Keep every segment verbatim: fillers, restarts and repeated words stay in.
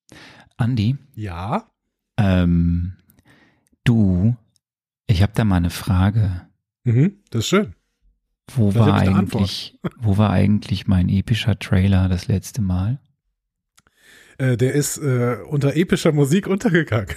Andi? Ja? Ähm, du, ich habe da mal eine Frage. Mhm, das ist schön. Wo war eigentlich, wo war eigentlich mein epischer Trailer das letzte Mal? Äh, der ist äh, unter epischer Musik untergegangen.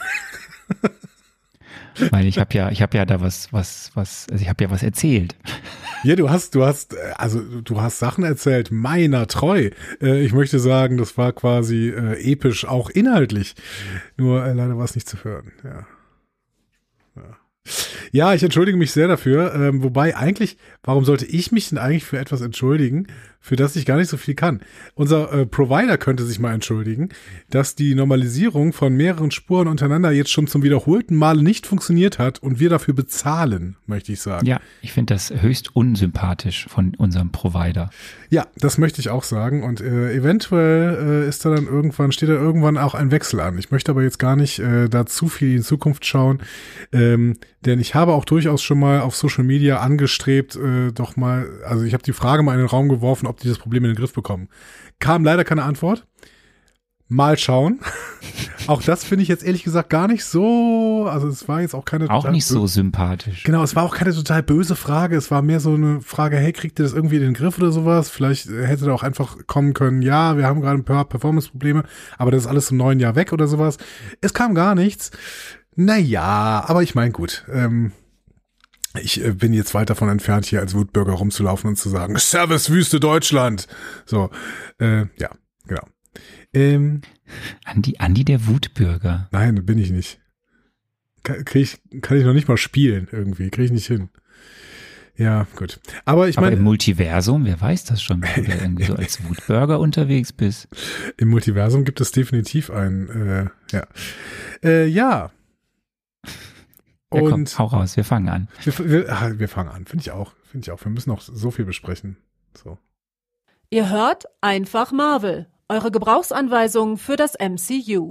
Weil ich habe ja, ich habe ja da was, was, was, also ich habe ja was erzählt. Ja, du hast, du hast, also du hast Sachen erzählt, meiner treu. Äh, ich möchte sagen, das war quasi äh, episch, auch inhaltlich. Nur äh, leider war es nicht zu hören. Ja. Ja. Ja, ich entschuldige mich sehr dafür. Ähm, wobei eigentlich, warum sollte ich mich denn eigentlich für etwas entschuldigen, für das ich gar nicht so viel kann? Unser äh, Provider könnte sich mal entschuldigen, dass die Normalisierung von mehreren Spuren untereinander jetzt schon zum wiederholten Male nicht funktioniert hat und wir dafür bezahlen, möchte ich sagen. Ja, ich finde das höchst unsympathisch von unserem Provider. Ja, das möchte ich auch sagen. Und äh, eventuell äh, ist da dann irgendwann, steht da irgendwann auch ein Wechsel an. Ich möchte aber jetzt gar nicht äh, da zu viel in Zukunft schauen, ähm, denn ich habe auch durchaus schon mal auf Social Media angestrebt, äh, doch mal, also ich habe die Frage mal in den Raum geworfen, ob die das Problem in den Griff bekommen. Kam leider keine Antwort. Mal schauen. Auch das finde ich jetzt ehrlich gesagt gar nicht so, also es war jetzt auch keine Auch nicht so sympathisch. Genau, es war auch keine total böse Frage, es war mehr so eine Frage, hey, kriegt ihr das irgendwie in den Griff oder sowas? Vielleicht hätte da auch einfach kommen können, ja, wir haben gerade ein paar Performance-Probleme, aber das ist alles im neuen Jahr weg oder sowas. Es kam gar nichts. Naja, aber ich meine, gut, ähm, ich äh, bin jetzt weit davon entfernt, hier als Wutbürger rumzulaufen und zu sagen, Servus Wüste Deutschland. So, äh, ja, genau. Ähm, Andi, Andi der Wutbürger. Nein, bin ich nicht. Kann, krieg ich, kann ich noch nicht mal spielen irgendwie, kriege ich nicht hin. Ja, gut. Aber ich meine. Aber im Multiversum, wer weiß das schon, wenn du da irgendwie so als Wutbürger unterwegs bist. Im Multiversum gibt es definitiv einen, äh, ja. Äh, ja. Ja, komm, und hau raus, wir fangen an. Wir, wir, wir fangen an, finde ich auch. Finde ich auch. Wir müssen noch so viel besprechen. So. Ihr hört einfach Marvel, eure Gebrauchsanweisung für das M C U.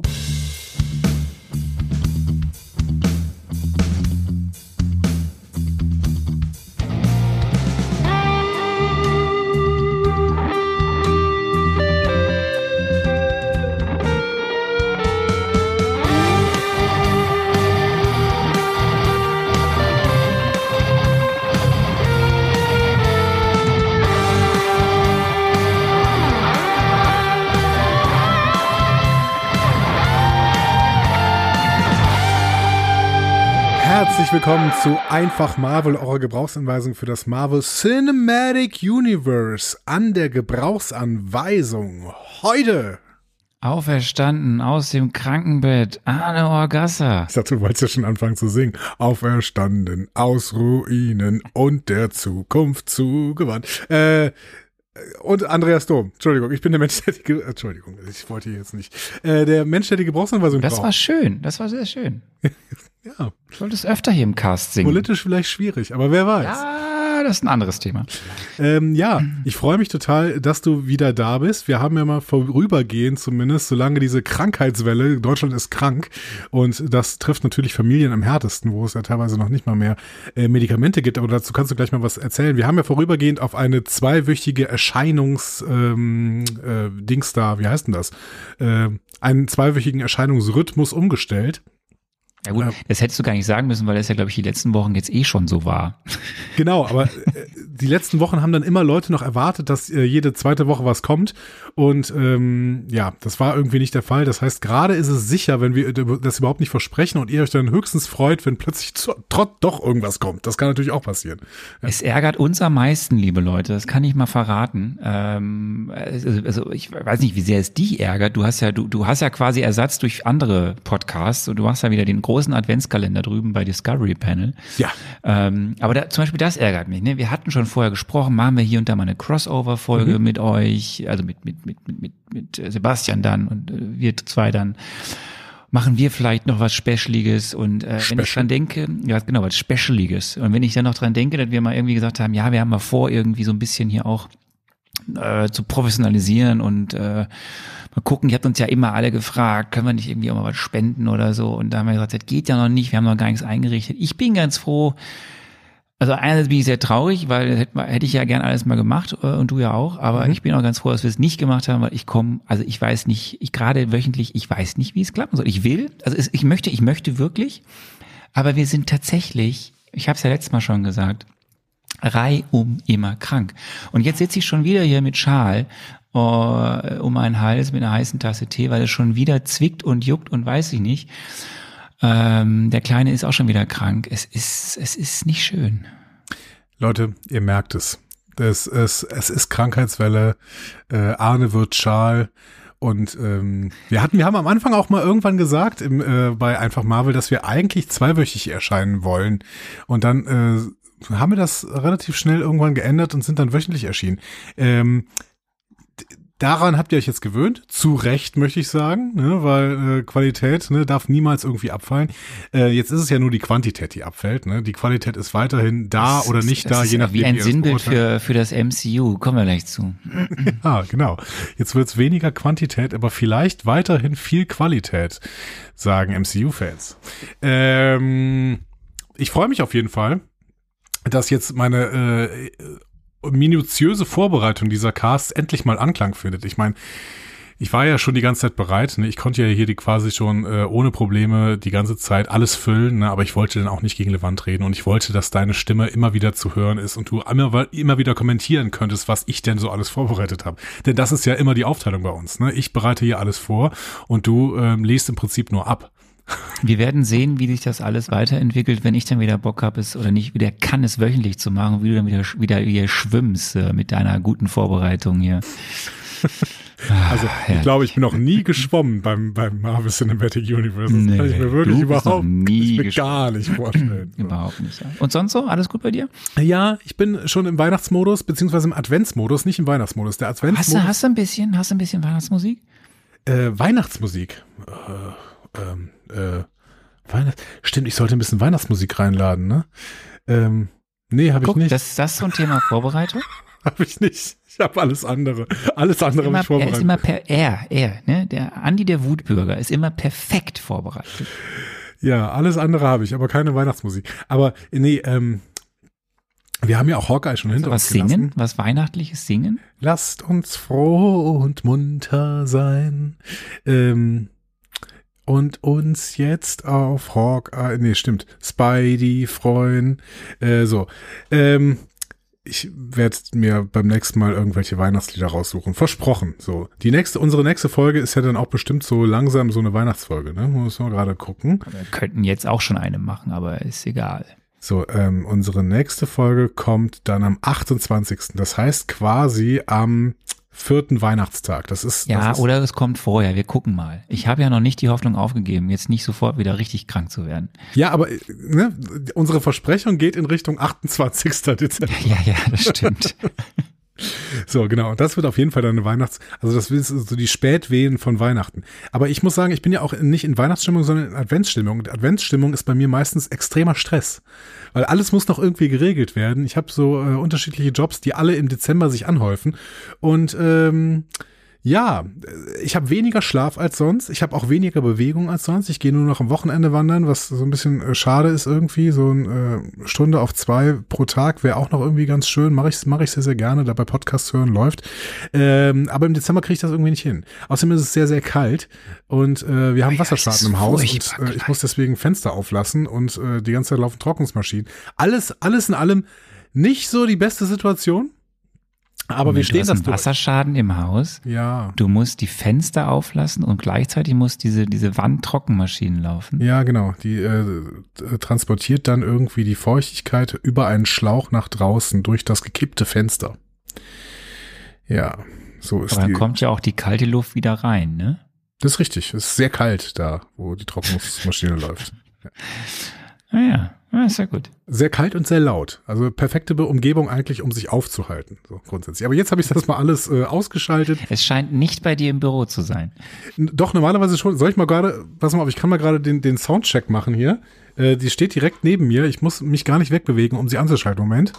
Herzlich willkommen zu Einfach Marvel, eurer Gebrauchsanweisung für das Marvel Cinematic Universe. An der Gebrauchsanweisung heute. Auferstanden aus dem Krankenbett, Arne Orgassa. Ich dachte, du wolltest ja schon anfangen zu singen. Auferstanden aus Ruinen und der Zukunft zugewandt. Äh, und Andreas Dom. Entschuldigung, ich bin der Mensch, der die Ge- Entschuldigung, ich wollte hier jetzt nicht. Äh, der Mensch, der die Gebrauchsanweisung Das braucht. war schön, das war sehr schön. Ja. Du solltest öfter hier im Cast singen. Politisch vielleicht schwierig, aber wer weiß. Ja, das ist ein anderes Thema. Ähm, ja, ich freue mich total, dass du wieder da bist. Wir haben ja mal vorübergehend zumindest, solange diese Krankheitswelle, Deutschland ist krank und das trifft natürlich Familien am härtesten, wo es ja teilweise noch nicht mal mehr äh, Medikamente gibt, aber dazu kannst du gleich mal was erzählen. Wir haben ja vorübergehend auf eine zweiwöchige Erscheinungs ähm, äh, Dings da, wie heißt denn das? Äh, einen zweiwöchigen Erscheinungsrhythmus umgestellt. Ja gut, das hättest du gar nicht sagen müssen, weil das ja, glaube ich, die letzten Wochen jetzt eh schon so war. Genau, aber äh, die letzten Wochen haben dann immer Leute noch erwartet, dass äh, jede zweite Woche was kommt und ähm, ja, das war irgendwie nicht der Fall. Das heißt, gerade ist es sicher, wenn wir das überhaupt nicht versprechen und ihr euch dann höchstens freut, wenn plötzlich trotz doch irgendwas kommt. Das kann natürlich auch passieren. Ja. Es ärgert uns am meisten, liebe Leute, das kann ich mal verraten. Ähm, also, also ich weiß nicht, wie sehr es dich ärgert. Du hast ja, du, du hast ja quasi Ersatz durch andere Podcasts und du machst ja wieder den großen Adventskalender drüben bei Discovery Panel. Ja. Ähm, aber da, zum Beispiel das ärgert mich. Ne? Wir hatten schon vorher gesprochen, machen wir hier und da mal eine Crossover-Folge mhm. mit euch, also mit mit mit mit mit, mit Sebastian dann und äh, wir zwei dann. Machen wir vielleicht noch was Specialiges und äh, wenn ich dran denke, ja genau, was Specialiges. Und wenn ich dann noch dran denke, dass wir mal irgendwie gesagt haben, ja, wir haben mal vor, irgendwie so ein bisschen hier auch äh, zu professionalisieren und äh, mal gucken, ihr habt uns ja immer alle gefragt, können wir nicht irgendwie auch mal was spenden oder so und da haben wir gesagt, das geht ja noch nicht, wir haben noch gar nichts eingerichtet. Ich bin ganz froh, Also einerseits bin ich sehr traurig, weil hätte, hätte ich ja gern alles mal gemacht äh, und du ja auch, aber mhm. ich bin auch ganz froh, dass wir es nicht gemacht haben, weil ich komme, also ich weiß nicht, ich gerade wöchentlich, ich weiß nicht, wie es klappen soll. Ich will, also es, ich möchte, ich möchte wirklich, aber wir sind tatsächlich, ich habe es ja letztes Mal schon gesagt, reihum immer krank. Und jetzt sitze ich schon wieder hier mit Schal uh, um meinen Hals mit einer heißen Tasse Tee, weil es schon wieder zwickt und juckt und weiß ich nicht. Ähm, der Kleine ist auch schon wieder krank. Es ist, es ist nicht schön. Leute, ihr merkt es. Das ist, es ist Krankheitswelle. Äh, Arne wird Schal. Und ähm, wir hatten, wir haben am Anfang auch mal irgendwann gesagt im, äh, bei Einfach Marvel, dass wir eigentlich zweiwöchig erscheinen wollen. Und dann äh, haben wir das relativ schnell irgendwann geändert und sind dann wöchentlich erschienen. Ähm, Daran habt ihr euch jetzt gewöhnt, zu Recht möchte ich sagen, ne, weil äh, Qualität ne, darf niemals irgendwie abfallen. Äh, jetzt ist es ja nur die Quantität, die abfällt. Ne? Die Qualität ist weiterhin da das oder nicht ist, da, je nachdem. Wie ein Sinnbild für für das M C U, kommen wir gleich zu. Ah, genau. Jetzt wird's weniger Quantität, aber vielleicht weiterhin viel Qualität, sagen M C U-Fans. Ähm, ich freue mich auf jeden Fall, dass jetzt meine äh, minutiöse Vorbereitung dieser Casts endlich mal Anklang findet. Ich meine, ich war ja schon die ganze Zeit bereit. Ne? Ich konnte ja hier die quasi schon äh, ohne Probleme die ganze Zeit alles füllen, ne? Aber ich wollte dann auch nicht gegen die Wand reden und ich wollte, dass deine Stimme immer wieder zu hören ist und du immer, immer wieder kommentieren könntest, was ich denn so alles vorbereitet habe. Denn das ist ja immer die Aufteilung bei uns. Ne? Ich bereite hier alles vor und du ähm, liest im Prinzip nur ab. Wir werden sehen, wie sich das alles weiterentwickelt, wenn ich dann wieder Bock habe, es oder nicht wieder kann, es wöchentlich zu machen, wie du dann wieder wieder, wieder schwimmst äh, mit deiner guten Vorbereitung hier. Also ah, ich glaube, ich bin noch nie geschwommen beim beim Marvel Cinematic Universe. Das nee, kann ich mir wirklich überhaupt nie ich mir gar nicht vorstellen. Überhaupt nicht. Ja. Und sonst so? Alles gut bei dir? Ja, ich bin schon im Weihnachtsmodus, beziehungsweise im Adventsmodus, nicht im Weihnachtsmodus. Der Adventsmodus. Hast du, hast du ein bisschen, hast du ein bisschen Weihnachtsmusik? Äh, Weihnachtsmusik. Äh, Ähm, äh, Weihnachts- Stimmt, ich sollte ein bisschen Weihnachtsmusik reinladen, ne? Ähm, nee, habe ich nicht. Das ist das so ein Thema Vorbereitung? Habe ich nicht. Ich habe alles andere. Alles andere habe ich vorbereitet. Er ist immer per, er, er, ne? Der Andi, der Wutbürger, ist immer perfekt vorbereitet. Ja, alles andere habe ich, aber keine Weihnachtsmusik. Aber nee, ähm, wir haben ja auch Hawkeye schon hinter uns gelassen. Was singen? Was Weihnachtliches singen? Lasst uns froh und munter sein. Ähm, Und uns jetzt auf Hawkeye, nee, stimmt, Spidey freuen. Äh, so, ähm, ich werde mir beim nächsten Mal irgendwelche Weihnachtslieder raussuchen. Versprochen. So, die nächste, unsere nächste Folge ist ja dann auch bestimmt so langsam so eine Weihnachtsfolge, ne? Muss man gerade gucken. Wir könnten jetzt auch schon eine machen, aber ist egal. So, ähm, unsere nächste Folge kommt dann am achtundzwanzigsten Das heißt quasi am vierten Weihnachtstag. Das ist ja, das ist, oder es kommt vorher. Wir gucken mal. Ich habe ja noch nicht die Hoffnung aufgegeben, jetzt nicht sofort wieder richtig krank zu werden. Ja, aber ne, unsere Versprechung geht in Richtung achtundzwanzigsten Dezember. Ja, ja, das stimmt. So, genau. Und das wird auf jeden Fall dann eine Weihnachts-, also das ist so die Spätwehen von Weihnachten. Aber ich muss sagen, ich bin ja auch nicht in Weihnachtsstimmung, sondern in Adventsstimmung. Und Adventsstimmung ist bei mir meistens extremer Stress. Weil alles muss noch irgendwie geregelt werden. Ich habe so äh, unterschiedliche Jobs, die alle im Dezember sich anhäufen. Und ähm, ja, ich habe weniger Schlaf als sonst. Ich habe auch weniger Bewegung als sonst. Ich gehe nur noch am Wochenende wandern, was so ein bisschen äh, schade ist irgendwie. So eine äh, Stunde auf zwei pro Tag wäre auch noch irgendwie ganz schön. Mache ich, mach ich sehr, sehr gerne. Dabei Podcasts hören läuft. Ähm, aber im Dezember kriege ich das irgendwie nicht hin. Außerdem ist es sehr, sehr kalt. Und äh, wir haben ja, Wasserschaden im Haus. Und, äh, ich muss deswegen Fenster auflassen. Und äh, die ganze Zeit laufen Trocknungsmaschinen. Alles, alles in allem nicht so die beste Situation. Aber wir stehen das durch. Wasserschaden im Haus. Ja. Du musst die Fenster auflassen und gleichzeitig muss diese diese Wandtrockenmaschinen laufen. Ja, genau. Die äh, transportiert dann irgendwie die Feuchtigkeit über einen Schlauch nach draußen durch das gekippte Fenster. Ja, so ist Aber dann die. kommt ja auch die kalte Luft wieder rein, ne? Das ist richtig. Es ist sehr kalt da, wo die Trocknungsmaschine läuft. Ja. Ah ja. Ja, ist ja gut. Sehr kalt und sehr laut. Also perfekte Umgebung eigentlich, um sich aufzuhalten. So grundsätzlich. Aber jetzt habe ich das mal alles äh, ausgeschaltet. Es scheint nicht bei dir im Büro zu sein. Doch, normalerweise schon. Soll ich mal gerade, pass mal auf, ich kann mal gerade den, den Soundcheck machen hier. Äh, die steht direkt neben mir. Ich muss mich gar nicht wegbewegen, um sie anzuschalten. Moment.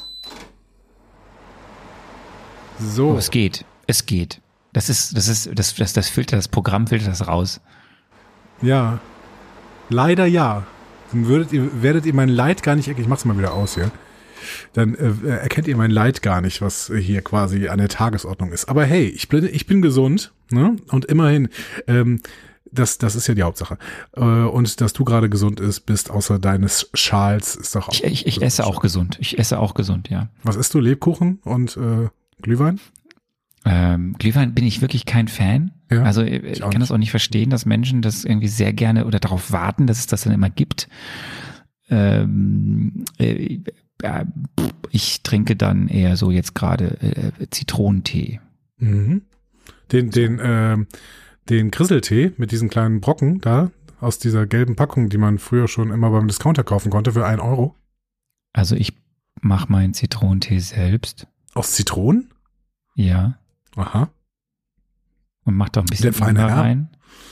So. Oh, es geht. Es geht. Das ist, das ist, das, das, das filtert, das Programm filtert das raus. Ja. Leider ja. Dann würdet ihr, werdet ihr mein Leid gar nicht, ich mach's mal wieder aus hier. dann äh, erkennt ihr mein Leid gar nicht, was hier quasi an der Tagesordnung ist. Aber hey, ich bin, ich bin gesund, ne? Und immerhin, ähm, das, das ist ja die Hauptsache. Äh, und dass du gerade gesund ist, bist, außer deines Schals, ist doch auch. Ich, ich, ich esse auch gesund. Ich esse auch gesund, ja. Was isst du? Lebkuchen und äh, Glühwein? Ähm, Glühwein bin ich wirklich kein Fan. Ja, also ich, ich kann nicht. das auch nicht verstehen, dass Menschen das irgendwie sehr gerne oder darauf warten, dass es das dann immer gibt. Ähm, äh, äh, ich trinke dann eher so jetzt gerade äh, Zitronentee. Mhm. Den, den, äh, den Grisseltee mit diesen kleinen Brocken da aus dieser gelben Packung, die man früher schon immer beim Discounter kaufen konnte für einen Euro. Also ich mache meinen Zitronentee selbst. Aus Zitronen? Ja. Aha. Und mach doch ein bisschen Ingwer rein.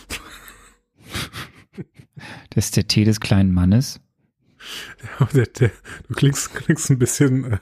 Das ist der Tee des kleinen Mannes. Ja, der, der, du klingst, klingst ein bisschen,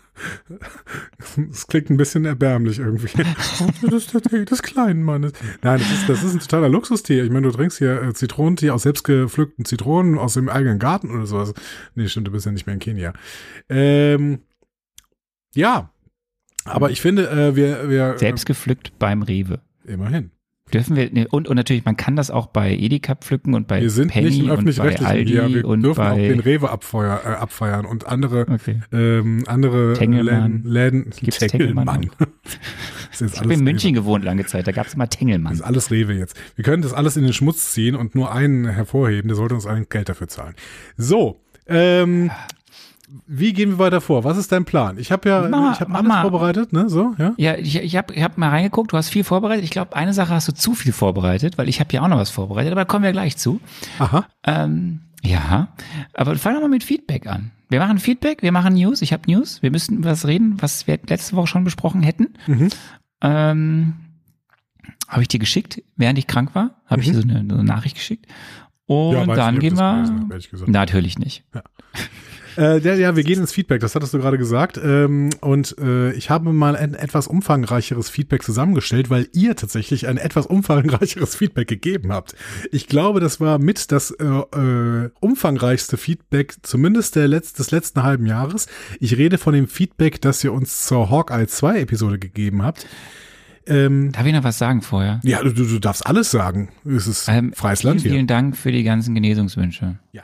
es klingt ein bisschen erbärmlich irgendwie. Das ist der Tee des kleinen Mannes. Nein, das ist, das ist ein totaler Luxustee. Ich meine, du trinkst hier äh, Zitronentee aus selbstgepflückten Zitronen aus dem eigenen Garten oder sowas. Nee, stimmt, du bist ja nicht mehr in Kenia. Ähm, ja, aber ich finde, äh, wir, wir selbst gepflückt beim Rewe. Immerhin. Dürfen wir, und, und natürlich, man kann das auch bei Edeka pflücken und bei wir sind Penny nicht im und bei Aldi ja, wir und dürfen bei auch den Rewe abfeuer, äh, abfeiern und andere, okay. ähm, andere Tengelmann. Läden. Läden Gibt's Tengelmann? Tengelmann. Ich habe in München Rewe. gewohnt lange Zeit, da gab es immer Tengelmann. Das ist alles Rewe jetzt. Wir können das alles in den Schmutz ziehen und nur einen hervorheben, der sollte uns eigentlich Geld dafür zahlen. So, ähm, wie gehen wir weiter vor? Was ist dein Plan? Ich habe ja, Mama, ich habe alles vorbereitet, ne? So, ja. Ja, ich, ich habe, ich habe mal reingeguckt. Du hast viel vorbereitet. Ich glaube, eine Sache hast du zu viel vorbereitet, weil ich habe ja auch noch was vorbereitet. Aber da kommen wir gleich zu. Aha. Ähm, ja, aber fangen wir mal mit Feedback an. Wir machen Feedback, wir machen News. Ich habe News. Wir müssten über was reden, was wir letzte Woche schon besprochen hätten. Mhm. Ähm, habe ich dir geschickt, während ich krank war. Habe mhm. ich dir so eine, so eine Nachricht geschickt. Und ja, dann gehen wir. Gelesen, natürlich nicht. Ja. Äh, ja, ja, wir gehen ins Feedback, das hattest du gerade gesagt. Ähm, und äh, ich habe mal ein etwas umfangreicheres Feedback zusammengestellt, weil ihr tatsächlich ein etwas umfangreicheres Feedback gegeben habt. Ich glaube, das war mit das äh, äh, umfangreichste Feedback, zumindest der Letz-, des letzten halben Jahres. Ich rede von dem Feedback, das ihr uns zur Hawkeye zwei Episode gegeben habt. Ähm, Darf ich noch was sagen vorher? Ja, du, du darfst alles sagen. Es ist ähm, freies Land hier. Vielen Dank für die ganzen Genesungswünsche. Ja.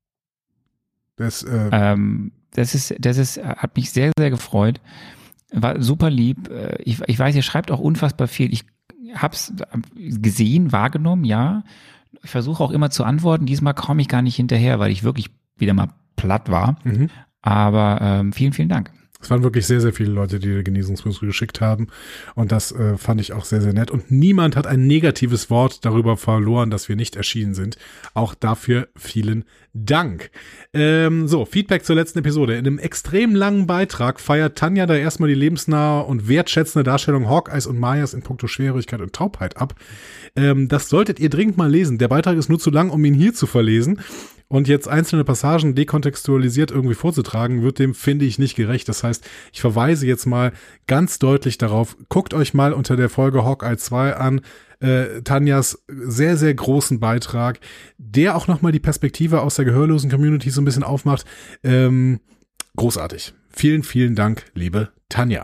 Das, äh ähm, das ist, das ist, hat mich sehr, sehr gefreut. War super lieb. Ich, ich weiß, ihr schreibt auch unfassbar viel. Ich hab's gesehen, wahrgenommen, ja. Ich versuche auch immer zu antworten. Diesmal komme ich gar nicht hinterher, weil ich wirklich wieder mal platt war. Mhm. Aber ähm, vielen, vielen Dank. Es waren wirklich sehr, sehr viele Leute, die Genesungswünsche geschickt haben. Und das äh, fand ich auch sehr, sehr nett. Und niemand hat ein negatives Wort darüber verloren, dass wir nicht erschienen sind. Auch dafür vielen Dank. Ähm, so, Feedback zur letzten Episode. In einem extrem langen Beitrag feiert Tanja da erstmal die lebensnahe und wertschätzende Darstellung Hawkeyes und Mayas in puncto Schwierigkeit und Taubheit ab. Ähm, das solltet ihr dringend mal lesen. Der Beitrag ist nur zu lang, um ihn hier zu verlesen. Und jetzt einzelne Passagen dekontextualisiert irgendwie vorzutragen, wird dem, finde ich, nicht gerecht. Das heißt, ich verweise jetzt mal ganz deutlich darauf, guckt euch mal unter der Folge Hawkeye zwei an, äh, Tanjas sehr, sehr großen Beitrag, der auch nochmal die Perspektive aus der gehörlosen Community so ein bisschen aufmacht. Ähm, großartig. Vielen, vielen Dank, liebe Tanja.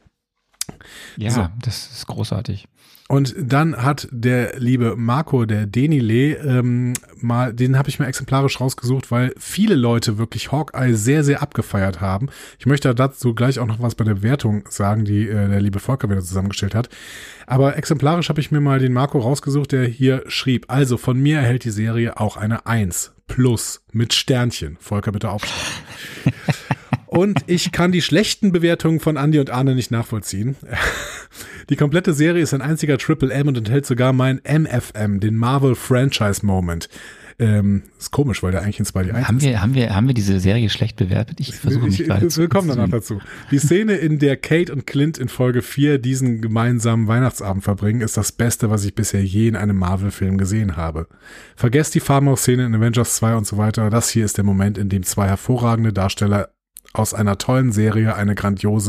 Ja, so. Das ist großartig. Und dann hat der liebe Marco, der Denile, ähm, mal, den habe ich mir exemplarisch rausgesucht, weil viele Leute wirklich Hawkeye sehr, sehr abgefeiert haben. Ich möchte dazu gleich auch noch was bei der Bewertung sagen, die äh, der liebe Volker wieder zusammengestellt hat. Aber exemplarisch habe ich mir mal den Marco rausgesucht, der hier schrieb, also von mir erhält die Serie auch eine eins plus mit Sternchen. Volker, bitte aufschreiben. Und ich kann die schlechten Bewertungen von Andi und Arne nicht nachvollziehen. Die komplette Serie ist ein einziger Triple M und enthält sogar mein M F M, den Marvel Franchise Moment. Ähm, ist komisch, weil der eigentlich in Spidey eins haben ist. Wir, haben, wir, haben wir diese Serie schlecht bewertet? Ich versuche mich gerade zu... Wir kommen danach dazu. Die Szene, in der Kate und Clint in Folge vier diesen gemeinsamen Weihnachtsabend verbringen, ist das Beste, was ich bisher je in einem Marvel-Film gesehen habe. Vergesst die Farmhouse-Szene in Avengers zwei und so weiter. Das hier ist der Moment, in dem zwei hervorragende Darsteller aus einer tollen Serie eine grandiose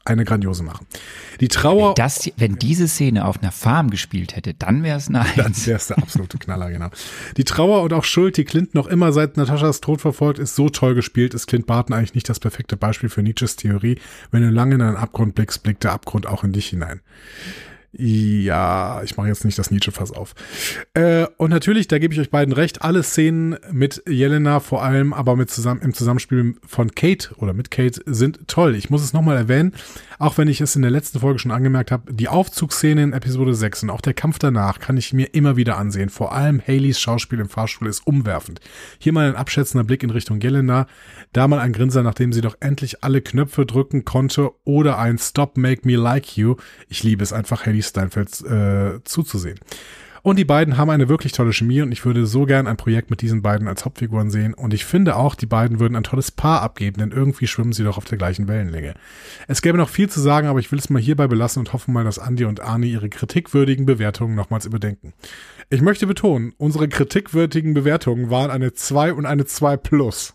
eine grandiose machen. Die Trauer... Wenn, das, wenn diese Szene auf einer Farm gespielt hätte, dann wäre es eine Eins. Dann wäre es der absolute Knaller, genau. Die Trauer und auch Schuld, die Clint noch immer seit Nataschas Tod verfolgt, ist so toll gespielt, ist Clint Barton eigentlich nicht das perfekte Beispiel für Nietzsches Theorie. Wenn du lange in einen Abgrund blickst, blickt der Abgrund auch in dich hinein. Ja, ich mache jetzt nicht das Nietzsche-Fass auf. Äh, und natürlich, da gebe ich euch beiden recht, alle Szenen mit Jelena, vor allem aber mit zusammen im Zusammenspiel von Kate oder mit Kate sind toll. Ich muss es nochmal erwähnen, auch wenn ich es in der letzten Folge schon angemerkt habe, die Aufzugsszene in Episode sechs und auch der Kampf danach kann ich mir immer wieder ansehen. Vor allem Haleys Schauspiel im Fahrstuhl ist umwerfend. Hier mal ein abschätzender Blick in Richtung Jelena, da mal ein Grinser, nachdem sie doch endlich alle Knöpfe drücken konnte oder ein Stop, Make Me Like You. Ich liebe es einfach, Haley Steinfeld äh, zuzusehen. Und die beiden haben eine wirklich tolle Chemie und ich würde so gern ein Projekt mit diesen beiden als Hauptfiguren sehen und ich finde auch, die beiden würden ein tolles Paar abgeben, denn irgendwie schwimmen sie doch auf der gleichen Wellenlänge. Es gäbe noch viel zu sagen, aber ich will es mal hierbei belassen und hoffe mal, dass Andi und Arnie ihre kritikwürdigen Bewertungen nochmals überdenken. Ich möchte betonen, unsere kritikwürdigen Bewertungen waren eine zwei und eine zwei plus.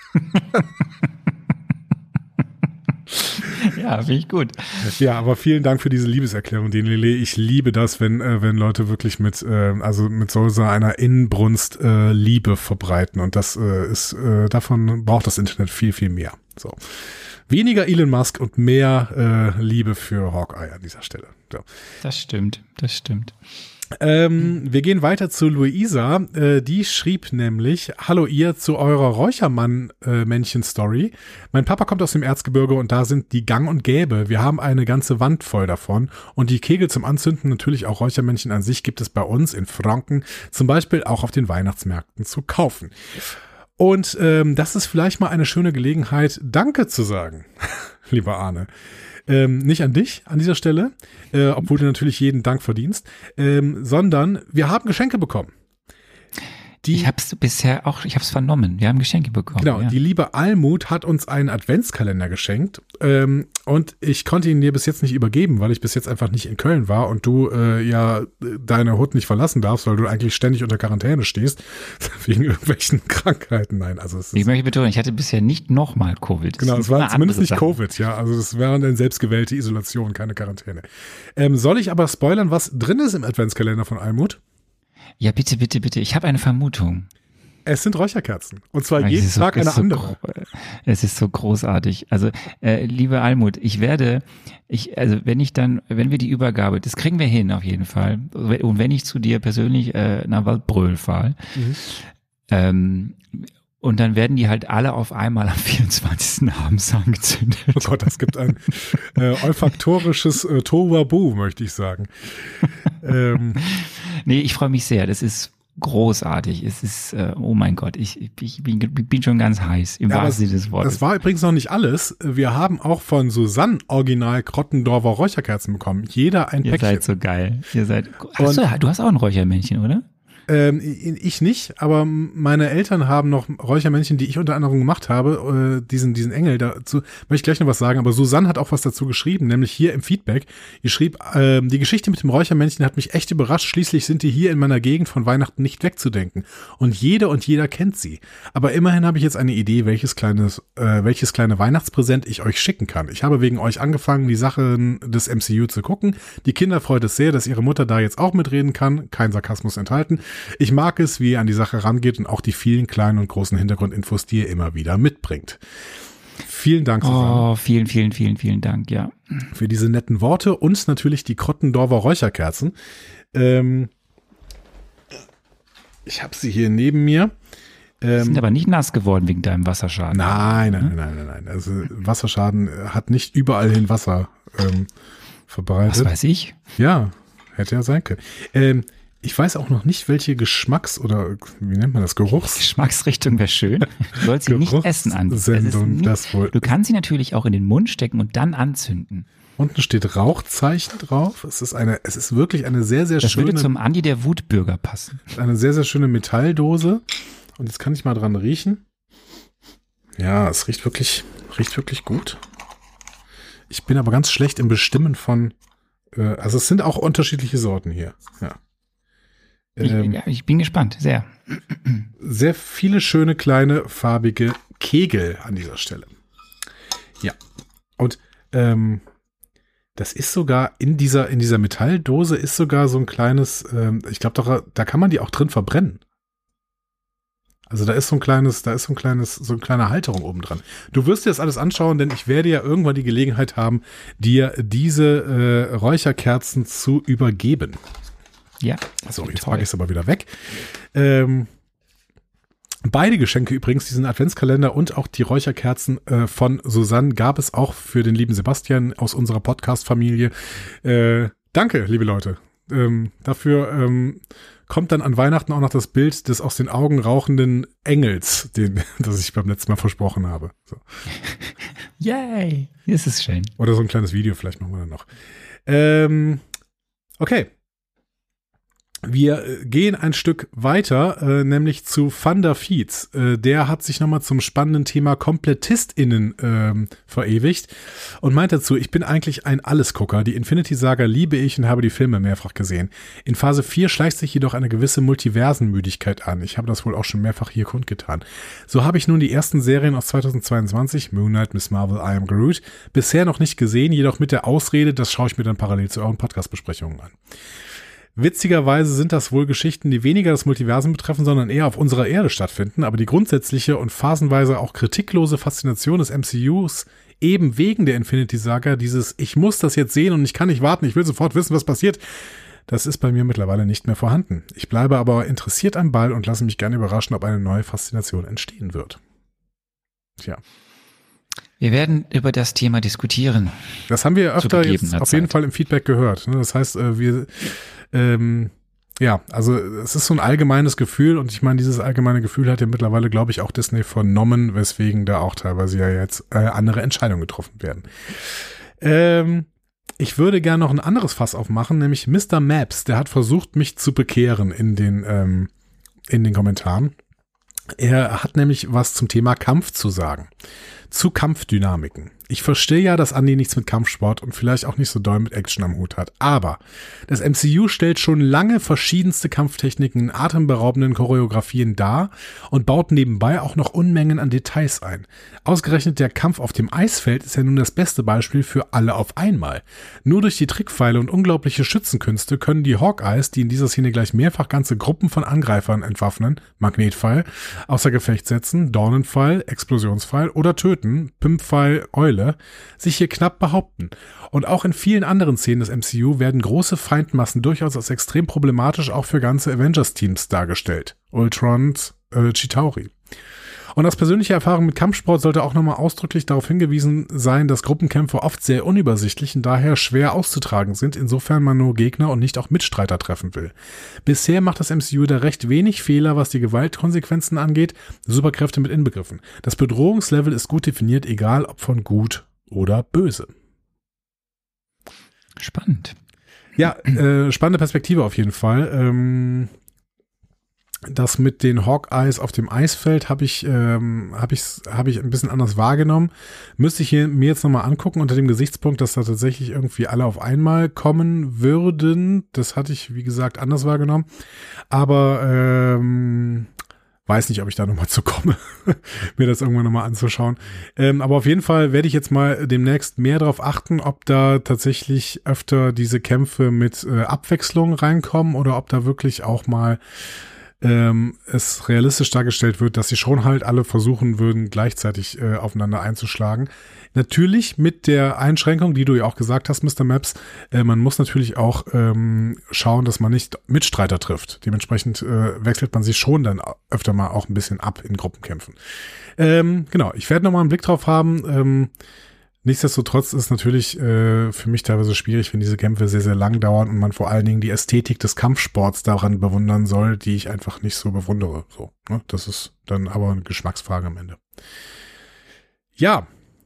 Ja, finde ich gut. Ja, aber vielen Dank für diese Liebeserklärung, die Lele. Ich liebe das, wenn äh, wenn Leute wirklich mit äh, also mit so einer Inbrunst äh, Liebe verbreiten und das äh, ist äh, davon braucht das Internet viel viel mehr. So. Weniger Elon Musk und mehr äh, Liebe für Hawkeye an dieser Stelle. So. Das stimmt, das stimmt. Ähm, wir gehen weiter zu Luisa. Äh, die schrieb nämlich, hallo ihr zu eurer Räuchermann-Männchen-Story. Mein Papa kommt aus dem Erzgebirge und da sind die gang und gäbe. Wir haben eine ganze Wand voll davon. Und die Kegel zum Anzünden, natürlich auch Räuchermännchen an sich, gibt es bei uns in Franken zum Beispiel auch auf den Weihnachtsmärkten zu kaufen. Und ähm, das ist vielleicht mal eine schöne Gelegenheit, Danke zu sagen, lieber Arne. Ähm, nicht an dich an dieser Stelle, äh, obwohl du natürlich jeden Dank verdienst, ähm, sondern wir haben Geschenke bekommen. Die, ich habe es bisher auch, ich habe es vernommen, wir haben Geschenke bekommen. Genau, ja. Die liebe Almut hat uns einen Adventskalender geschenkt ähm, und ich konnte ihn dir bis jetzt nicht übergeben, weil ich bis jetzt einfach nicht in Köln war und du äh, ja deine Hut nicht verlassen darfst, weil du eigentlich ständig unter Quarantäne stehst, wegen irgendwelchen Krankheiten. Nein, also es ist, ich möchte betonen, ich hatte bisher nicht nochmal Covid. Genau, es war zumindest nicht Covid, ja, also das wäre eine selbstgewählte Isolation, keine Quarantäne. Ähm, soll ich aber spoilern, was drin ist im Adventskalender von Almut? Ja, bitte, bitte, bitte. Ich habe eine Vermutung. Es sind Räucherkerzen. Und zwar es jeden so, Tag eine so andere. Es ist so großartig. Also, äh, liebe Almut, ich werde, ich, also wenn ich dann, wenn wir die Übergabe, das kriegen wir hin auf jeden Fall. Und wenn ich zu dir persönlich äh, nach Waldbröl fahre, mhm. ähm, und dann werden die halt alle auf einmal am vierundzwanzigsten abends angezündet. Oh Gott, das gibt ein äh, olfaktorisches äh, Tohuwabohu, möchte ich sagen. ähm. Nee, ich freue mich sehr. Das ist großartig. Es ist, äh, oh mein Gott, ich, ich bin, bin schon ganz heiß, im ja, wahrsten Sinne des Wortes. Das war übrigens noch nicht alles. Wir haben auch von Susanne original Krottendorfer Räucherkerzen bekommen. Jeder ein Ihr Päckchen. Ihr seid so geil. Ihr seid, hast du, du hast auch ein Räuchermännchen, oder? Ähm, ich nicht, aber meine Eltern haben noch Räuchermännchen, die ich unter anderem gemacht habe, äh, diesen diesen Engel, dazu möchte ich gleich noch was sagen, aber Susanne hat auch was dazu geschrieben, nämlich hier im Feedback. Die schrieb, ähm, die Geschichte mit dem Räuchermännchen hat mich echt überrascht, schließlich sind die hier in meiner Gegend von Weihnachten nicht wegzudenken und jede und jeder kennt sie. Aber immerhin habe ich jetzt eine Idee, welches kleines, äh, welches kleine Weihnachtspräsent ich euch schicken kann. Ich habe wegen euch angefangen, die Sachen des M C U zu gucken. Die Kinder freut es sehr, dass ihre Mutter da jetzt auch mitreden kann, kein Sarkasmus enthalten. Ich mag es, wie er an die Sache rangeht und auch die vielen kleinen und großen Hintergrundinfos, die er immer wieder mitbringt. Vielen Dank, Susanne. Oh, vielen, vielen, vielen, vielen Dank, ja. Für diese netten Worte und natürlich die Krottendorfer Räucherkerzen. Ähm, ich habe sie hier neben mir. Ähm, sind aber nicht nass geworden wegen deinem Wasserschaden. Nein, nein, nein, nein, nein. Also Wasserschaden hat nicht überall hin Wasser ähm, verbreitet. Was weiß ich? Ja, hätte ja sein können. Ähm, Ich weiß auch noch nicht, welche Geschmacks- oder wie nennt man das, Geruchs? Geschmacksrichtung wäre schön. Du sollst sie nicht essen an. Sendung, das wohl. Du kannst sie natürlich auch in den Mund stecken und dann anzünden. Unten steht Rauchzeichen drauf. Es ist eine, es ist wirklich eine sehr, sehr das schöne. Das würde zum Andi der Wutbürger passen. Eine sehr, sehr schöne Metalldose. Und jetzt kann ich mal dran riechen. Ja, es riecht wirklich, riecht wirklich gut. Ich bin aber ganz schlecht im Bestimmen von, äh, also es sind auch unterschiedliche Sorten hier. Ja. Ich, ja, ich bin gespannt, sehr. Sehr viele schöne, kleine, farbige Kegel an dieser Stelle. Ja. Und ähm, Das ist sogar in dieser, in dieser Metalldose ist sogar so ein kleines, ähm, ich glaube doch, da kann man die auch drin verbrennen. Also da ist so ein kleines, da ist so ein kleines, so eine kleine Halterung oben dran. Du wirst dir das alles anschauen, denn ich werde ja irgendwann die Gelegenheit haben, dir diese äh, Räucherkerzen zu übergeben. Ja. So, jetzt packe ich es aber wieder weg. Ähm, beide Geschenke übrigens, diesen Adventskalender und auch die Räucherkerzen äh, von Susanne gab es auch für den lieben Sebastian aus unserer Podcast-Familie. Äh, danke, liebe Leute. Ähm, dafür ähm, kommt dann an Weihnachten auch noch das Bild des aus den Augen rauchenden Engels, den, das ich beim letzten Mal versprochen habe. So. Yay, das ist schön. Oder so ein kleines Video vielleicht machen wir dann noch. Ähm, okay. Wir gehen ein Stück weiter, äh, nämlich zu Thunder Feeds. Äh, der hat sich nochmal zum spannenden Thema KomplettistInnen ähm, verewigt und meint dazu, ich bin eigentlich ein Allesgucker. Die Infinity-Saga liebe ich und habe die Filme mehrfach gesehen. In Phase vier schleicht sich jedoch eine gewisse Multiversenmüdigkeit an. Ich habe das wohl auch schon mehrfach hier kundgetan. So habe ich nun die ersten Serien aus zweitausendzweiundzwanzig, Moon Knight, Miss Marvel, I Am Groot, bisher noch nicht gesehen, jedoch mit der Ausrede, das schaue ich mir dann parallel zu euren Podcast-Besprechungen an. Witzigerweise sind das wohl Geschichten, die weniger das Multiversum betreffen, sondern eher auf unserer Erde stattfinden, aber die grundsätzliche und phasenweise auch kritiklose Faszination des M C Us eben wegen der Infinity-Saga, dieses ich muss das jetzt sehen und ich kann nicht warten, ich will sofort wissen, was passiert, das ist bei mir mittlerweile nicht mehr vorhanden. Ich bleibe aber interessiert am Ball und lasse mich gerne überraschen, ob eine neue Faszination entstehen wird. Tja. Wir werden über das Thema diskutieren. Das haben wir öfter jetzt auf jeden Fall im Feedback gehört. Das heißt, wir ähm, ja, also es ist so ein allgemeines Gefühl und ich meine, dieses allgemeine Gefühl hat ja mittlerweile, glaube ich, auch Disney vernommen, weswegen da auch teilweise ja jetzt äh, andere Entscheidungen getroffen werden. Ähm, ich würde gerne noch ein anderes Fass aufmachen, nämlich Mister Maps, der hat versucht, mich zu bekehren in den, ähm, in den Kommentaren. Er hat nämlich was zum Thema Kampf zu sagen. Zu Kampfdynamiken. Ich verstehe ja, dass Andi nichts mit Kampfsport und vielleicht auch nicht so doll mit Action am Hut hat. Aber das M C U stellt schon lange verschiedenste Kampftechniken in atemberaubenden Choreografien dar und baut nebenbei auch noch Unmengen an Details ein. Ausgerechnet der Kampf auf dem Eisfeld ist ja nun das beste Beispiel für alle auf einmal. Nur durch die Trickpfeile und unglaubliche Schützenkünste können die Hawkeyes, die in dieser Szene gleich mehrfach ganze Gruppen von Angreifern entwaffnen, Magnetpfeil, außer Gefecht setzen, Dornenpfeil, Explosionspfeil oder töten, Pimpfeil, Eule, sich hier knapp behaupten. Und auch in vielen anderen Szenen des M C U werden große Feindmassen durchaus als extrem problematisch auch für ganze Avengers-Teams dargestellt. Ultrons, äh, Chitauri. Und aus persönlicher Erfahrung mit Kampfsport sollte auch nochmal ausdrücklich darauf hingewiesen sein, dass Gruppenkämpfe oft sehr unübersichtlich und daher schwer auszutragen sind, insofern man nur Gegner und nicht auch Mitstreiter treffen will. Bisher macht das M C U da recht wenig Fehler, was die Gewaltkonsequenzen angeht, Superkräfte mit inbegriffen. Das Bedrohungslevel ist gut definiert, egal ob von gut oder böse. Spannend. Ja, äh, spannende Perspektive auf jeden Fall. Ähm, Das mit den Hawkeyes auf dem Eisfeld habe ich, ähm, habe ich, habe ich ein bisschen anders wahrgenommen. Müsste ich hier mir jetzt nochmal angucken unter dem Gesichtspunkt, dass da tatsächlich irgendwie alle auf einmal kommen würden. Das hatte ich, wie gesagt, anders wahrgenommen. Aber ähm, weiß nicht, ob ich da nochmal zu komme, mir das irgendwann nochmal anzuschauen. Ähm, aber auf jeden Fall werde ich jetzt mal demnächst mehr darauf achten, ob da tatsächlich öfter diese Kämpfe mit äh, Abwechslung reinkommen oder ob da wirklich auch mal Ähm, es realistisch dargestellt wird, dass sie schon halt alle versuchen würden, gleichzeitig äh, aufeinander einzuschlagen. Natürlich mit der Einschränkung, die du ja auch gesagt hast, Mister Maps, äh, man muss natürlich auch ähm, schauen, dass man nicht Mitstreiter trifft. Dementsprechend äh, wechselt man sich schon dann öfter mal auch ein bisschen ab in Gruppenkämpfen. Ähm, genau, ich werde nochmal einen Blick drauf haben. Ähm, Nichtsdestotrotz ist natürlich äh, für mich teilweise schwierig, wenn diese Kämpfe sehr, sehr lang dauern und man vor allen Dingen die Ästhetik des Kampfsports daran bewundern soll, die ich einfach nicht so bewundere. So, ne? Das ist dann aber eine Geschmacksfrage am Ende. Ja.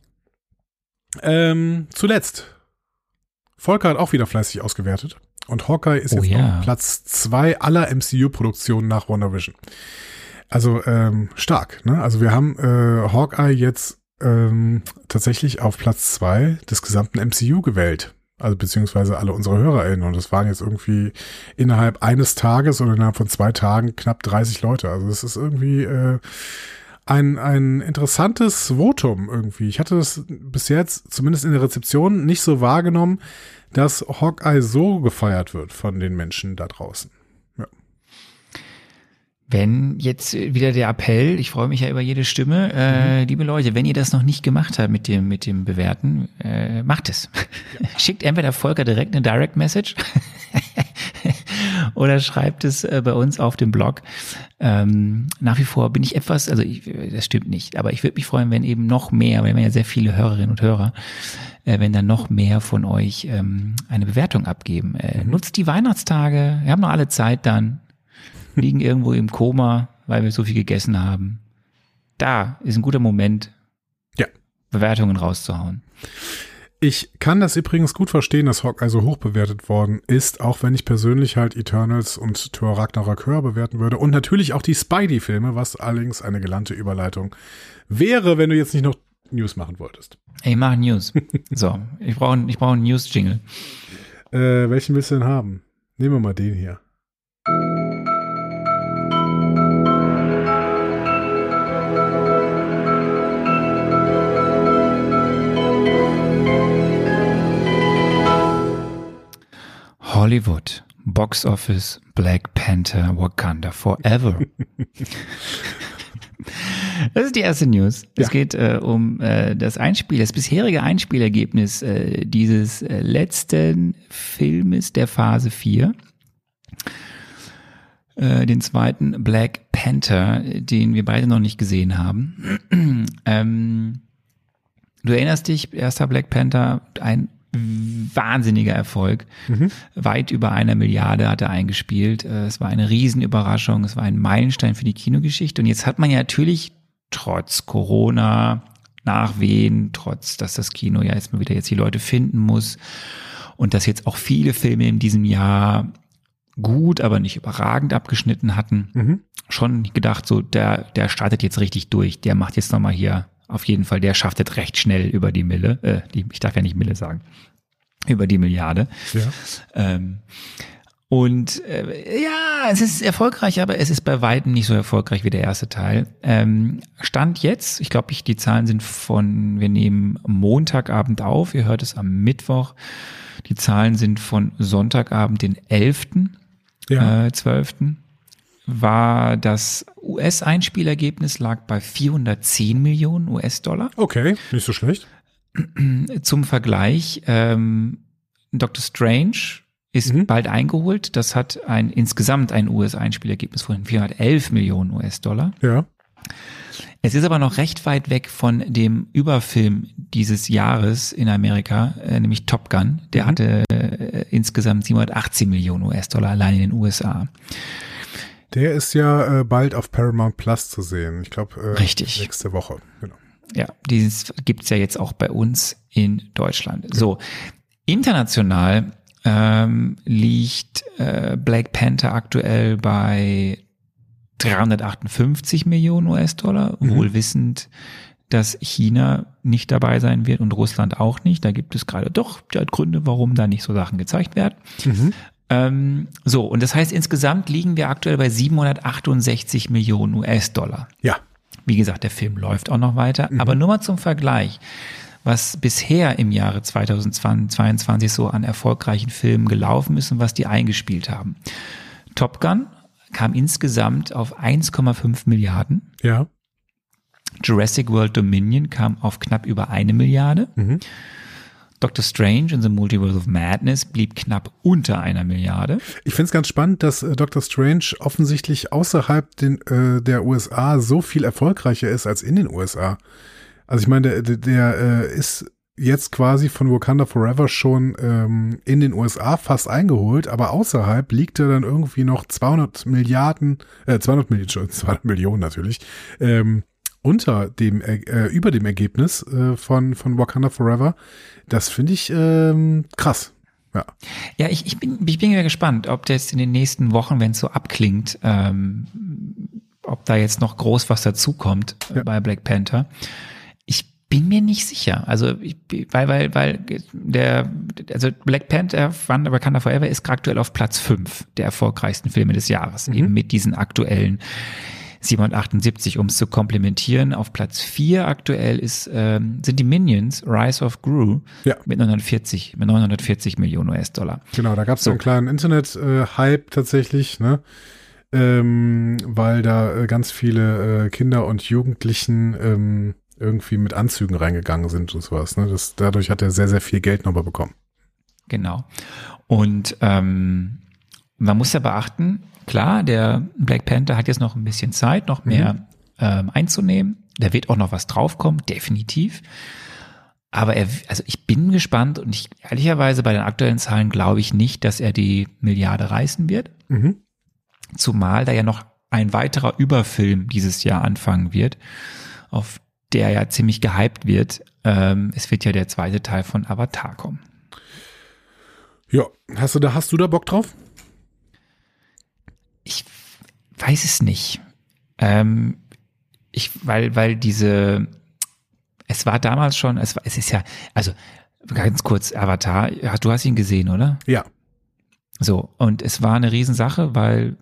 Ähm, zuletzt. Volker hat auch wieder fleißig ausgewertet und Hawkeye ist oh, jetzt ja. auf Platz zwei aller M C U-Produktionen nach WandaVision. Also ähm, stark, ne? Also wir haben äh, Hawkeye jetzt Ähm, tatsächlich auf Platz zwei des gesamten M C U gewählt. Also beziehungsweise alle unsere HörerInnen. Und das waren jetzt irgendwie innerhalb eines Tages oder innerhalb von zwei Tagen knapp dreißig Leute. Also das ist irgendwie äh, ein, ein interessantes Votum irgendwie. Ich hatte das bis jetzt, zumindest in der Rezeption, nicht so wahrgenommen, dass Hawkeye so gefeiert wird von den Menschen da draußen. Ja. Wenn jetzt wieder der Appell, ich freue mich ja über jede Stimme, äh, mhm. liebe Leute, wenn ihr das noch nicht gemacht habt mit dem mit dem Bewerten, äh, macht es. Ja. Schickt entweder Volker direkt eine Direct Message oder schreibt es äh, bei uns auf dem Blog. Ähm, nach wie vor bin ich etwas, also ich, das stimmt nicht, aber ich würde mich freuen, wenn eben noch mehr, weil wir haben ja sehr viele Hörerinnen und Hörer, äh, wenn dann noch mehr von euch ähm, eine Bewertung abgeben. Äh, mhm. Nutzt die Weihnachtstage, wir haben noch alle Zeit dann. Liegen irgendwo im Koma, weil wir so viel gegessen haben. Da ist ein guter Moment, ja, Bewertungen rauszuhauen. Ich kann das übrigens gut verstehen, dass Hawkeye so hoch bewertet worden ist, auch wenn ich persönlich halt Eternals und Thor Ragnarok höher bewerten würde. Und natürlich auch die Spidey-Filme, was allerdings eine gelernte Überleitung wäre, wenn du jetzt nicht noch News machen wolltest. Ich mache News. So, ich brauche ich brauch einen News-Jingle. Äh, welchen willst du denn haben? Nehmen wir mal den hier. Hollywood, Box Office, Black Panther, Wakanda Forever. Das ist die erste News. Ja. Es geht äh, um äh, das Einspiel, das bisherige Einspielergebnis äh, dieses äh, letzten Filmes der Phase vier. Äh, den zweiten Black Panther, den wir beide noch nicht gesehen haben. ähm, du erinnerst dich, erster Black Panther, ein wahnsinniger Erfolg. Mhm. Weit über einer Milliarde hat er eingespielt. Es war eine Riesenüberraschung. Es war ein Meilenstein für die Kinogeschichte. Und jetzt hat man ja natürlich trotz Corona, Nachwehen, trotz, dass das Kino ja jetzt mal wieder jetzt die Leute finden muss und dass jetzt auch viele Filme in diesem Jahr gut, aber nicht überragend abgeschnitten hatten, mhm. schon gedacht, so der, der startet jetzt richtig durch. Der macht jetzt nochmal hier auf jeden Fall, der schafft jetzt recht schnell über die Mille, äh, die, ich darf ja nicht Mille sagen, über die Milliarde. Ja. Ähm, und äh, ja, es ist erfolgreich, aber es ist bei weitem nicht so erfolgreich wie der erste Teil. Ähm, Stand jetzt, ich glaube, ich, die Zahlen sind von, wir nehmen Montagabend auf, ihr hört es am Mittwoch, die Zahlen sind von Sonntagabend, den elften Ja. Äh, zwölften war das U S-Einspielergebnis lag bei vierhundertzehn Millionen U S-Dollar. Okay, nicht so schlecht. Zum Vergleich, ähm, Doctor Strange ist mhm. bald eingeholt. Das hat ein insgesamt ein U S-Einspielergebnis von vierhundertelf Millionen U S-Dollar. Ja. Es ist aber noch recht weit weg von dem Überfilm dieses Jahres in Amerika, äh, nämlich Top Gun. Der mhm. hatte äh, insgesamt siebenhundertachtzehn Millionen U S-Dollar allein in den U S A. Der ist ja äh, bald auf Paramount Plus zu sehen. Ich glaube, äh, Richtig. nächste Woche. Genau. Ja, dieses gibt's ja jetzt auch bei uns in Deutschland. Ja. So, international ähm, liegt äh, Black Panther aktuell bei dreihundertachtundfünfzig Millionen U S-Dollar, mhm. wohl wissend, dass China nicht dabei sein wird und Russland auch nicht. Da gibt es gerade doch Gründe, warum da nicht so Sachen gezeigt werden. Mhm. Ähm, so, und das heißt, insgesamt liegen wir aktuell bei siebenhundertachtundsechzig Millionen U S-Dollar. Ja. Wie gesagt, der Film läuft auch noch weiter. Mhm. Aber nur mal zum Vergleich, was bisher im Jahre zweitausendzweiundzwanzig so an erfolgreichen Filmen gelaufen ist und was die eingespielt haben. Top Gun kam insgesamt auf eins Komma fünf Milliarden. Ja. Jurassic World Dominion kam auf knapp über eine Milliarde. Mhm. Doctor Strange in the Multiverse of Madness blieb knapp unter einer Milliarde. Ich finde es ganz spannend, dass äh, Doctor Strange offensichtlich außerhalb den, äh, der U S A so viel erfolgreicher ist als in den U S A. Also ich meine, der, der äh, ist jetzt quasi von Wakanda Forever schon ähm, in den U S A fast eingeholt, aber außerhalb liegt er dann irgendwie noch zweihundert Milliarden, äh, zweihundert Millionen, zweihundert Millionen natürlich, ähm, unter dem, äh, über dem Ergebnis äh, von, von Wakanda Forever. Das finde ich ähm, krass. Ja, ja ich, ich, bin, ich bin ja gespannt, ob das in den nächsten Wochen, wenn es so abklingt, ähm, ob da jetzt noch groß was dazukommt äh, ja. bei Black Panther. Ich bin mir nicht sicher. Also, ich, weil, weil, weil der, also Black Panther, Wakanda Forever ist aktuell auf Platz fünf der erfolgreichsten Filme des Jahres, mhm. eben mit diesen aktuellen siebenhundertachtundsiebzig, um es zu komplementieren. Auf Platz vier aktuell ist, ähm, sind die Minions, Rise of Gru, Ja. mit neunhundertvierzig, mit neunhundertvierzig Millionen U S-Dollar. Genau, da gab es So. einen kleinen Internet-Hype tatsächlich, ne? Ähm, weil da äh, ganz viele äh, Kinder und Jugendlichen ähm, irgendwie mit Anzügen reingegangen sind und sowas. Ne? Das, dadurch hat er sehr, sehr viel Geld nochmal bekommen. Genau. Und ähm, man muss ja beachten, klar, der Black Panther hat jetzt noch ein bisschen Zeit, noch mehr mhm. ähm, einzunehmen. Da wird auch noch was draufkommen, definitiv. Aber er, also ich bin gespannt und ich ehrlicherweise bei den aktuellen Zahlen glaube ich nicht, dass er die Milliarde reißen wird. Mhm. Zumal da ja noch ein weiterer Überfilm dieses Jahr anfangen wird, auf der ja ziemlich gehypt wird. Ähm, es wird ja der zweite Teil von Avatar kommen. Ja, hast du da, hast du da Bock drauf? Ich weiß es nicht. Ähm, ich, weil, weil diese, es war damals schon, es, war, es ist ja, also ganz kurz, Avatar, du hast ihn gesehen, oder? Ja. So, und es war eine Riesensache, weil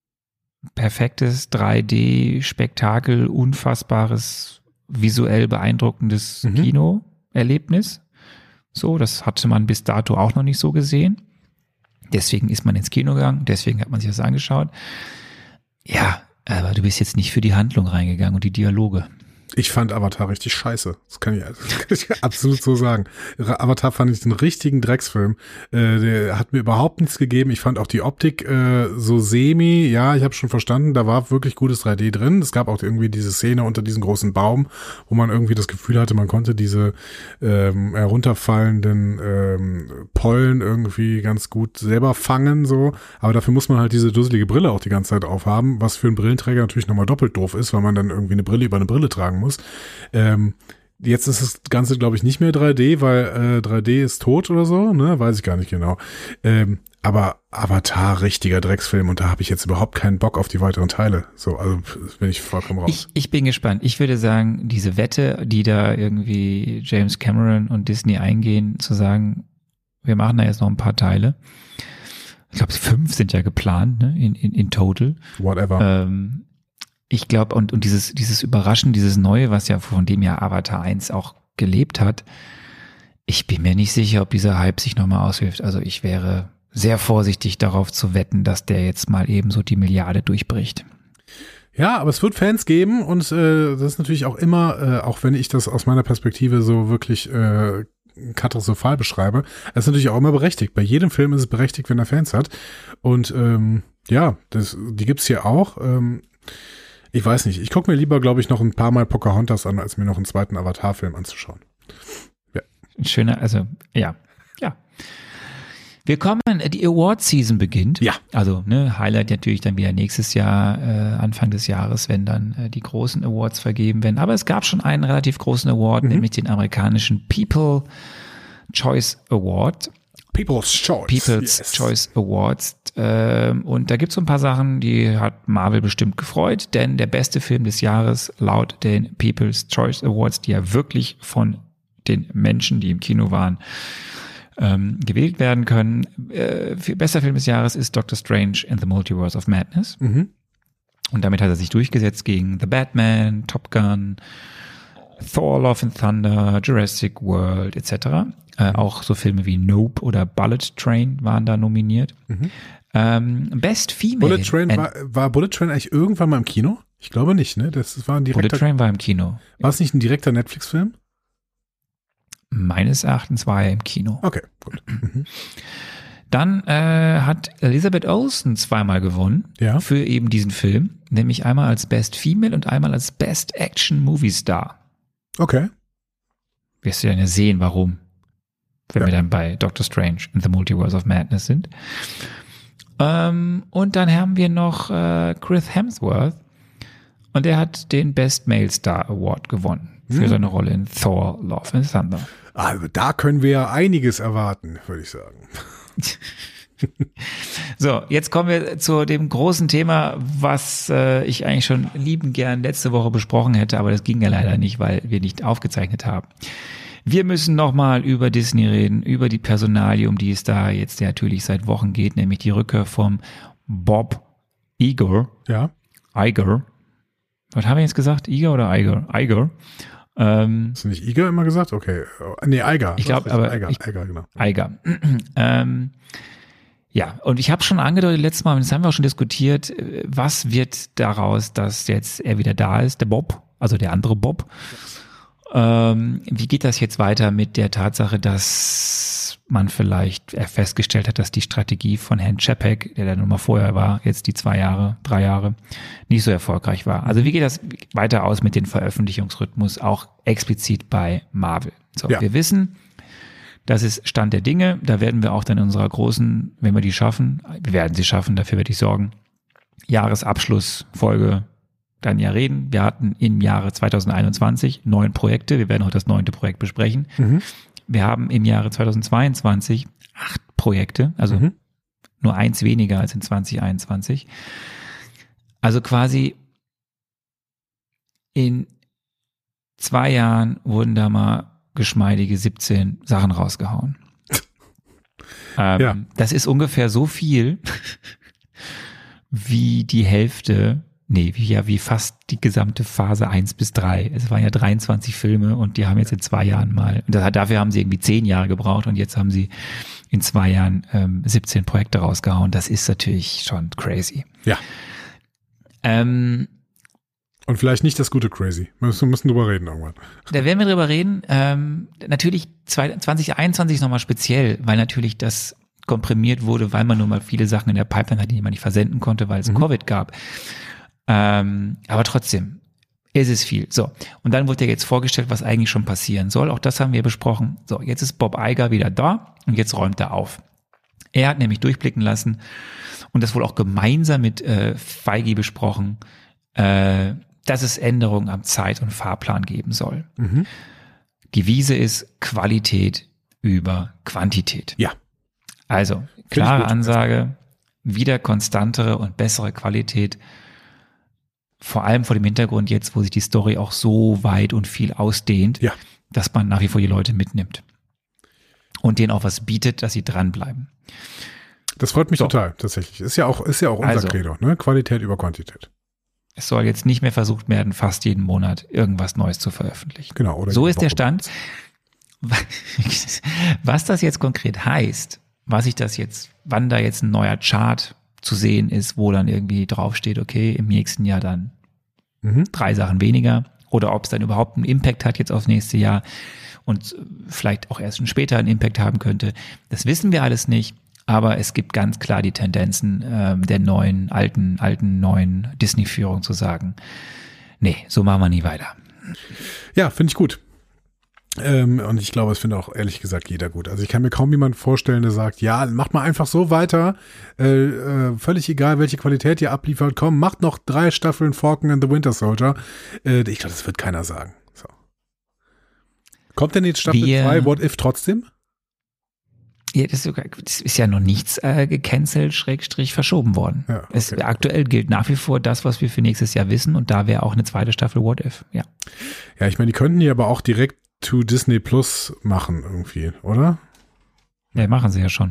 perfektes drei D-Spektakel, unfassbares, visuell beeindruckendes Mhm. Kinoerlebnis. So, das hatte man bis dato auch noch nicht so gesehen. Deswegen ist man ins Kino gegangen, deswegen hat man sich das angeschaut. Ja, aber du bist jetzt nicht für die Handlung reingegangen und die Dialoge. Ich fand Avatar richtig scheiße. Das kann ich, das kann ich absolut so sagen. Avatar fand ich einen richtigen Drecksfilm. Äh, der hat mir überhaupt nichts gegeben. Ich fand auch die Optik äh, so semi. Ja, ich habe schon verstanden, da war wirklich gutes drei D drin. Es gab auch irgendwie diese Szene unter diesem großen Baum, wo man irgendwie das Gefühl hatte, man konnte diese ähm, herunterfallenden ähm, Pollen irgendwie ganz gut selber fangen. So. Aber dafür muss man halt diese dusselige Brille auch die ganze Zeit aufhaben, was für einen Brillenträger natürlich nochmal doppelt doof ist, weil man dann irgendwie eine Brille über eine Brille tragen muss. Ähm, jetzt ist das Ganze, glaube ich, nicht mehr drei D, weil äh, drei D ist tot oder so, ne? Weiß ich gar nicht genau. Ähm, aber Avatar, richtiger Drecksfilm und da habe ich jetzt überhaupt keinen Bock auf die weiteren Teile. So, also bin ich vollkommen raus. Ich, ich bin gespannt. Ich würde sagen, diese Wette, die da irgendwie James Cameron und Disney eingehen, zu sagen, wir machen da jetzt noch ein paar Teile. Ich glaube, fünf sind ja geplant, ne? In, in, in total. Whatever. Ähm, Ich glaube, und, und dieses, dieses Überraschen, dieses Neue, was ja von dem ja Avatar eins auch gelebt hat, ich bin mir nicht sicher, ob dieser Hype sich nochmal auswirft. Also ich wäre sehr vorsichtig darauf zu wetten, dass der jetzt mal eben so die Milliarde durchbricht. Ja, aber es wird Fans geben und äh, das ist natürlich auch immer, äh, auch wenn ich das aus meiner Perspektive so wirklich äh, katastrophal beschreibe, das ist natürlich auch immer berechtigt. Bei jedem Film ist es berechtigt, wenn er Fans hat. Und ähm, ja, das, die gibt's hier auch. Ähm, Ich weiß nicht. Ich gucke mir lieber, glaube ich, noch ein paar Mal Pocahontas an, als mir noch einen zweiten Avatar-Film anzuschauen. Ja. Schöner, also, ja, ja. Willkommen, die Award-Season beginnt. Ja. Also, ne, Highlight natürlich dann wieder nächstes Jahr, äh, Anfang des Jahres, wenn dann äh, die großen Awards vergeben werden. Aber es gab schon einen relativ großen Award, Mhm. nämlich den amerikanischen People Choice Award. People's Choice. People's Yes. Choice Awards. Ähm, und da gibt es so ein paar Sachen, die hat Marvel bestimmt gefreut, denn der beste Film des Jahres laut den People's Choice Awards, die ja wirklich von den Menschen, die im Kino waren, ähm, gewählt werden können. Äh, für bester Film des Jahres ist Doctor Strange in the Multiverse of Madness. Mhm. Und damit hat er sich durchgesetzt gegen The Batman, Top Gun, Thor, Love and Thunder, Jurassic World et cetera. Äh, auch so Filme wie Nope oder Bullet Train waren da nominiert. Mhm. Ähm, Best Female. Bullet Train war, war Bullet Train eigentlich irgendwann mal im Kino? Ich glaube nicht, ne? Das war ein Bullet direkter, Train war im Kino. war es nicht ein direkter Netflix-Film? Meines Erachtens war er im Kino. Okay, gut. Mhm. Dann äh, hat Elizabeth Olsen zweimal gewonnen Ja. für eben diesen Film, nämlich einmal als Best Female und einmal als Best Action Movie Star. Okay. Wirst du dann ja sehen, warum, wenn Ja. wir dann bei Doctor Strange in the Multiverse of Madness sind. Ähm, und dann haben wir noch äh, Chris Hemsworth und der hat den Best Male Star Award gewonnen für Hm. seine Rolle in Thor, Love and Thunder. Also da können wir ja einiges erwarten, würde ich sagen. So, jetzt kommen wir zu dem großen Thema, was äh, ich eigentlich schon liebend gern letzte Woche besprochen hätte, aber das ging ja leider nicht, weil wir nicht aufgezeichnet haben. Wir müssen nochmal über Disney reden, über die Personalie, um die es da jetzt natürlich seit Wochen geht, nämlich die Rückkehr vom Bob Iger, Ja. Iger, Was haben wir jetzt gesagt? Iger oder Iger? Iger. Ähm, Hast du nicht Iger immer gesagt? Okay. Nee, Iger. Ich glaube, aber Iger, ich, Iger, genau. Iger. ähm, ja, und ich habe schon angedeutet letztes Mal, das haben wir auch schon diskutiert, was wird daraus, dass jetzt er wieder da ist, der Bob, also der andere Bob. Ähm, wie geht das jetzt weiter mit der Tatsache, dass man vielleicht festgestellt hat, dass die Strategie von Herrn Čapek, der da nun mal vorher war, jetzt die zwei Jahre, drei Jahre, nicht so erfolgreich war. Also wie geht das weiter aus mit dem Veröffentlichungsrhythmus, auch explizit bei Marvel? So, ja. Wir wissen, das ist Stand der Dinge. Da werden wir auch dann in unserer großen, wenn wir die schaffen, wir werden sie schaffen, dafür werde ich sorgen, Jahresabschlussfolge dann ja reden. Wir hatten im Jahre zwanzig einundzwanzig neun Projekte. Wir werden heute das neunte Projekt besprechen. Mhm. Wir haben im Jahre zweitausendzweiundzwanzig acht Projekte, also mhm. nur eins weniger als in zwanzig einundzwanzig. Also quasi in zwei Jahren wurden da mal geschmeidige siebzehn Sachen rausgehauen. ähm, ja. Das ist ungefähr so viel wie die Hälfte, nee, wie, ja, wie fast die gesamte Phase eins bis drei. Es waren ja dreiundzwanzig Filme und die haben jetzt in zwei Jahren mal, das, dafür haben sie irgendwie zehn Jahre gebraucht und jetzt haben sie in zwei Jahren ähm, siebzehn Projekte rausgehauen. Das ist natürlich schon crazy. Ja. Ähm, Und vielleicht nicht das gute Crazy. Wir müssen, müssen drüber reden irgendwann. Da werden wir drüber reden. Ähm, natürlich zwanzig einundzwanzig ist nochmal speziell, weil natürlich das komprimiert wurde, weil man nun mal viele Sachen in der Pipeline hatte, die man nicht versenden konnte, weil es mhm. Covid gab. Ähm, aber trotzdem ist es viel. So. Und dann wurde ja jetzt vorgestellt, was eigentlich schon passieren soll. Auch das haben wir besprochen. So, jetzt ist Bob Iger wieder da und jetzt räumt er auf. Er hat nämlich durchblicken lassen und das wohl auch gemeinsam mit äh, Feige besprochen, äh, dass es Änderungen am Zeit- und Fahrplan geben soll. Mhm. Die Devise ist Qualität über Quantität. Ja. Also, klare Ansage, wieder konstantere und bessere Qualität. Vor allem vor dem Hintergrund jetzt, wo sich die Story auch so weit und viel ausdehnt, ja. dass man nach wie vor die Leute mitnimmt. Und denen auch was bietet, dass sie dranbleiben. Das freut mich so. total, tatsächlich. Ist ja auch, ist ja auch unser also, Credo, ne? Qualität über Quantität. Es soll jetzt nicht mehr versucht werden, fast jeden Monat irgendwas Neues zu veröffentlichen. Genau. Oder so ist der Stand. Was das jetzt konkret heißt, was ich das jetzt, wann da jetzt ein neuer Chart zu sehen ist, wo dann irgendwie draufsteht, okay, im nächsten Jahr dann mhm. drei Sachen weniger, oder ob es dann überhaupt einen Impact hat jetzt aufs nächste Jahr und vielleicht auch erst später einen Impact haben könnte, das wissen wir alles nicht. Aber es gibt ganz klar die Tendenzen ähm, der neuen, alten, alten, neuen Disney-Führung zu sagen, nee, so machen wir nie weiter. Ja, finde ich gut. Ähm, und ich glaube, es findet auch ehrlich gesagt jeder gut. Also ich kann mir kaum jemanden vorstellen, der sagt, ja, macht mal einfach so weiter, äh, äh, völlig egal, welche Qualität ihr abliefert, komm, macht noch drei Staffeln Falcon and the Winter Soldier. Äh, ich glaube, das wird keiner sagen. So. Kommt denn jetzt Staffel zwei What If trotzdem? Ja, das ist, sogar, das ist ja noch nichts äh, gecancelt, Schrägstrich verschoben worden. Ja, okay. Es, aktuell gilt nach wie vor das, was wir für nächstes Jahr wissen, und da wäre auch eine zweite Staffel What If, ja. Ja, ich meine, die könnten die aber auch direkt to Disney Plus machen irgendwie, oder? Ja, machen sie ja schon.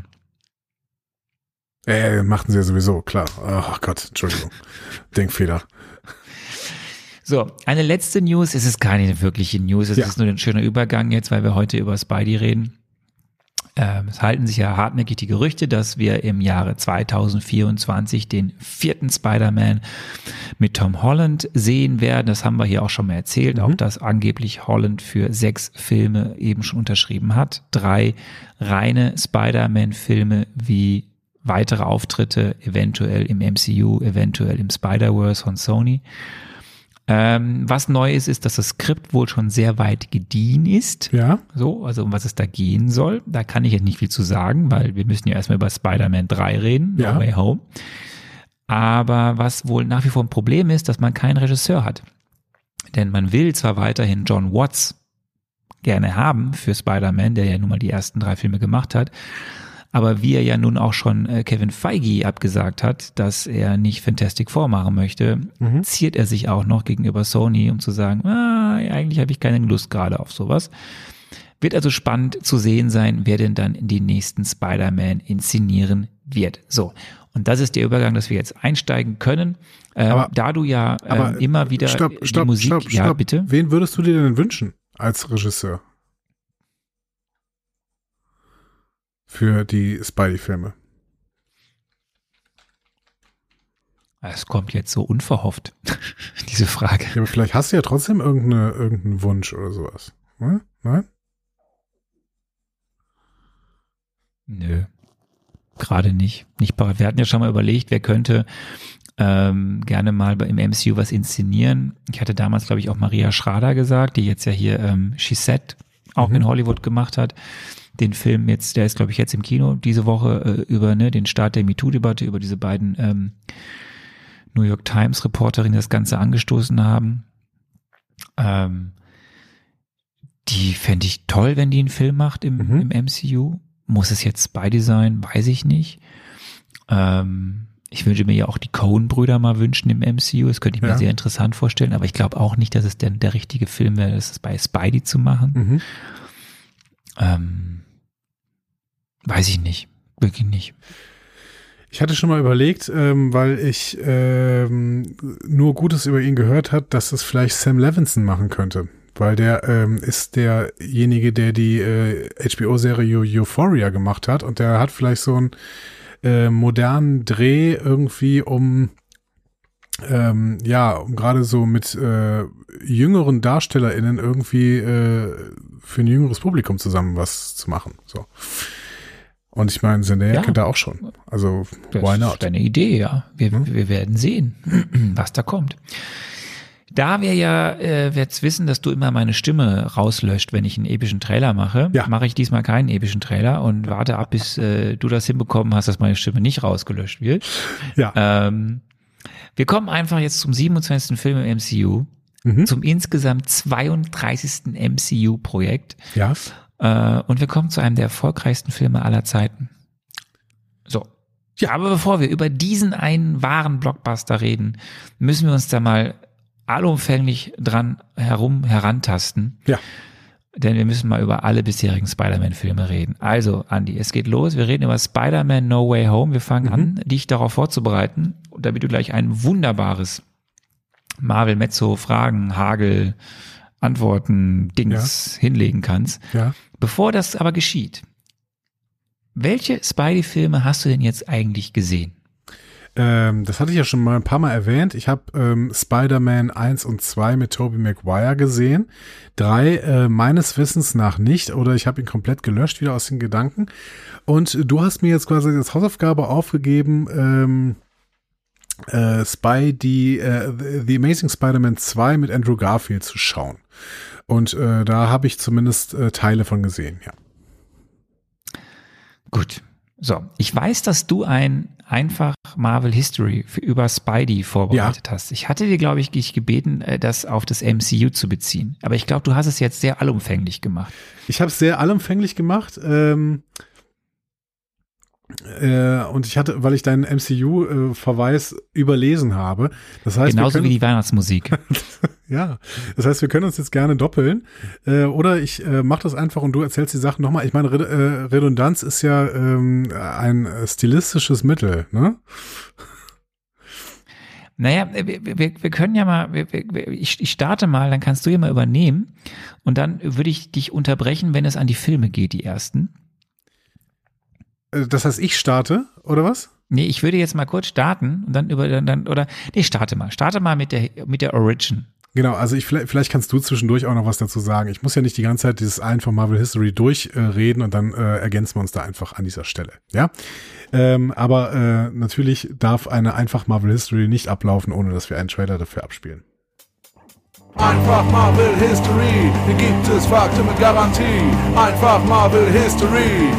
Äh, machten sie ja sowieso, klar. Oh Gott, Entschuldigung. Denkfehler. So, eine letzte News, es ist keine wirkliche News, es ja. ist nur ein schöner Übergang jetzt, weil wir heute über Spidey reden. Es halten sich ja hartnäckig die Gerüchte, dass wir im Jahre zweitausendvierundzwanzig den vierten Spider-Man mit Tom Holland sehen werden. Das haben wir hier auch schon mal erzählt, mhm. auch dass angeblich Holland für sechs Filme eben schon unterschrieben hat. Drei reine Spider-Man-Filme wie weitere Auftritte eventuell im M C U, eventuell im Spider-Verse von Sony. Ähm, was neu ist, ist, dass das Skript wohl schon sehr weit gediehen ist. Ja. So, also um was es da gehen soll. Da kann ich jetzt nicht viel zu sagen, weil wir müssen ja erstmal über Spider-Man drei reden, ja. No Way Home. Aber was wohl nach wie vor ein Problem ist, dass man keinen Regisseur hat. Denn man will zwar weiterhin John Watts gerne haben für Spider-Man, der ja nun mal die ersten drei Filme gemacht hat, aber wie er ja nun auch schon äh, Kevin Feige abgesagt hat, dass er nicht Fantastic Four machen möchte, mhm. ziert er sich auch noch gegenüber Sony, um zu sagen, ah, eigentlich habe ich keine Lust gerade auf sowas. Wird also spannend zu sehen sein, wer denn dann die nächsten Spider-Man inszenieren wird. So, Und das ist der Übergang, dass wir jetzt einsteigen können. Ähm, aber, da du ja ähm, aber, immer wieder stopp, die stopp, Musik... Stopp, ja, stopp. bitte? Wen würdest du dir denn wünschen als Regisseur für die Spidey-Filme? Es kommt jetzt so unverhofft, diese Frage. Ja, aber vielleicht hast du ja trotzdem irgendeine, irgendeinen Wunsch oder sowas. Hm? Nein? Nö, gerade nicht. Nicht parat. Wir hatten ja schon mal überlegt, wer könnte ähm, gerne mal bei, im M C U was inszenieren. Ich hatte damals, glaube ich, auch Maria Schrader gesagt, die jetzt ja hier ähm, She Said auch mhm. in Hollywood gemacht hat. Den Film jetzt, der ist, glaube ich, jetzt im Kino diese Woche äh, über ne, den Start der MeToo-Debatte, über diese beiden ähm, New York Times Reporterinnen das Ganze angestoßen haben. Ähm, die fände ich toll, wenn die einen Film macht im, mhm. im M C U. Muss es jetzt Spidey sein? Weiß ich nicht. Ähm, ich würde mir ja auch die Coen-Brüder mal wünschen im M C U. Das könnte ich mir ja. sehr interessant vorstellen, aber ich glaube auch nicht, dass es der, der richtige Film wäre, das bei Spidey zu machen. Mhm. Ähm, weiß ich nicht. Wirklich nicht. Ich hatte schon mal überlegt, ähm, weil ich ähm, nur Gutes über ihn gehört habe, dass es vielleicht Sam Levinson machen könnte. Weil der ähm, ist derjenige, der die äh, H B O-Serie Euphoria gemacht hat. Und der hat vielleicht so einen äh, modernen Dreh irgendwie, um ähm, ja, um gerade so mit äh, jüngeren DarstellerInnen irgendwie äh, für ein jüngeres Publikum zusammen was zu machen. So. Und ich meine, Zendaya ja, kennt er auch schon. Also, das why not? Das ist eine Idee, ja. Wir, hm? wir werden sehen, was da kommt. Da wir ja äh, jetzt wissen, dass du immer meine Stimme rauslöscht, wenn ich einen epischen Trailer mache, ja. mache ich diesmal keinen epischen Trailer und warte ab, bis äh, du das hinbekommen hast, dass meine Stimme nicht rausgelöscht wird. Ja. Ähm, wir kommen einfach jetzt zum siebenundzwanzigsten Film im M C U, mhm. zum insgesamt zweiunddreißigsten M C U-Projekt. Ja. Äh, und wir kommen zu einem der erfolgreichsten Filme aller Zeiten. So. Ja, aber bevor wir über diesen einen wahren Blockbuster reden, müssen wir uns da mal allumfänglich dran herum herantasten. Ja. Denn wir müssen mal über alle bisherigen Spider-Man-Filme reden. Also, Andi, es geht los. Wir reden über Spider-Man No Way Home. Wir fangen mhm. an, dich darauf vorzubereiten, damit du gleich ein wunderbares Marvel-Mezzo-Fragen, Hagel, Antworten, Dings ja. hinlegen kannst. Ja. Bevor das aber geschieht, welche Spidey-Filme hast du denn jetzt eigentlich gesehen? Ähm, das hatte ich ja schon mal ein paar Mal erwähnt. Ich habe ähm, Spider-Man eins und zwei mit Tobey Maguire gesehen. drei äh, meines Wissens nach nicht, oder ich habe ihn komplett gelöscht, wieder aus den Gedanken. Und du hast mir jetzt quasi als Hausaufgabe aufgegeben, ähm, äh, Spidey, äh, The Amazing Spider-Man zwei mit Andrew Garfield zu schauen. Und äh, da habe ich zumindest äh, Teile von gesehen, ja. Gut. So, ich weiß, dass du ein einfach Marvel History für, über Spidey vorbereitet ja. hast. Ich hatte dir, glaube ich, dich gebeten, das auf das M C U zu beziehen. Aber ich glaube, du hast es jetzt sehr allumfänglich gemacht. Ich habe es sehr allumfänglich gemacht. Ähm, äh, und ich hatte, weil ich deinen M C U-Verweis äh, überlesen habe. Das heißt, genauso wir können, wie die Weihnachtsmusik. Ja, das heißt, wir können uns jetzt gerne doppeln. Äh, oder ich äh, mache das einfach und du erzählst die Sachen nochmal. Ich meine, Red- äh, Redundanz ist ja ähm, ein stilistisches Mittel, ne? Naja, wir, wir, wir können ja mal, wir, wir, ich, ich starte mal, dann kannst du ja mal übernehmen und dann würde ich dich unterbrechen, wenn es an die Filme geht, die ersten. Das heißt, ich starte, oder was? Nee, ich würde jetzt mal kurz starten und dann über, dann, dann oder, nee, starte mal, starte mal mit der, mit der Origin. Genau, also ich, vielleicht, vielleicht kannst du zwischendurch auch noch was dazu sagen. Ich muss ja nicht die ganze Zeit dieses einfach Marvel History durchreden äh, und dann äh, ergänzen wir uns da einfach an dieser Stelle, ja? Ähm, aber äh, natürlich darf eine einfach Marvel History nicht ablaufen, ohne dass wir einen Trailer dafür abspielen. Einfach Marvel History, hier gibt es Fakten mit Garantie. Einfach Marvel History.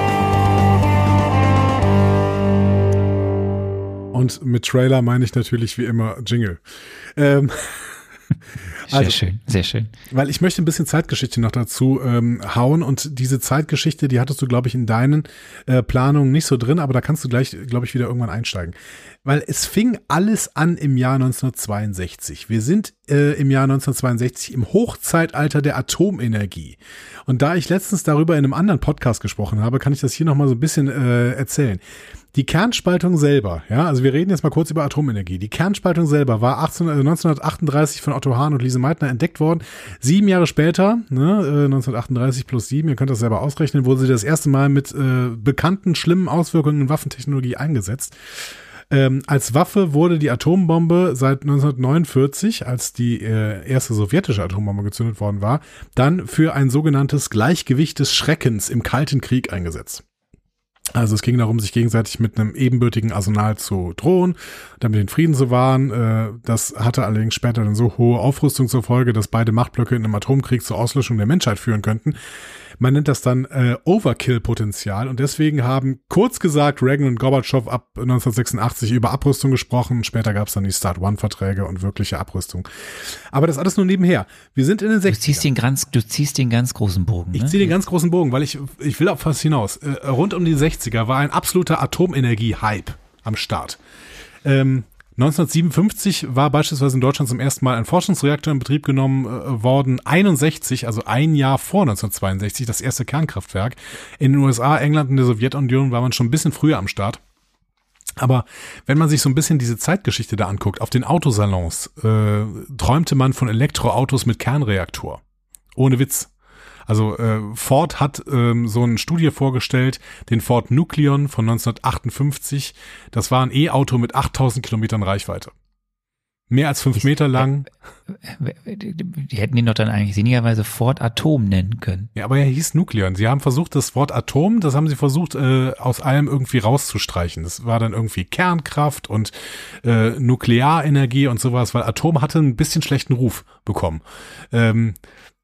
Und mit Trailer meine ich natürlich wie immer Jingle. Ähm, sehr also, schön, sehr schön. Weil ich möchte ein bisschen Zeitgeschichte noch dazu ähm, hauen und diese Zeitgeschichte, die hattest du, glaube ich, in deinen äh, Planungen nicht so drin, aber da kannst du gleich, glaube ich, wieder irgendwann einsteigen. Weil es fing alles an im Jahr neunzehnhundertzweiundsechzig. Wir sind äh, im Jahr neunzehnhundertzweiundsechzig im Hochzeitalter der Atomenergie. Und da ich letztens darüber in einem anderen Podcast gesprochen habe, kann ich das hier nochmal so ein bisschen äh, erzählen. Die Kernspaltung selber, ja, also wir reden jetzt mal kurz über Atomenergie. Die Kernspaltung selber war achtzehn, also neunzehnhundertachtunddreißig von Otto Hahn und Lise Meitner entdeckt worden. Sieben Jahre später, ne, neunzehnhundertachtunddreißig plus sieben, ihr könnt das selber ausrechnen, wurde sie das erste Mal mit äh, bekannten schlimmen Auswirkungen in Waffentechnologie eingesetzt. Ähm, als Waffe wurde die Atombombe seit neunzehnhundertneunundvierzig, als die äh, erste sowjetische Atombombe gezündet worden war, dann für ein sogenanntes Gleichgewicht des Schreckens im Kalten Krieg eingesetzt. Also es ging darum, sich gegenseitig mit einem ebenbürtigen Arsenal zu drohen, damit den Frieden zu wahren. Das hatte allerdings später dann so hohe Aufrüstung zur Folge, dass beide Machtblöcke in einem Atomkrieg zur Auslöschung der Menschheit führen könnten. Man nennt das dann äh, Overkill-Potenzial und deswegen haben kurz gesagt Reagan und Gorbatschow ab neunzehnhundertsechsundachtzig über Abrüstung gesprochen. Später gab es dann die Start-One-Verträge und wirkliche Abrüstung. Aber das alles nur nebenher. Wir sind in den sechzigern. Du ziehst den ganz, du ziehst den ganz großen Bogen. Ne? Ich ziehe den ganz großen Bogen, weil ich, ich will auf was hinaus. Äh, rund um die sechziger war ein absoluter Atomenergie-Hype am Start. Ähm, neunzehnhundertsiebenundfünfzig war beispielsweise in Deutschland zum ersten Mal ein Forschungsreaktor in Betrieb genommen äh, worden. einundsechzig, also ein Jahr vor neunzehnhundertzweiundsechzig, das erste Kernkraftwerk. In den U S A, England und der Sowjetunion war man schon ein bisschen früher am Start. Aber wenn man sich so ein bisschen diese Zeitgeschichte da anguckt, auf den Autosalons äh, träumte man von Elektroautos mit Kernreaktor. Ohne Witz. Also äh, Ford hat ähm, so eine Studie vorgestellt, den Ford Nucleon von neunzehnhundertachtundfünfzig. Das war ein E-Auto mit achttausend Kilometern Reichweite. Mehr als fünf Meter lang. Die hätten ihn doch dann eigentlich sinnigerweise Ford Atom nennen können. Ja, aber er hieß Nucleon. Sie haben versucht, das Wort Atom, das haben sie versucht, äh, aus allem irgendwie rauszustreichen. Das war dann irgendwie Kernkraft und äh, Nuklearenergie und sowas, weil Atom hatte ein bisschen schlechten Ruf bekommen. Ähm,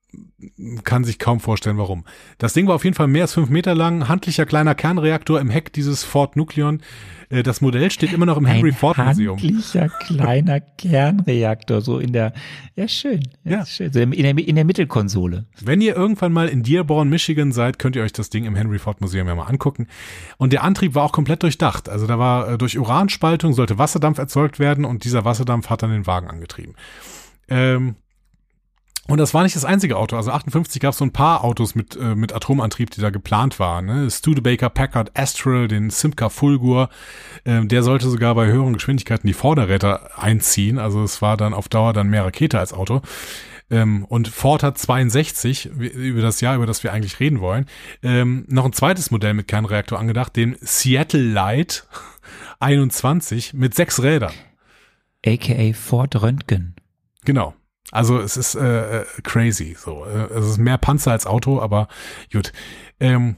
kann sich kaum vorstellen, warum. Das Ding war auf jeden Fall mehr als fünf Meter lang, handlicher kleiner Kernreaktor im Heck dieses Ford Nucleon. Das Modell steht immer noch im Henry Ford Museum. Ein handlicher kleiner Kernreaktor, so in der, ja schön, ja, schön, so in der, in der Mittelkonsole. Wenn ihr irgendwann mal in Dearborn, Michigan seid, könnt ihr euch das Ding im Henry Ford Museum ja mal angucken. Und der Antrieb war auch komplett durchdacht. Also da war durch Uranspaltung sollte Wasserdampf erzeugt werden und dieser Wasserdampf hat dann den Wagen angetrieben. Ähm, Und das war nicht das einzige Auto. Also achtundfünfzig gab es so ein paar Autos mit äh, mit Atomantrieb, die da geplant waren. Ne? Studebaker Packard Astral, den Simca Fulgur, ähm, der sollte sogar bei höheren Geschwindigkeiten die Vorderräder einziehen. Also es war dann auf Dauer dann mehr Rakete als Auto. Ähm, und Ford hat zweiundsechzig, über das Jahr, über das wir eigentlich reden wollen, ähm, noch ein zweites Modell mit Kernreaktor angedacht, den Seattle Light einundzwanzig mit sechs Rädern. A K A Ford Röntgen. Genau. Also es ist äh, crazy, so. Es ist mehr Panzer als Auto, aber gut. Ähm,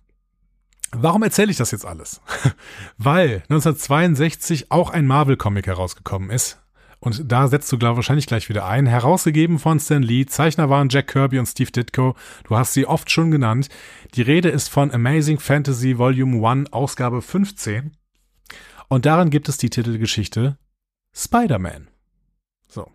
warum erzähle ich das jetzt alles? Weil neunzehnhundertzweiundsechzig auch ein Marvel-Comic herausgekommen ist. Und da setzt du glaub, wahrscheinlich gleich wieder ein. Herausgegeben von Stan Lee. Zeichner waren Jack Kirby und Steve Ditko. Du hast sie oft schon genannt. Die Rede ist von Amazing Fantasy Volume eins, Ausgabe fünfzehn. Und darin gibt es die Titelgeschichte Spider-Man. So.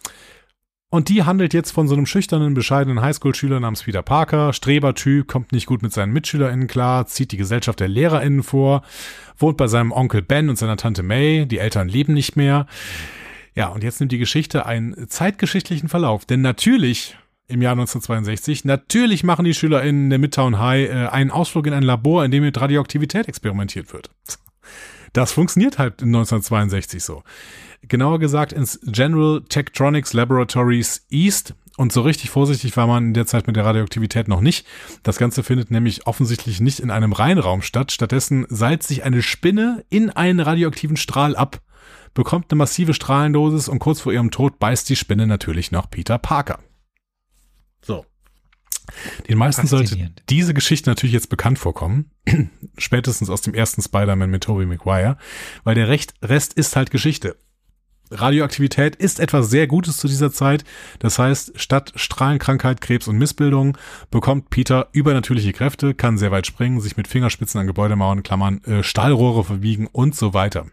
Und die handelt jetzt von so einem schüchternen, bescheidenen Highschool-Schüler namens Peter Parker, Strebertyp, kommt nicht gut mit seinen MitschülerInnen klar, zieht die Gesellschaft der LehrerInnen vor, wohnt bei seinem Onkel Ben und seiner Tante May, die Eltern leben nicht mehr. Ja, und jetzt nimmt die Geschichte einen zeitgeschichtlichen Verlauf, denn natürlich, im Jahr neunzehnhundertzweiundsechzig, natürlich machen die SchülerInnen der Midtown High äh, einen Ausflug in ein Labor, in dem mit Radioaktivität experimentiert wird. Das funktioniert halt in neunzehnhundertzweiundsechzig so. Genauer gesagt ins General Tektronix Laboratories East. Und so richtig vorsichtig war man in der Zeit mit der Radioaktivität noch nicht. Das Ganze findet nämlich offensichtlich nicht in einem Reinraum statt. Stattdessen seilt sich eine Spinne in einen radioaktiven Strahl ab, bekommt eine massive Strahlendosis und kurz vor ihrem Tod beißt die Spinne natürlich noch Peter Parker. So. Den meisten sollte diese Geschichte natürlich jetzt bekannt vorkommen. Spätestens aus dem ersten Spider-Man mit Tobey Maguire. Weil der Rest ist halt Geschichte. Radioaktivität ist etwas sehr Gutes zu dieser Zeit. Das heißt, statt Strahlenkrankheit, Krebs und Missbildung bekommt Peter übernatürliche Kräfte, kann sehr weit springen, sich mit Fingerspitzen an Gebäudemauern klammern, äh, Stahlrohre verbiegen und so weiter.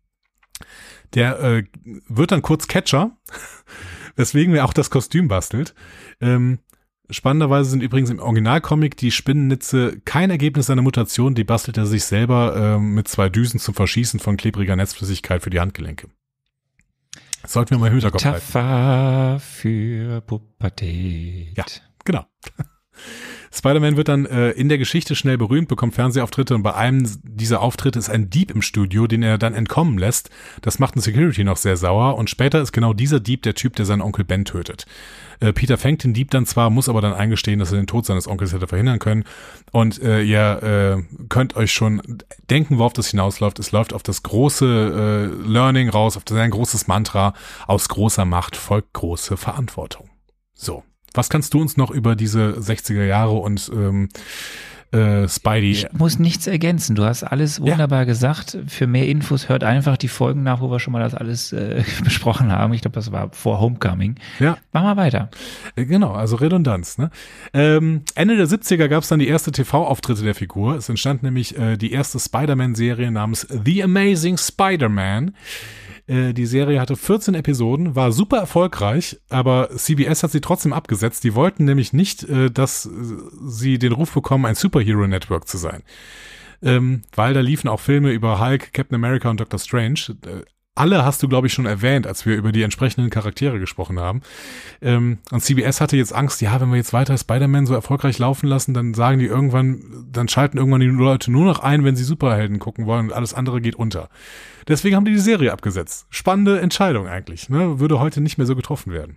Der äh, wird dann kurz Catcher, weswegen er auch das Kostüm bastelt. Ähm, Spannenderweise sind übrigens im Originalcomic die Spinnennetze kein Ergebnis seiner Mutation, die bastelt er sich selber äh, mit zwei Düsen zum Verschießen von klebriger Netzflüssigkeit für die Handgelenke. Sollten wir mal im Hinterkopf halten. Metapher für Pubertät. Ja, genau. Spider-Man wird dann äh, in der Geschichte schnell berühmt, bekommt Fernsehauftritte und bei einem dieser Auftritte ist ein Dieb im Studio, den er dann entkommen lässt. Das macht den Security noch sehr sauer und später ist genau dieser Dieb der Typ, der seinen Onkel Ben tötet. Äh, Peter fängt den Dieb dann zwar, muss aber dann eingestehen, dass er den Tod seines Onkels hätte verhindern können und äh, ihr äh, könnt euch schon denken, worauf das hinausläuft. Es läuft auf das große äh, Learning raus, auf sein großes Mantra: Aus großer Macht folgt große Verantwortung. So. Was kannst du uns noch über diese sechziger Jahre und ähm, äh, Spidey? Ich muss nichts ergänzen. Du hast alles wunderbar ja. gesagt. Für mehr Infos hört einfach die Folgen nach, wo wir schon mal das alles äh, besprochen haben. Ich glaube, das war vor Homecoming. Ja. Mach mal weiter. Äh, genau, also Redundanz. Ne? Ähm, Ende der siebziger gab es dann die erste T V-Auftritte der Figur. Es entstand nämlich äh, die erste Spider-Man-Serie namens The Amazing Spider-Man. Die Serie hatte vierzehn Episoden, war super erfolgreich, aber C B S hat sie trotzdem abgesetzt. Die wollten nämlich nicht, dass sie den Ruf bekommen, ein Superhero-Network zu sein. Weil da liefen auch Filme über Hulk, Captain America und Doctor Strange. Alle hast du, glaube ich, schon erwähnt, als wir über die entsprechenden Charaktere gesprochen haben. Ähm, und C B S hatte jetzt Angst, ja, wenn wir jetzt weiter Spider-Man so erfolgreich laufen lassen, dann sagen die irgendwann, dann schalten irgendwann die Leute nur noch ein, wenn sie Superhelden gucken wollen und alles andere geht unter. Deswegen haben die die Serie abgesetzt. Spannende Entscheidung eigentlich, ne? Würde heute nicht mehr so getroffen werden.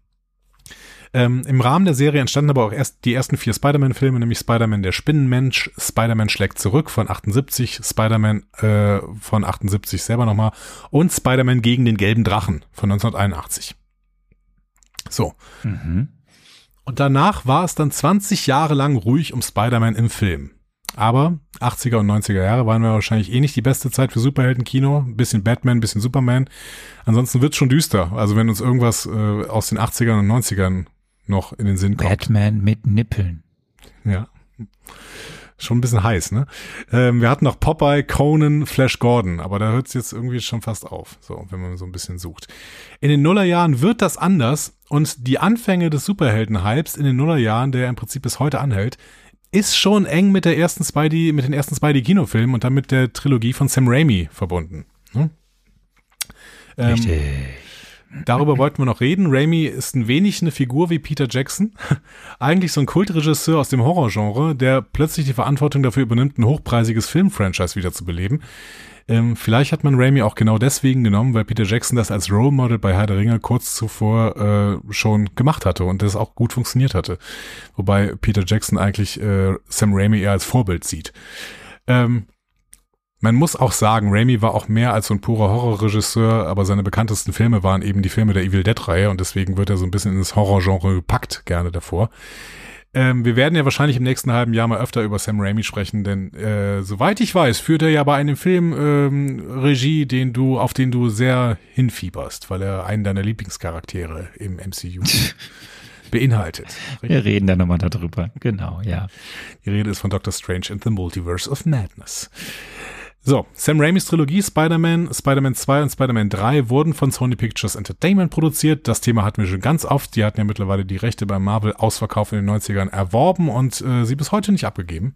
Ähm, Im Rahmen der Serie entstanden aber auch erst die ersten vier Spider-Man-Filme, nämlich Spider-Man der Spinnenmensch, Spider-Man schlägt zurück von achtundsiebzig, Spider-Man äh, von achtundsiebzig selber nochmal und Spider-Man gegen den gelben Drachen von neunzehnhunderteinundachtzig. So. Mhm. Und danach war es dann zwanzig Jahre lang ruhig um Spider-Man im Film. Aber achtziger und neunziger Jahre waren wir wahrscheinlich eh nicht die beste Zeit für Superheldenkino. Ein bisschen Batman, ein bisschen Superman. Ansonsten wird's schon düster. Also wenn uns irgendwas äh, aus den achtzigern und neunzigern noch in den Sinn kommt. Batman mit Nippeln. Ja. Schon ein bisschen heiß, ne? Ähm, wir hatten noch Popeye, Conan, Flash Gordon, aber da hört es jetzt irgendwie schon fast auf, so, wenn man so ein bisschen sucht. In den Nullerjahren wird das anders und die Anfänge des Superhelden-Hypes in den Nullerjahren, der im Prinzip bis heute anhält, ist schon eng mit der ersten Spidey, mit den ersten Spidey-Kinofilmen und dann mit der Trilogie von Sam Raimi verbunden. Hm? Ähm, Richtig. Darüber wollten wir noch reden. Raimi ist ein wenig eine Figur wie Peter Jackson. Eigentlich so ein Kultregisseur aus dem Horrorgenre, der plötzlich die Verantwortung dafür übernimmt, ein hochpreisiges Filmfranchise wieder zu beleben. Ähm, vielleicht hat man Raimi auch genau deswegen genommen, weil Peter Jackson das als Role Model bei Herr der Ringe kurz zuvor äh, schon gemacht hatte und das auch gut funktioniert hatte. Wobei Peter Jackson eigentlich äh, Sam Raimi eher als Vorbild sieht. Ähm, Man muss auch sagen, Raimi war auch mehr als so ein purer Horrorregisseur, aber seine bekanntesten Filme waren eben die Filme der Evil Dead-Reihe und deswegen wird er so ein bisschen in das Horrorgenre gepackt, gerne davor. Ähm, wir werden ja wahrscheinlich im nächsten halben Jahr mal öfter über Sam Raimi sprechen, denn äh, soweit ich weiß, führt er ja bei einem Film ähm, Regie, den du, auf den du sehr hinfieberst, weil er einen deiner Lieblingscharaktere im M C U beinhaltet. Richtig? Wir reden da nochmal darüber, genau, ja. Die Rede ist von Doctor Strange and the Multiverse of Madness. So, Sam Raimis Trilogie Spider-Man, Spider-Man zwei und Spider-Man drei wurden von Sony Pictures Entertainment produziert. Das Thema hatten wir schon ganz oft. Die hatten ja mittlerweile die Rechte beim Marvel-Ausverkauf in den neunzigern erworben und äh, sie bis heute nicht abgegeben.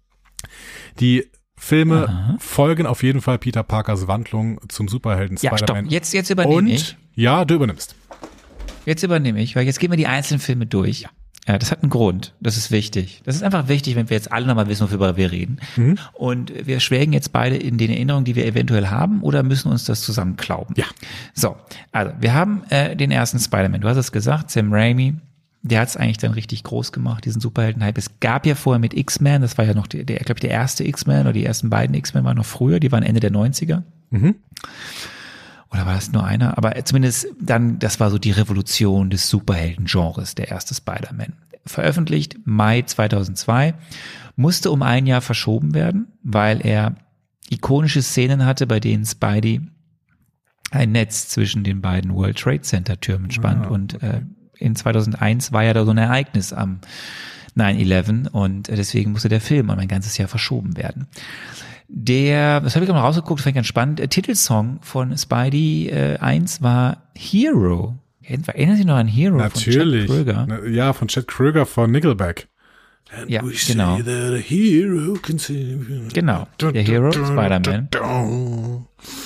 Die Filme Aha. folgen auf jeden Fall Peter Parkers Wandlung zum Superhelden ja, Spider-Man. Stopp. Jetzt, jetzt übernehme und, ich. Ja, du übernimmst. Jetzt übernehme ich, weil jetzt gehen wir die einzelnen Filme durch. Ja. Ja, das hat einen Grund. Das ist wichtig. Das ist einfach wichtig, wenn wir jetzt alle nochmal wissen, worüber wir reden. Mhm. Und wir schwelgen jetzt beide in den Erinnerungen, die wir eventuell haben, oder müssen uns das zusammenklauben. Ja. So, also wir haben äh, den ersten Spider-Man. Du hast es gesagt, Sam Raimi. Der hat es eigentlich dann richtig groß gemacht, diesen Superhelden-Hype. Es gab ja vorher mit X-Men, das war ja noch, der, der glaube ich, der erste X-Men oder die ersten beiden X-Men waren noch früher, die waren Ende der neunziger. Mhm. Oder war das nur einer? Aber zumindest dann, das war so die Revolution des Superhelden-Genres, der erste Spider-Man. Veröffentlicht Mai zweitausendzwei, musste um ein Jahr verschoben werden, weil er ikonische Szenen hatte, bei denen Spidey ein Netz zwischen den beiden World Trade Center Türmen spannt. Ah, okay. Und äh, in zweitausendeins war ja da so ein Ereignis am nine eleven und deswegen musste der Film um ein ganzes Jahr verschoben werden. Der, das habe ich gerade mal rausgeguckt, fand ich ganz spannend, der Titelsong von Spidey äh, eins war Hero. Erinnern Sie noch an Hero Natürlich. von Chad Kroeger? Ja, von Chad Kroeger von Nickelback. And ja, genau. Hero genau, der Hero, Spider-Man.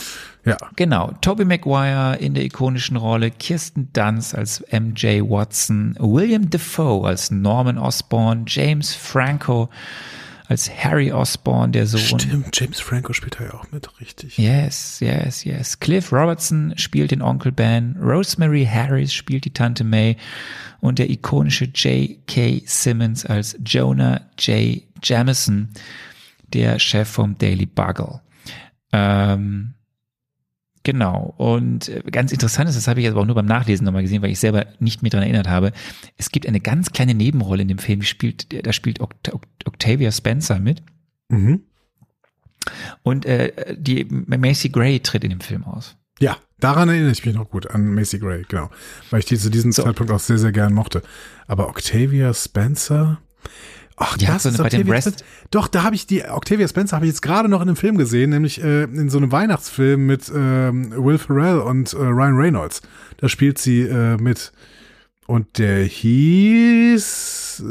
Ja. Genau, Tobey Maguire in der ikonischen Rolle, Kirsten Dunst als M J Watson, William Dafoe als Norman Osborn, James Franco als Harry Osborn, der Sohn. Stimmt, James Franco spielt da ja auch mit, richtig. Yes, yes, yes. Cliff Robertson spielt den Onkel Ben, Rosemary Harris spielt die Tante May und der ikonische J K. Simmons als Jonah J. Jameson, der Chef vom Daily Bugle. Ähm, genau. Und ganz interessant ist, das habe ich jetzt aber auch nur beim Nachlesen nochmal gesehen, weil ich selber nicht mehr daran erinnert habe. Es gibt eine ganz kleine Nebenrolle in dem Film, die spielt, da spielt Oct- Oct- Octavia Spencer mit. Mhm. Und äh, die Macy Gray tritt in dem Film aus. Ja, daran erinnere ich mich noch gut, an Macy Gray, genau. Weil ich die zu diesem So. Zeitpunkt auch sehr, sehr gern mochte. Aber Octavia Spencer... Ach, Ja, das so eine- ist bei dem Octavia Rest- Spencer. Doch, da habe ich die Octavia Spencer habe ich jetzt gerade noch in einem Film gesehen, nämlich äh, in so einem Weihnachtsfilm mit ähm, Will Ferrell und äh, Ryan Reynolds. Da spielt sie äh, mit. Und der hieß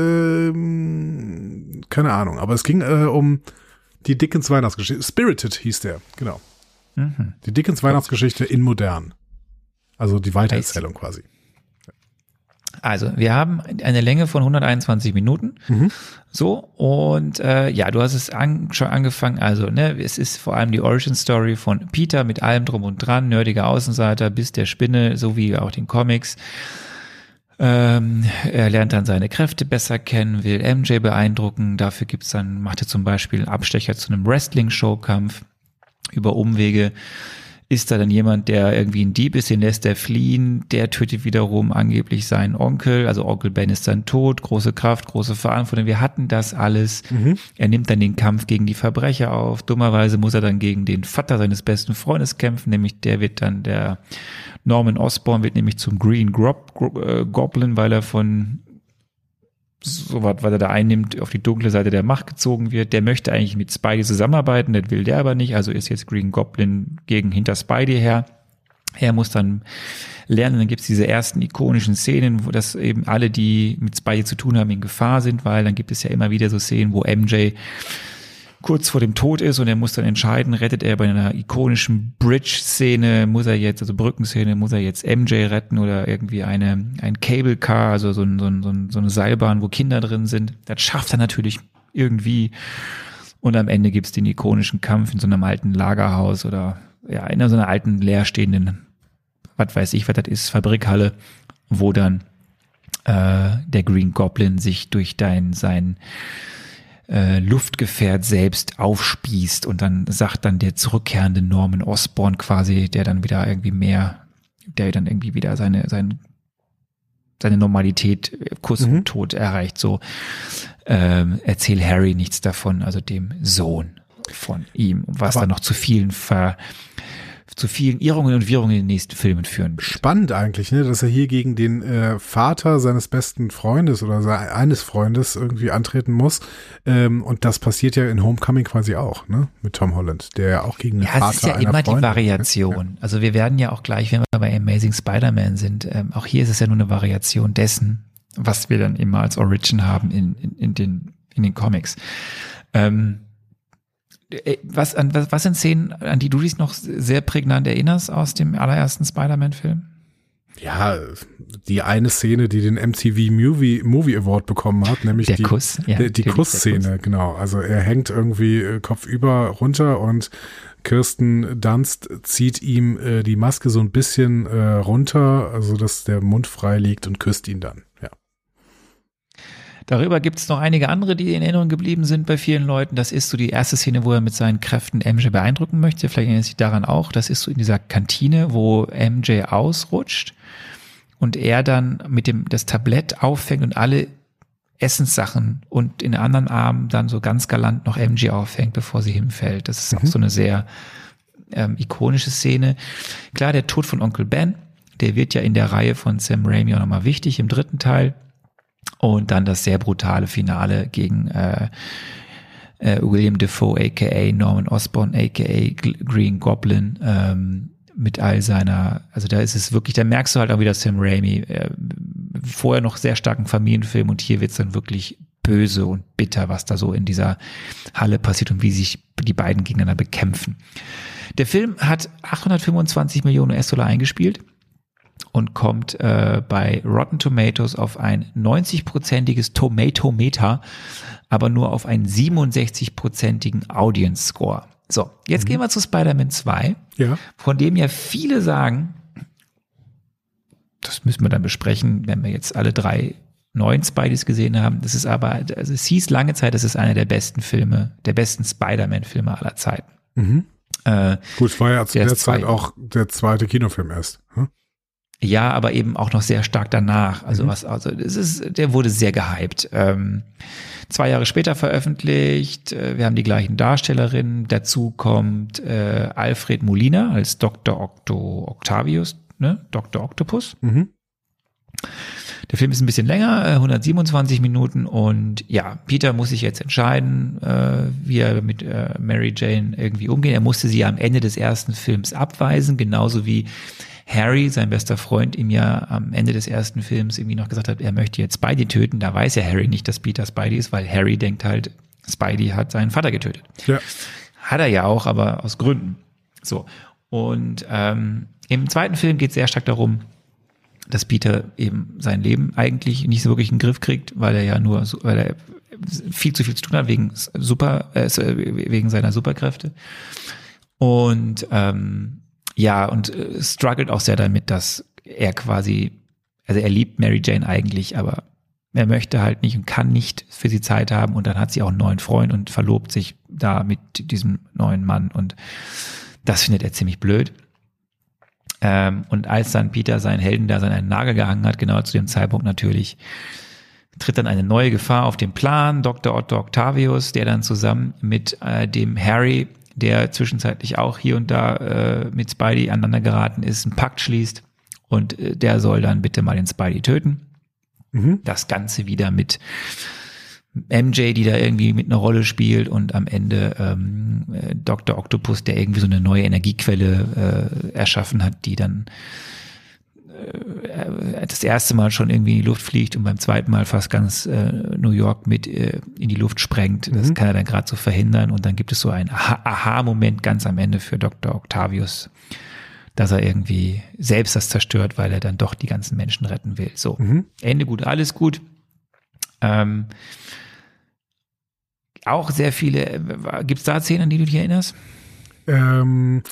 ähm, keine Ahnung, aber es ging äh, um die Dickens Weihnachtsgeschichte. Spirited hieß der, genau. Mhm. Die Dickens Weihnachtsgeschichte in modern. Also die Weitererzählung quasi. Also, wir haben eine Länge von hunderteinundzwanzig Minuten. Mhm. So, und äh, ja, du hast es an, schon angefangen. Also, ne, es ist vor allem die Origin-Story von Peter mit allem drum und dran, nerdiger Außenseiter bis der Spinne, so wie auch den Comics. Ähm, er lernt dann seine Kräfte besser kennen, will M J beeindrucken. Dafür gibt's dann, macht er zum Beispiel einen Abstecher zu einem Wrestling-Showkampf. Über Umwege ist da dann jemand, der irgendwie ein Dieb ist, den lässt er fliehen, der tötet wiederum angeblich seinen Onkel, also Onkel Ben ist dann tot, große Kraft, große Verantwortung, wir hatten das alles. Mhm. Er nimmt dann den Kampf gegen die Verbrecher auf, dummerweise muss er dann gegen den Vater seines besten Freundes kämpfen, nämlich der wird dann, der Norman Osborn wird nämlich zum Green Grob, äh, Goblin, weil er von so was, weil er da einnimmt, auf die dunkle Seite der Macht gezogen wird. Der möchte eigentlich mit Spidey zusammenarbeiten, das will der aber nicht, also ist jetzt Green Goblin gegen hinter Spidey her. Er muss dann lernen, dann gibt's diese ersten ikonischen Szenen, wo das eben alle, die mit Spidey zu tun haben, in Gefahr sind, weil dann gibt es ja immer wieder so Szenen, wo M J kurz vor dem Tod ist und er muss dann entscheiden, rettet er bei einer ikonischen Bridge-Szene, muss er jetzt, also Brückenszene, muss er jetzt M J retten oder irgendwie eine ein Cable Car, also so, ein, so, ein, so eine Seilbahn, wo Kinder drin sind. Das schafft er natürlich irgendwie. Und am Ende gibt's den ikonischen Kampf in so einem alten Lagerhaus oder ja in so einer alten leerstehenden, was weiß ich, was das ist, Fabrikhalle, wo dann äh, der Green Goblin sich durch dein sein Äh, Luftgefährt selbst aufspießt und dann sagt dann der zurückkehrende Norman Osborn quasi, der dann wieder irgendwie mehr, der dann irgendwie wieder seine seine, seine Normalität kurz vor Mhm. Tod erreicht, so ähm, erzähl Harry nichts davon, also dem Sohn von ihm, was Aber- dann noch zu vielen Ver zu vielen Irrungen und Wirrungen in den nächsten Filmen führen wird. Spannend eigentlich, ne, dass er hier gegen den äh, Vater seines besten Freundes oder se- eines Freundes irgendwie antreten muss. Ähm, und das passiert ja in Homecoming quasi auch, ne, mit Tom Holland, der ja auch gegen den Ja, Vater es ist ja einer immer die Freundin, Variation. Ne? Also wir werden ja auch gleich, wenn wir bei Amazing Spider-Man sind, ähm, auch hier ist es ja nur eine Variation dessen, was wir dann immer als Origin haben in, in, in, den, in den Comics. Ähm, äh, was, an, was, was sind Szenen, an die du dich noch sehr prägnant erinnerst aus dem allerersten Spider-Man-Film? Ja, die eine Szene, die den M T V Movie, Movie Award bekommen hat, nämlich Der die, Kuss, ja, die, die natürlich, Kussszene, der Kuss. genau. Also er hängt irgendwie äh, kopfüber runter und Kirsten Dunst zieht ihm äh, die Maske so ein bisschen äh, runter, also dass der Mund frei liegt und küsst ihn dann, ja. Darüber gibt es noch einige andere, die in Erinnerung geblieben sind bei vielen Leuten. Das ist so die erste Szene, wo er mit seinen Kräften M J beeindrucken möchte. Vielleicht erinnert sich daran auch. Das ist so in dieser Kantine, wo M J ausrutscht und er dann mit dem das Tablett auffängt und alle Essenssachen und in den anderen Arm dann so ganz galant noch M J auffängt, bevor sie hinfällt. Das ist auch so eine sehr ähm, ikonische Szene. Klar, der Tod von Onkel Ben, der wird ja in der Reihe von Sam Raimi auch nochmal wichtig im dritten Teil. Und dann das sehr brutale Finale gegen äh, äh, William Dafoe, aka Norman Osborn, aka Green Goblin, ähm, mit all seiner, also da ist es wirklich, da merkst du halt auch wieder Sam Raimi, äh, vorher noch sehr starken Familienfilm und hier wird's dann wirklich böse und bitter, was da so in dieser Halle passiert und wie sich die beiden gegeneinander bekämpfen. Der Film hat achthundertfünfundzwanzig Millionen U S-Dollar eingespielt und kommt äh, bei Rotten Tomatoes auf ein neunzig-prozentiges Tomatometer, aber nur auf einen siebenundsechzig-prozentigen Audience Score. So, jetzt mhm. gehen wir zu Spider-Man zwei, ja. von dem ja viele sagen, das müssen wir dann besprechen, wenn wir jetzt alle drei neuen Spideys gesehen haben. Das ist aber, also es hieß lange Zeit, das ist einer der besten Filme, der besten Spider-Man-Filme aller Zeiten. Mhm. Äh, Gut, es war ja zu der, der Zeit auch der zweite Kinofilm erst. Hm? Ja, aber eben auch noch sehr stark danach. Also mhm. was, also es ist, der wurde sehr gehypt. Ähm, zwei Jahre später veröffentlicht. Äh, wir haben die gleichen Darstellerinnen. Dazu kommt äh, Alfred Molina als Doktor Octo Octavius, ne, Doktor Octopus. Mhm. Der Film ist ein bisschen länger, hundertsiebenundzwanzig Minuten, und ja, Peter muss sich jetzt entscheiden, äh, wie er mit äh, Mary Jane irgendwie umgeht. Er musste sie am Ende des ersten Films abweisen, genauso wie Harry, sein bester Freund, ihm ja am Ende des ersten Films irgendwie noch gesagt hat, er möchte jetzt Spidey töten. Da weiß ja Harry nicht, dass Peter Spidey ist, weil Harry denkt halt, Spidey hat seinen Vater getötet. Ja. Hat er ja auch, aber aus Gründen. So. Und ähm, im zweiten Film geht es sehr stark darum, dass Peter eben sein Leben eigentlich nicht so wirklich in den Griff kriegt, weil er ja nur, weil er viel zu viel zu tun hat wegen Super, äh, wegen seiner Superkräfte. Und ähm, ja, und äh, struggelt auch sehr damit, dass er quasi, also er liebt Mary Jane eigentlich, aber er möchte halt nicht und kann nicht für sie Zeit haben, und dann hat sie auch einen neuen Freund und verlobt sich da mit diesem neuen Mann, und das findet er ziemlich blöd. Ähm, und als dann Peter seinen Heldendasein einen Nagel gehangen hat, genau zu dem Zeitpunkt natürlich, tritt dann eine neue Gefahr auf den Plan, Doktor Otto Octavius, der dann zusammen mit äh, dem Harry, der zwischenzeitlich auch hier und da äh, mit Spidey aneinander geraten ist, einen Pakt schließt, und äh, der soll dann bitte mal den Spidey töten. Mhm. Das Ganze wieder mit M J, die da irgendwie mit einer Rolle spielt, und am Ende ähm, Doktor Octopus, der irgendwie so eine neue Energiequelle äh, erschaffen hat, die dann äh, das erste Mal schon irgendwie in die Luft fliegt und beim zweiten Mal fast ganz äh, New York mit äh, in die Luft sprengt. Das mhm. kann er dann gerade so verhindern, und dann gibt es so einen Aha-Moment ganz am Ende für Doktor Octavius, dass er irgendwie selbst das zerstört, weil er dann doch die ganzen Menschen retten will. So, mhm. Ende gut, alles gut. Ähm, auch sehr viele, gibt es da Szenen, an die du dich erinnerst? Ähm,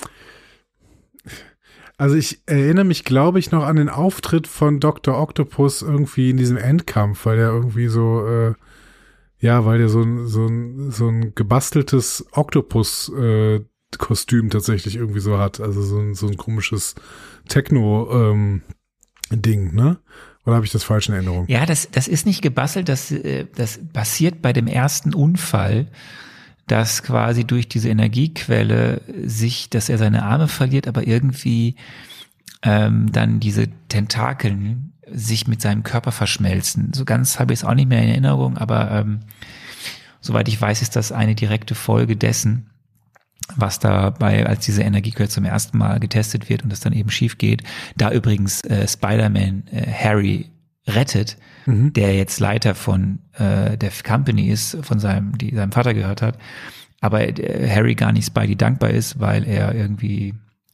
also ich erinnere mich, glaube ich, noch an den Auftritt von Doktor Octopus irgendwie in diesem Endkampf, weil der irgendwie so, äh, ja, weil der so ein, so ein, so ein gebasteltes Octopus-Kostüm äh, tatsächlich irgendwie so hat, also so ein, so ein komisches Techno-Ding, ähm, ne? Oder habe ich das falsch in Erinnerung? Ja, das, das ist nicht gebastelt, das, das passiert bei dem ersten Unfall, dass quasi durch diese Energiequelle sich, dass er seine Arme verliert, aber irgendwie ähm, dann diese Tentakeln sich mit seinem Körper verschmelzen. So ganz habe ich es auch nicht mehr in Erinnerung, aber ähm, soweit ich weiß, ist das eine direkte Folge dessen, was dabei, als diese Energiequelle zum ersten Mal getestet wird und es dann eben schief geht, da übrigens äh, Spider-Man äh, Harry rettet, mhm. der jetzt Leiter von äh, der Company ist, von seinem, die seinem Vater gehört hat, aber äh, Harry gar nicht Spidey dankbar ist, weil er irgendwie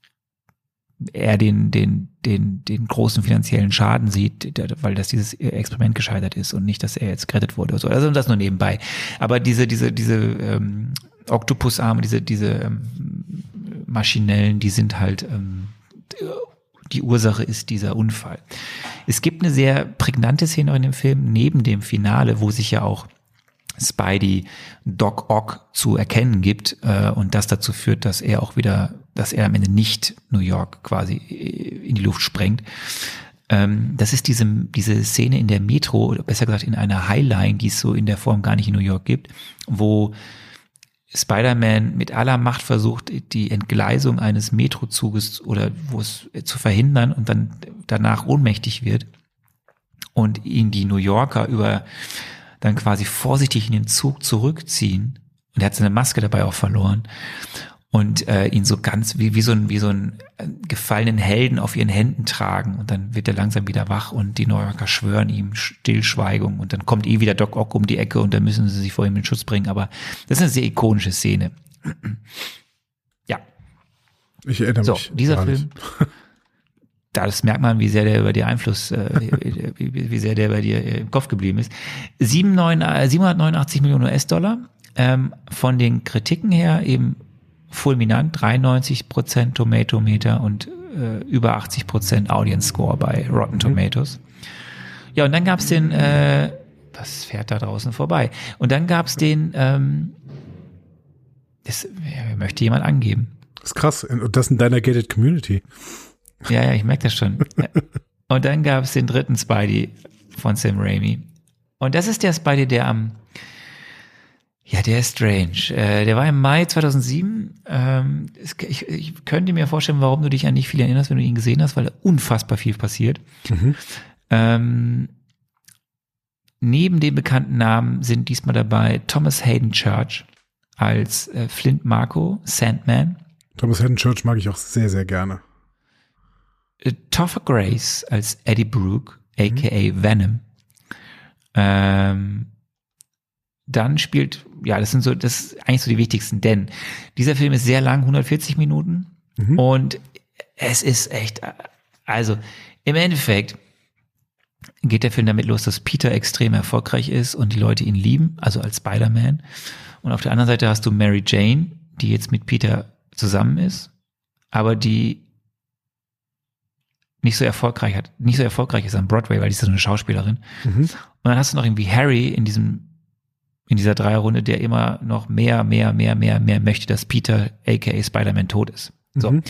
er den den den den großen finanziellen Schaden sieht, der, weil das dieses Experiment gescheitert ist und nicht, dass er jetzt gerettet wurde oder so. Also das nur nebenbei. Aber diese diese diese ähm, Oktopusarme, diese diese ähm, maschinellen, die sind halt ähm, die Ursache ist dieser Unfall. Es gibt eine sehr prägnante Szene in dem Film neben dem Finale, wo sich ja auch Spidey Doc Ock zu erkennen gibt äh, und das dazu führt, dass er auch wieder, dass er am Ende nicht New York quasi in die Luft sprengt. Ähm, das ist diese diese Szene in der Metro, oder besser gesagt in einer Highline, die es so in der Form gar nicht in New York gibt, wo Spider-Man mit aller Macht versucht, die Entgleisung eines Metrozuges oder wo es zu verhindern und dann danach ohnmächtig wird und ihn die New Yorker über dann quasi vorsichtig in den Zug zurückziehen, und er hat seine Maske dabei auch verloren, und äh, ihn so ganz wie wie so ein wie so ein gefallenen Helden auf ihren Händen tragen, und dann wird er langsam wieder wach und die New Yorker schwören ihm Stillschweigung, und dann kommt eh wieder Doc Ock um die Ecke und dann müssen sie sich vor ihm in Schutz bringen, aber das ist eine sehr ikonische Szene. Ja. Ich erinnere so, mich. dieser gar Film, nicht. das merkt man, wie sehr der über dir Einfluss, äh, wie, wie sehr der bei dir im Kopf geblieben ist. siebenhundertneunundachtzig Millionen U S-Dollar, ähm, von den Kritiken her eben fulminant, dreiundneunzig Prozent Tomatometer und äh, über achtzig Prozent Audience Score bei Rotten Tomatoes. Ja, und dann gab's den, äh, was fährt da draußen vorbei? Und dann gab's den, ähm, das ja, möchte jemand angeben. Das ist krass. Und das in deiner Gated Community. Ja, ja, ich merke das schon. Und dann gab es den dritten Spidey von Sam Raimi. Und das ist der Spidey, der am, ja, der ist strange. Äh, der war im Mai zweitausendsieben. Ähm, es, ich, ich könnte mir vorstellen, warum du dich an nicht viel erinnerst, wenn du ihn gesehen hast, weil da unfassbar viel passiert. Mhm. Ähm, neben den bekannten Namen sind diesmal dabei Thomas Hayden Church als äh, Flint Marko, Sandman. Thomas Hayden Church mag ich auch sehr, sehr gerne. Topher Grace als Eddie Brooke, aka Venom. Ähm, dann spielt, ja, das sind so, das ist eigentlich so die wichtigsten, denn dieser Film ist sehr lang, hundertvierzig Minuten, mhm. und es ist echt, also im Endeffekt geht der Film damit los, dass Peter extrem erfolgreich ist und die Leute ihn lieben, also als Spider-Man. Und auf der anderen Seite hast du Mary Jane, die jetzt mit Peter zusammen ist, aber die nicht so erfolgreich hat, nicht so erfolgreich ist am Broadway, weil die ist so eine Schauspielerin. Mhm. Und dann hast du noch irgendwie Harry in diesem, in dieser Dreierrunde, der immer noch mehr, mehr, mehr, mehr, mehr möchte, dass Peter, aka Spider-Man, tot ist. So. Mhm.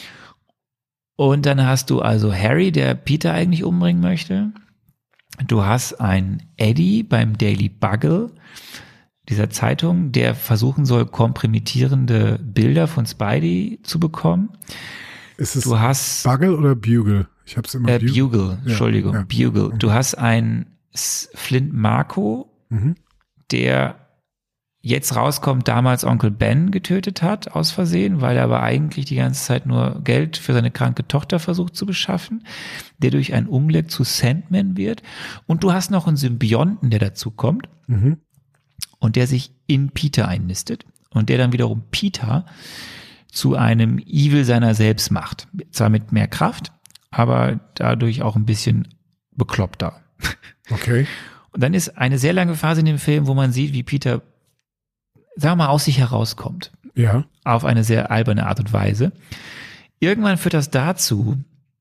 Und dann hast du also Harry, der Peter eigentlich umbringen möchte. Du hast einen Eddie beim Daily Bugle, dieser Zeitung, der versuchen soll, kompromittierende Bilder von Spidey zu bekommen. Ist es du hast Bugle oder Bugle? Ich hab's immer äh, Bugle. Bugle, ja, Entschuldigung, ja. Bugle. Mhm. Du hast einen Flint Marko, mhm. der jetzt rauskommt, damals Onkel Ben getötet hat, aus Versehen, weil er aber eigentlich die ganze Zeit nur Geld für seine kranke Tochter versucht zu beschaffen, der durch ein Unglück zu Sandman wird. Und du hast noch einen Symbionten, der dazu kommt, mhm. und der sich in Peter einnistet und der dann wiederum Peter zu einem Evil seiner selbst macht. Zwar mit mehr Kraft, aber dadurch auch ein bisschen bekloppter. Okay. Und dann ist eine sehr lange Phase in dem Film, wo man sieht, wie Peter, sagen wir mal, aus sich herauskommt. Ja. Auf eine sehr alberne Art und Weise. Irgendwann führt das dazu,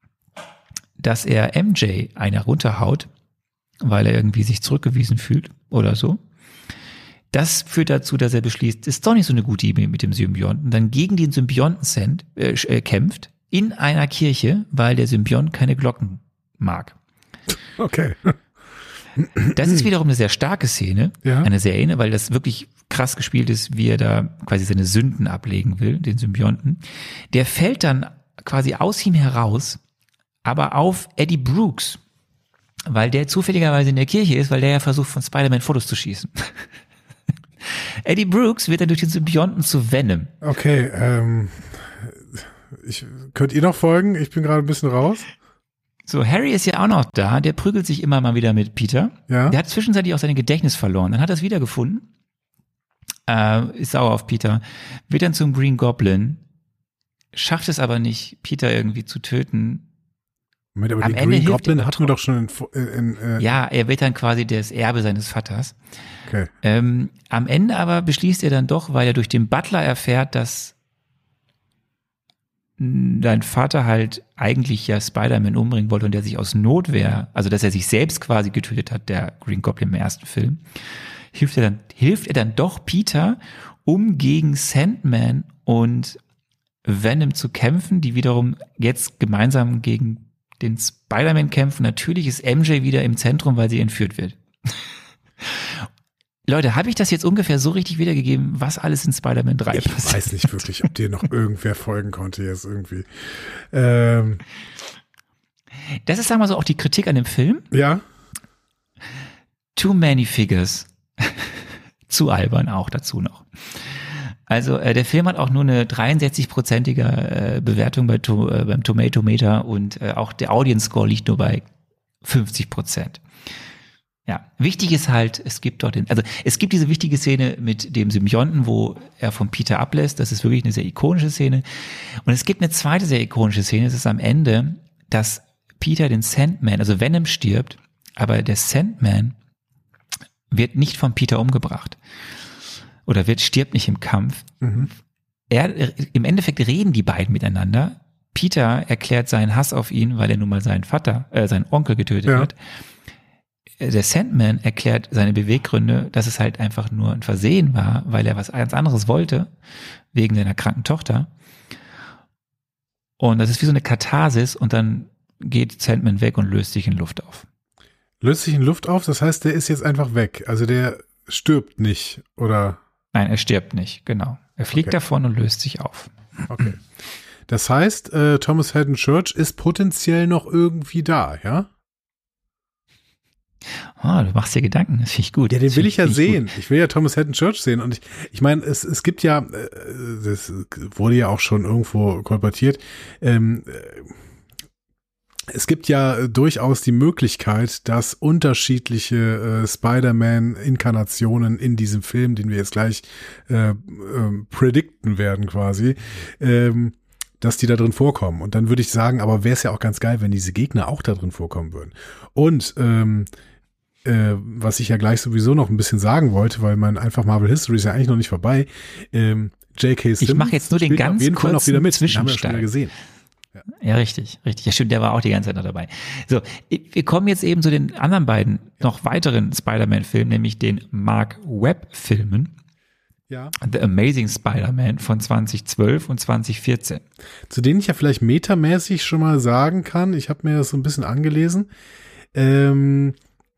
dass er M J eine runterhaut, weil er irgendwie sich zurückgewiesen fühlt oder so. Das führt dazu, dass er beschließt, ist doch nicht so eine gute Idee mit dem Symbionten, dann gegen den Symbionten send, äh, kämpft in einer Kirche, weil der Symbiont keine Glocken mag. Okay. Das ist wiederum eine sehr starke Szene, ja. eine Serie, weil das wirklich krass gespielt ist, wie er da quasi seine Sünden ablegen will, den Symbionten. Der fällt dann quasi aus ihm heraus, aber auf Eddie Brooks, weil der zufälligerweise in der Kirche ist, weil der ja versucht, von Spider-Man Fotos zu schießen. Eddie Brooks wird dann durch den Symbionten zu Venom. Okay, ähm, ich, könnt ihr noch folgen? Ich bin gerade ein bisschen raus. So, Harry ist ja auch noch da, der prügelt sich immer mal wieder mit Peter. Ja. Der hat zwischenzeitlich auch sein Gedächtnis verloren. Dann hat er es wiedergefunden, äh, ist sauer auf Peter, wird dann zum Green Goblin, schafft es aber nicht, Peter irgendwie zu töten. Moment, aber Am die Ende Green hilft Goblin er hatten wir doch schon in, in, in äh Ja, er wird dann quasi das Erbe seines Vaters. Okay. Ähm, am Ende aber beschließt er dann doch, weil er durch den Butler erfährt, dass dein Vater halt eigentlich ja Spider-Man umbringen wollte und der sich aus Notwehr, also dass er sich selbst quasi getötet hat, der Green Goblin im ersten Film, hilft er dann, hilft er dann doch Peter, um gegen Sandman und Venom zu kämpfen, die wiederum jetzt gemeinsam gegen den Spider-Man kämpfen. Natürlich ist M J wieder im Zentrum, weil sie entführt wird. Leute, habe ich das jetzt ungefähr so richtig wiedergegeben, was alles in Spider-Man drei ich passiert? Ich weiß nicht wirklich, ob dir noch irgendwer folgen konnte jetzt irgendwie. Ähm, das ist, sagen wir so, auch die Kritik an dem Film. Ja. Too many figures. Zu albern auch dazu noch. Also äh, der Film hat auch nur eine dreiundsechzig-prozentige äh, Bewertung bei to, äh, beim Tomatometer und äh, auch der Audience Score liegt nur bei fünfzig Prozent. Ja, wichtig ist halt, es gibt dort den, also es gibt diese wichtige Szene mit dem Symbionten, wo er von Peter ablässt. Das ist wirklich eine sehr ikonische Szene. Und es gibt eine zweite sehr ikonische Szene. Es ist am Ende, dass Peter den Sandman, also Venom stirbt, aber der Sandman wird nicht von Peter umgebracht. Oder wird, stirbt nicht im Kampf. Mhm. Er, im Endeffekt reden die beiden miteinander. Peter erklärt seinen Hass auf ihn, weil er nun mal seinen Vater, äh, seinen Onkel getötet ja. hat. Der Sandman erklärt seine Beweggründe, dass es halt einfach nur ein Versehen war, weil er was ganz anderes wollte, wegen seiner kranken Tochter. Und das ist wie so eine Katharsis und dann geht Sandman weg und löst sich in Luft auf. Löst sich in Luft auf, das heißt, der ist jetzt einfach weg. Also der stirbt nicht, oder? Nein, er stirbt nicht, genau. Er fliegt okay. davon und löst sich auf. Okay. Das heißt, äh, Thomas Haden Church ist potenziell noch irgendwie da, ja? Oh, du machst dir Gedanken, das finde ich gut. Ja, den das will ich ja sehen. Gut. Ich will ja Thomas Haden Church sehen. Und ich, ich meine, es, es gibt ja, äh, das wurde ja auch schon irgendwo kolportiert, ähm, es gibt ja durchaus die Möglichkeit, dass unterschiedliche äh, Spider-Man-Inkarnationen in diesem Film, den wir jetzt gleich äh, äh, predikten werden quasi, ähm, dass die da drin vorkommen. Und dann würde ich sagen, aber wäre es ja auch ganz geil, wenn diese Gegner auch da drin vorkommen würden. Und ähm, äh, was ich ja gleich sowieso noch ein bisschen sagen wollte, weil mein einfach Marvel History ist ja eigentlich noch nicht vorbei. Ähm, J K. Simmons ich mache jetzt nur den ganz auf jeden Fall noch wieder mit. Zwischenstein. Haben wir ja schon wieder gesehen. Ja. ja, richtig, richtig. Ja, stimmt, der war auch die ganze Zeit noch dabei. So, wir kommen jetzt eben zu den anderen beiden noch weiteren Spider-Man-Filmen, nämlich den Mark Webb-Filmen. Ja. The Amazing Spider-Man von zwanzig zwölf und zwanzig vierzehn. Zu denen ich ja vielleicht metamäßig schon mal sagen kann, ich habe mir das so ein bisschen angelesen, ähm,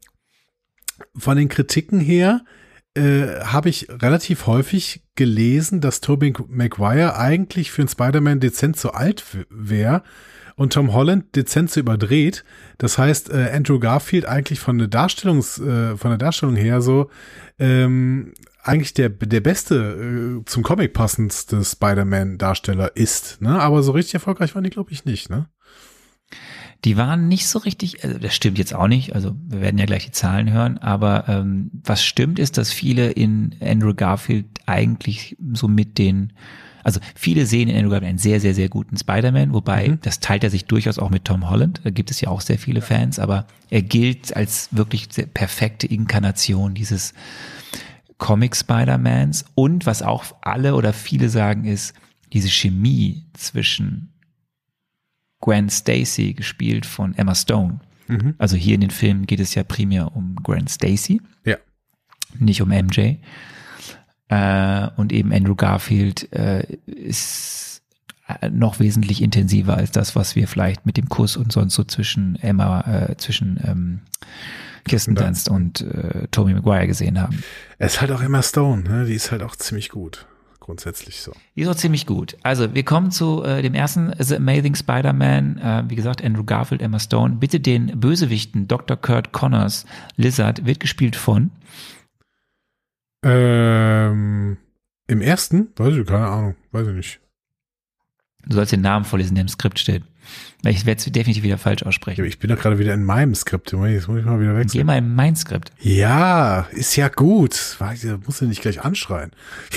von den Kritiken her äh, habe ich relativ häufig gelesen, dass Tobey Maguire eigentlich für einen Spider-Man dezent zu alt wäre und Tom Holland dezent zu überdreht. Das heißt, äh, Andrew Garfield eigentlich von der Darstellungs, äh, von der Darstellung her so ähm, eigentlich der der beste, äh, zum Comic passendste Spider-Man-Darsteller ist. Ne? Aber so richtig erfolgreich waren die, glaube ich, nicht. Ne? Die waren nicht so richtig, also das stimmt jetzt auch nicht, also wir werden ja gleich die Zahlen hören, aber ähm, was stimmt ist, dass viele in Andrew Garfield eigentlich so mit den, also viele sehen in Andrew Garfield einen sehr, sehr, sehr guten Spider-Man, wobei mhm. das teilt er sich durchaus auch mit Tom Holland, da gibt es ja auch sehr viele ja. Fans, aber er gilt als wirklich sehr perfekte Inkarnation dieses Comic-Spider-Mans und was auch alle oder viele sagen ist, diese Chemie zwischen Gwen Stacy, gespielt von Emma Stone. Mhm. Also hier in den Filmen geht es ja primär um Gwen Stacy, ja. nicht um M J. Äh, und eben Andrew Garfield äh, ist noch wesentlich intensiver als das, was wir vielleicht mit dem Kuss und sonst so zwischen Emma, äh, zwischen ähm, Kirsten Dunst und äh, Tobey Maguire gesehen haben. Es ist halt auch Emma Stone, ne? Die ist halt auch ziemlich gut. Grundsätzlich so. Die ist auch ziemlich gut. Also wir kommen zu äh, dem ersten The Amazing Spider-Man, äh, wie gesagt, Andrew Garfield, Emma Stone. Bitte den Bösewichten, Doktor Kurt Connors, Lizard, wird gespielt von? Ähm, im ersten? Weiß ich, keine Ahnung, weiß ich nicht. Du sollst den Namen vorlesen, der im Skript steht. Weil ich werde es definitiv wieder falsch aussprechen. Ja, ich bin doch gerade wieder in meinem Skript. Jetzt muss ich mal wieder wechseln. Geh mal in mein Skript. Ja, ist ja gut. Muss ja nicht gleich anschreien.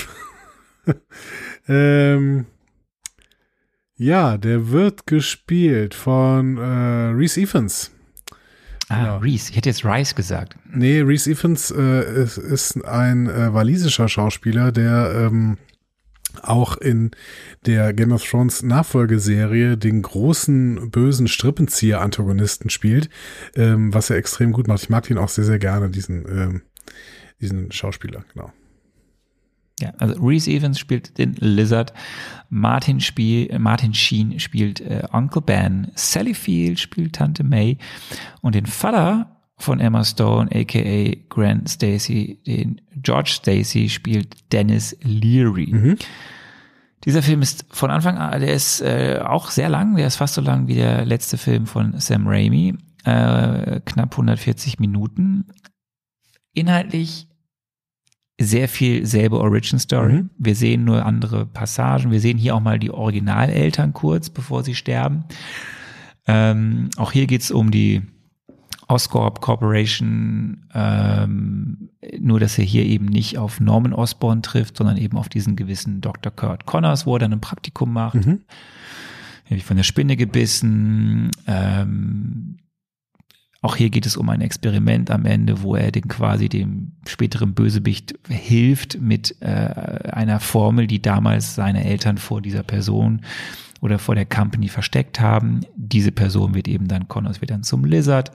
ähm, ja, der wird gespielt von äh, Reese Evans. Ah, genau. Reese. Ich hätte jetzt Rice gesagt. Nee, Reese Evans äh, ist, ist ein äh, walisischer Schauspieler, der ähm, auch in der Game of Thrones Nachfolgeserie den großen, bösen Strippenzieher-Antagonisten spielt, ähm, was er extrem gut macht. Ich mag ihn auch sehr, sehr gerne, diesen, ähm, diesen Schauspieler, genau. Ja, also Reese Evans spielt den Lizard, Martin, Spiel, Martin Sheen spielt äh, Uncle Ben, Sally Field spielt Tante May und den Vater von Emma Stone, aka Gwen Stacy, den George Stacy spielt Dennis Leary. Mhm. Dieser Film ist von Anfang an, der ist äh, auch sehr lang, der ist fast so lang wie der letzte Film von Sam Raimi, äh, knapp hundertvierzig Minuten. Inhaltlich sehr viel selbe Origin-Story. Mhm. Wir sehen nur andere Passagen. Wir sehen hier auch mal die Originaleltern kurz, bevor sie sterben. Ähm, auch hier geht's um die Oscorp Corporation, ähm, nur dass er hier eben nicht auf Norman Osborn trifft, sondern eben auf diesen gewissen Doktor Kurt Connors, wo er dann ein Praktikum macht. Mhm. Er wird von der Spinne gebissen. Ähm, auch hier geht es um ein Experiment am Ende, wo er den quasi dem späteren Bösewicht hilft mit äh, einer Formel, die damals seine Eltern vor dieser Person oder vor der Company versteckt haben. Diese Person wird eben dann, Connors wird dann zum Lizard.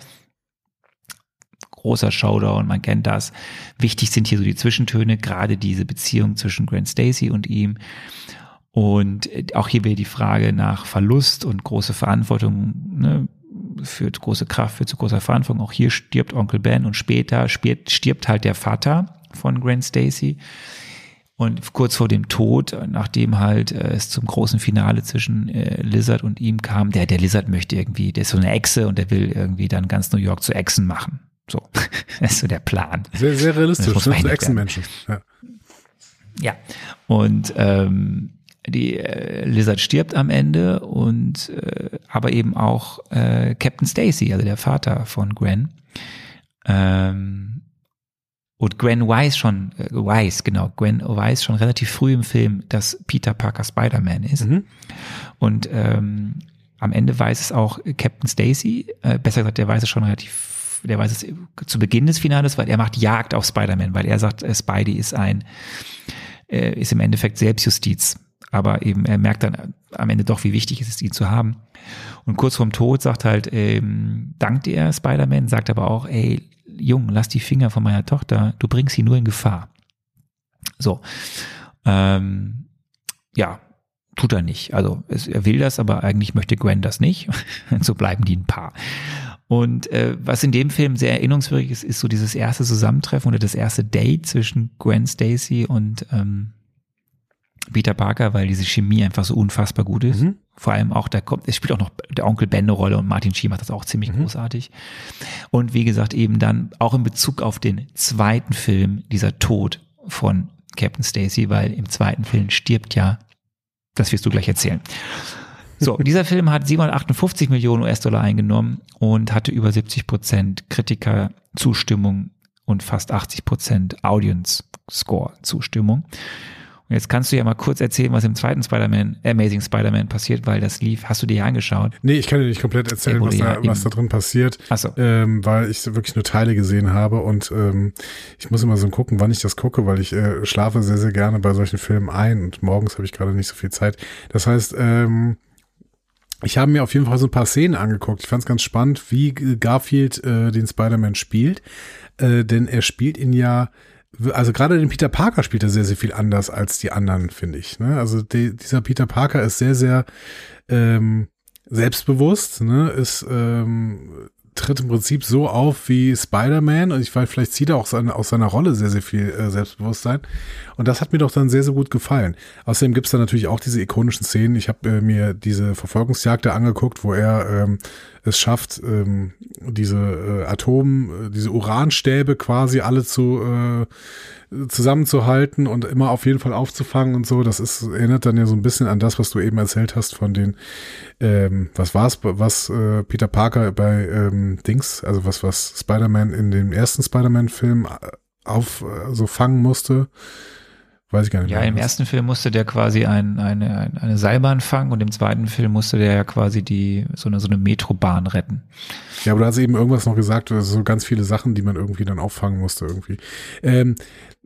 Großer Showdown, man kennt das. Wichtig sind hier so die Zwischentöne, gerade diese Beziehung zwischen Gwen Stacy und ihm. Und auch hier wieder die Frage nach Verlust und große Verantwortung, ne, führt große Kraft, führt zu großer Verantwortung. Auch hier stirbt Onkel Ben und später stirbt, stirbt halt der Vater von Gwen Stacy. Und kurz vor dem Tod, nachdem halt äh, es zum großen Finale zwischen äh, Lizard und ihm kam, der, der Lizard möchte irgendwie, der ist so eine Echse und der will irgendwie dann ganz New York zu Echsen machen. So, das ist so der Plan. Sehr, sehr realistisch, ne? So Echsenmenschen. Ja. Ja, und ähm, die äh, Lizard stirbt am Ende und äh, aber eben auch äh, Captain Stacy, also der Vater von Gwen. Ähm, und Gwen weiß schon, äh, weiß, genau, Gwen weiß schon relativ früh im Film, dass Peter Parker Spider-Man ist. Mhm. Und ähm, am Ende weiß es auch Captain Stacy, äh, besser gesagt, der weiß es schon relativ, der weiß es zu Beginn des Finales, weil er macht Jagd auf Spider-Man, weil er sagt, äh, Spidey ist ein, äh, ist im Endeffekt Selbstjustiz. Aber eben, er merkt dann am Ende doch, wie wichtig es ist, ihn zu haben. Und kurz vorm Tod sagt halt, ähm, dankt er Spider-Man, sagt aber auch, ey, Jung, lass die Finger von meiner Tochter, du bringst sie nur in Gefahr. So, ähm, ja, tut er nicht. Also es, er will das, aber eigentlich möchte Gwen das nicht. So bleiben die ein Paar. Und äh, was in dem Film sehr erinnerungswürdig ist, ist so dieses erste Zusammentreffen oder das erste Date zwischen Gwen Stacy und ähm, Peter Parker, weil diese Chemie einfach so unfassbar gut ist. Mhm. Vor allem auch, da kommt, es spielt auch noch der Onkel Ben eine Rolle und Martin Sheen macht das auch ziemlich mhm. großartig. Und wie gesagt, eben dann auch in Bezug auf den zweiten Film, dieser Tod von Captain Stacy, weil im zweiten Film stirbt ja, das wirst du gleich erzählen. So, dieser Film hat siebenhundertachtundfünfzig Millionen U S-Dollar eingenommen und hatte über siebzig Prozent Kritikerzustimmung und fast achtzig Prozent Audience-Score-Zustimmung. Und jetzt kannst du ja mal kurz erzählen, was im zweiten Spider-Man, Amazing Spider-Man passiert, weil das lief. Hast du dir angeschaut? Nee, ich kann dir nicht komplett erzählen, was da, ja was da drin passiert, Ach so. ähm, weil ich wirklich nur Teile gesehen habe und ähm, ich muss immer so gucken, wann ich das gucke, weil ich äh, schlafe sehr, sehr gerne bei solchen Filmen ein und morgens habe ich gerade nicht so viel Zeit. Das heißt, ähm, ich habe mir auf jeden Fall so ein paar Szenen angeguckt. Ich fand es ganz spannend, wie Garfield äh, den Spider-Man spielt, äh, denn er spielt ihn ja, also gerade den Peter Parker spielt er sehr, sehr viel anders als die anderen, finde ich. Ne? Also die, dieser Peter Parker ist sehr, sehr ähm, selbstbewusst, ne? ist ähm, tritt im Prinzip so auf wie Spider-Man und ich weiß, vielleicht zieht er auch seine, aus seiner Rolle sehr, sehr viel äh, Selbstbewusstsein und das hat mir doch dann sehr, sehr gut gefallen. Außerdem gibt's da natürlich auch diese ikonischen Szenen. Ich habe äh, mir diese Verfolgungsjagd da angeguckt, wo er ähm, es schafft, ähm, diese äh, Atom, äh, diese Uranstäbe quasi alle zu äh, zusammenzuhalten und immer auf jeden Fall aufzufangen und so. Das ist, erinnert dann ja so ein bisschen an das, was du eben erzählt hast von den, ähm, was war's, was äh, Peter Parker bei ähm, Dings, also was, was Spider-Man in dem ersten Spider-Man-Film auf äh, so fangen musste. Weiß ich gar nicht ja, mehr. im ersten Film musste der quasi ein, eine, eine, eine Seilbahn fangen und im zweiten Film musste der ja quasi die, so eine, so eine Metrobahn retten. Ja, aber du hast eben irgendwas noch gesagt, so ganz viele Sachen, die man irgendwie dann auffangen musste irgendwie. Ähm,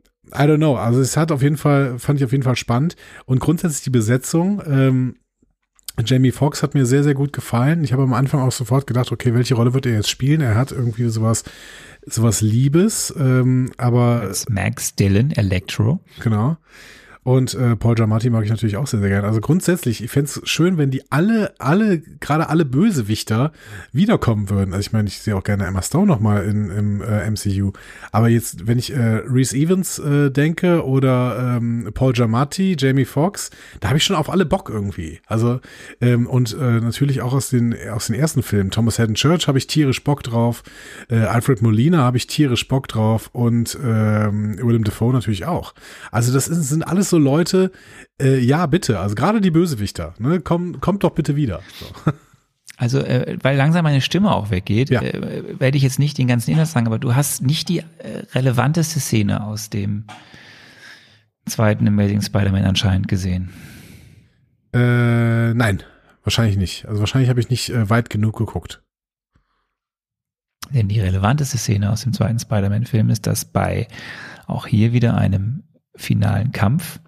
I don't know, also es hat auf jeden Fall, fand ich auf jeden Fall spannend und grundsätzlich die Besetzung, ähm, Jamie Foxx hat mir sehr, sehr gut gefallen. Ich habe am Anfang auch sofort gedacht, okay, welche Rolle wird er jetzt spielen? Er hat irgendwie sowas, sowas Liebes, ähm, aber als Max Dillon, Electro. Genau. Und äh, Paul Giamatti mag ich natürlich auch sehr, sehr gerne. Also grundsätzlich, ich fände es schön, wenn die alle, alle, gerade alle Bösewichter wiederkommen würden. Also ich meine, ich sehe auch gerne Emma Stone nochmal in, im äh, M C U. Aber jetzt, wenn ich äh, Reese Evans äh, denke oder ähm, Paul Giamatti, Jamie Foxx, da habe ich schon auf alle Bock irgendwie. Also ähm, und äh, natürlich auch aus den aus den ersten Filmen. Thomas Haden Church habe ich tierisch Bock drauf. Äh, Alfred Molina habe ich tierisch Bock drauf und ähm, Willem Dafoe natürlich auch. Also das ist, sind alles so Leute, äh, ja bitte, also gerade die Bösewichter, ne, komm, kommt doch bitte wieder. So. Also, äh, weil langsam meine Stimme auch weggeht, Ja. äh, werde ich jetzt nicht den ganzen Inhalt sagen, aber du hast nicht die äh, relevanteste Szene aus dem zweiten Amazing Spider-Man anscheinend gesehen. Äh, nein, wahrscheinlich nicht. Also wahrscheinlich habe ich nicht äh, weit genug geguckt. Denn die relevanteste Szene aus dem zweiten Spider-Man-Film ist, dass bei auch hier wieder einem finalen Kampf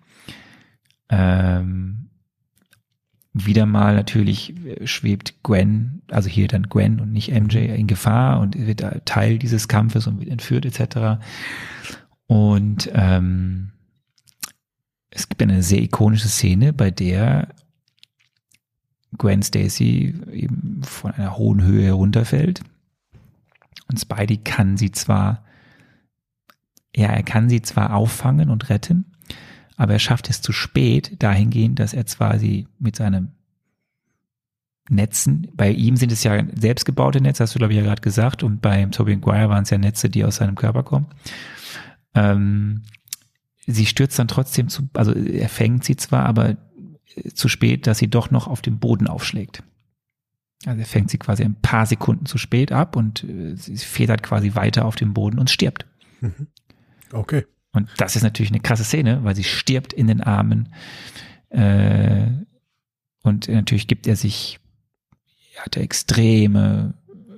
ähm, wieder mal natürlich schwebt Gwen, also hier dann Gwen und nicht M J in Gefahr und wird Teil dieses Kampfes und wird entführt et cetera. Und ähm, es gibt eine sehr ikonische Szene, bei der Gwen Stacy eben von einer hohen Höhe herunterfällt. Und Spidey kann sie zwar, ja, er kann sie zwar auffangen und retten, aber er schafft es zu spät dahingehend, dass er zwar sie mit seinem Netzen, bei ihm sind es ja selbstgebaute Netze, hast du glaube ich ja gerade gesagt, und bei Tobey Maguire waren es ja Netze, die aus seinem Körper kommen. Ähm, sie stürzt dann trotzdem zu, also er fängt sie zwar, aber zu spät, dass sie doch noch auf dem Boden aufschlägt. Also er fängt sie quasi ein paar Sekunden zu spät ab und äh, sie federt quasi weiter auf dem Boden und stirbt. Mhm. Okay. Und das ist natürlich eine krasse Szene, weil sie stirbt in den Armen. Äh, und natürlich gibt er sich, er hatte extreme,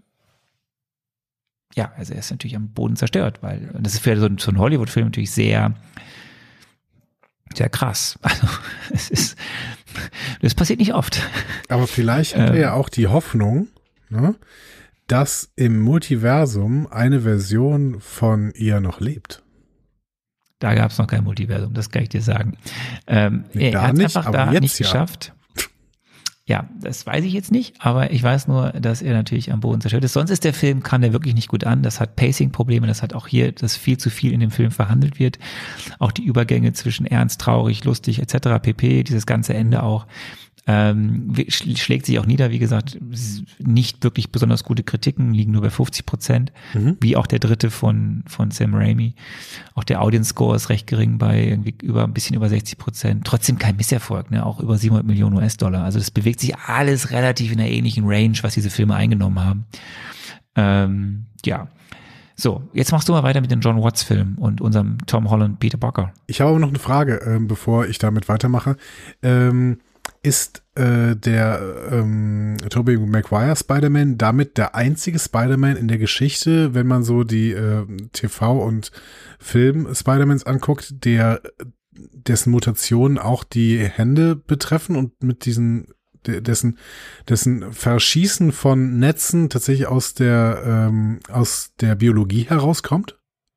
ja, also er ist natürlich am Boden zerstört, weil und das ist für so einen, so einen Hollywood-Film natürlich sehr, sehr krass. Also es ist, das passiert nicht oft. Aber vielleicht hat er Ähm. ja auch die Hoffnung, ne, dass im Multiversum eine Version von ihr noch lebt. Da gab es noch kein Multiversum, das kann ich dir sagen. Ähm, Nee, er da hat es nicht, einfach aber da jetzt nicht ja. geschafft. Ja, das weiß ich jetzt nicht, aber ich weiß nur, dass er natürlich am Boden zerstört ist. Sonst ist der Film, kam der wirklich nicht gut an. Das hat Pacing-Probleme, das hat auch hier, dass viel zu viel in dem Film verhandelt wird. Auch die Übergänge zwischen ernst, traurig, lustig et cetera pp, dieses ganze Ende auch. Ähm, schlägt sich auch nieder, wie gesagt, nicht wirklich besonders gute Kritiken, liegen nur bei fünfzig Prozent, Mhm. wie auch der dritte von von Sam Raimi. Auch der Audience Score ist recht gering bei irgendwie über ein bisschen über sechzig Prozent. Trotzdem kein Misserfolg, ne? Auch über siebenhundert Millionen U S-Dollar. Also das bewegt sich alles relativ in einer ähnlichen Range, was diese Filme eingenommen haben. Ähm, ja. So, jetzt machst du mal weiter mit dem John Watts-Film und unserem Tom Holland Peter Parker. Ich habe aber noch eine Frage, ähm, bevor ich damit weitermache. Ähm, ist äh, der ähm, Tobey Maguire Spider-Man damit der einzige Spider-Man in der Geschichte, wenn man so die äh, T V- und Film-Spider-Mans anguckt, der dessen Mutationen auch die Hände betreffen und mit diesen dessen dessen Verschießen von Netzen tatsächlich aus der ähm, aus der Biologie herauskommt?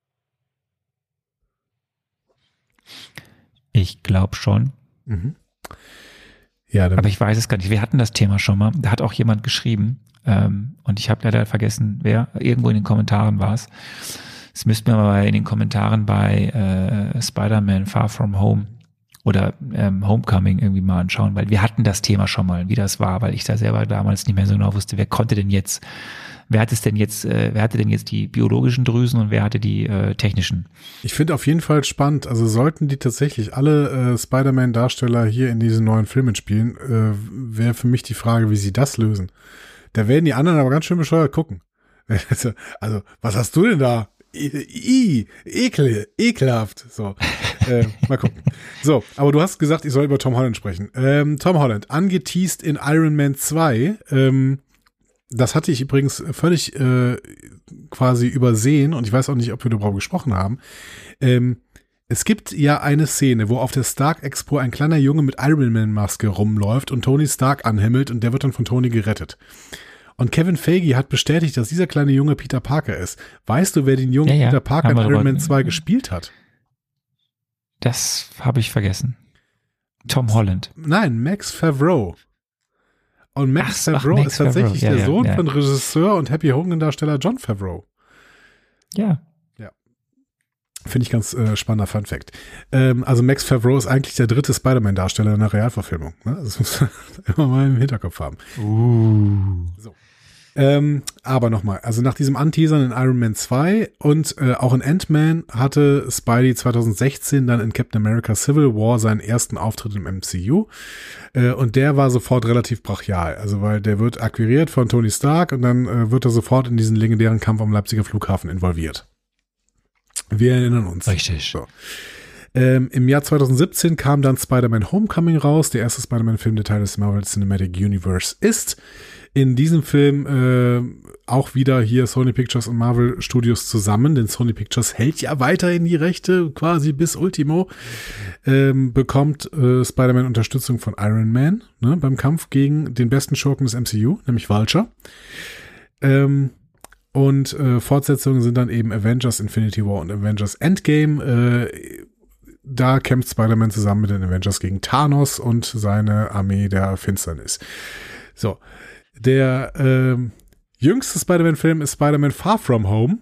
Ich glaube schon. Mhm. Ja, dann Aber ich weiß es gar nicht. Wir hatten das Thema schon mal. Da hat auch jemand geschrieben. Ähm, und ich habe leider vergessen, wer. Irgendwo in den Kommentaren war es. Das müssten wir mal in den Kommentaren bei äh, Spider-Man Far From Home oder ähm, Homecoming irgendwie mal anschauen, weil wir hatten das Thema schon mal, wie das war, weil ich da selber damals nicht mehr so genau wusste, wer konnte denn jetzt, wer hat es denn jetzt, äh, wer hatte denn jetzt die biologischen Drüsen und wer hatte die äh, technischen? Ich finde auf jeden Fall spannend, also sollten die tatsächlich alle äh, Spider-Man-Darsteller hier in diesen neuen Filmen spielen, äh, wäre für mich die Frage, wie sie das lösen. Da werden die anderen aber ganz schön bescheuert gucken. Also, was hast du denn da? I, I, ekel, ekelhaft. So, äh, mal gucken. So, aber du hast gesagt, ich soll über Tom Holland sprechen. Ähm, Tom Holland, angeteased in Iron Man zwei, ähm, das hatte ich übrigens völlig äh, quasi übersehen und ich weiß auch nicht, ob wir darüber gesprochen haben. Ähm, es gibt ja eine Szene, wo auf der Stark Expo ein kleiner Junge mit Iron Man Maske rumläuft und Tony Stark anhimmelt und der wird dann von Tony gerettet. Und Kevin Feige hat bestätigt, dass dieser kleine Junge Peter Parker ist. Weißt du, wer den jungen Ja, ja, Peter Parker haben in wir Iron Man darüber- zwei gespielt hat? Das habe ich vergessen. Tom Holland. Nein, Max Favreau. Und Max Ach so, ach, Favreau Max ist tatsächlich Favreau. Ja, der ja, Sohn ja. von Regisseur und Happy Hogan-Darsteller John Favreau. Ja. Finde ich ganz äh, spannender Funfact. Ähm, also Max Favreau ist eigentlich der dritte Spider-Man-Darsteller in der Realverfilmung. Ne? Das muss man immer mal im Hinterkopf haben. Uh. So. Ähm, aber nochmal, also nach diesem Anteasern in Iron Man zwei und äh, auch in Ant-Man hatte Spidey zwanzig sechzehn dann in Captain America Civil War seinen ersten Auftritt im M C U. Äh, und der war sofort relativ brachial. Also weil der wird akquiriert von Tony Stark und dann äh, wird er sofort in diesen legendären Kampf am Leipziger Flughafen involviert. Wir erinnern uns. Richtig. So. Ähm, Im Jahr zwanzig siebzehn kam dann Spider-Man Homecoming raus, der erste Spider-Man-Film, der Teil des Marvel Cinematic Universe ist. In diesem Film äh, auch wieder hier Sony Pictures und Marvel Studios zusammen, denn Sony Pictures hält ja weiterhin die Rechte, quasi bis Ultimo, ähm, bekommt äh, Spider-Man Unterstützung von Iron Man, ne, beim Kampf gegen den besten Schurken des M C U, nämlich Vulture. Ähm, und äh, Fortsetzungen sind dann eben Avengers Infinity War und Avengers Endgame. Äh, da kämpft Spider-Man zusammen mit den Avengers gegen Thanos und seine Armee der Finsternis. So. Der ähm, jüngste Spider-Man-Film ist Spider-Man Far From Home.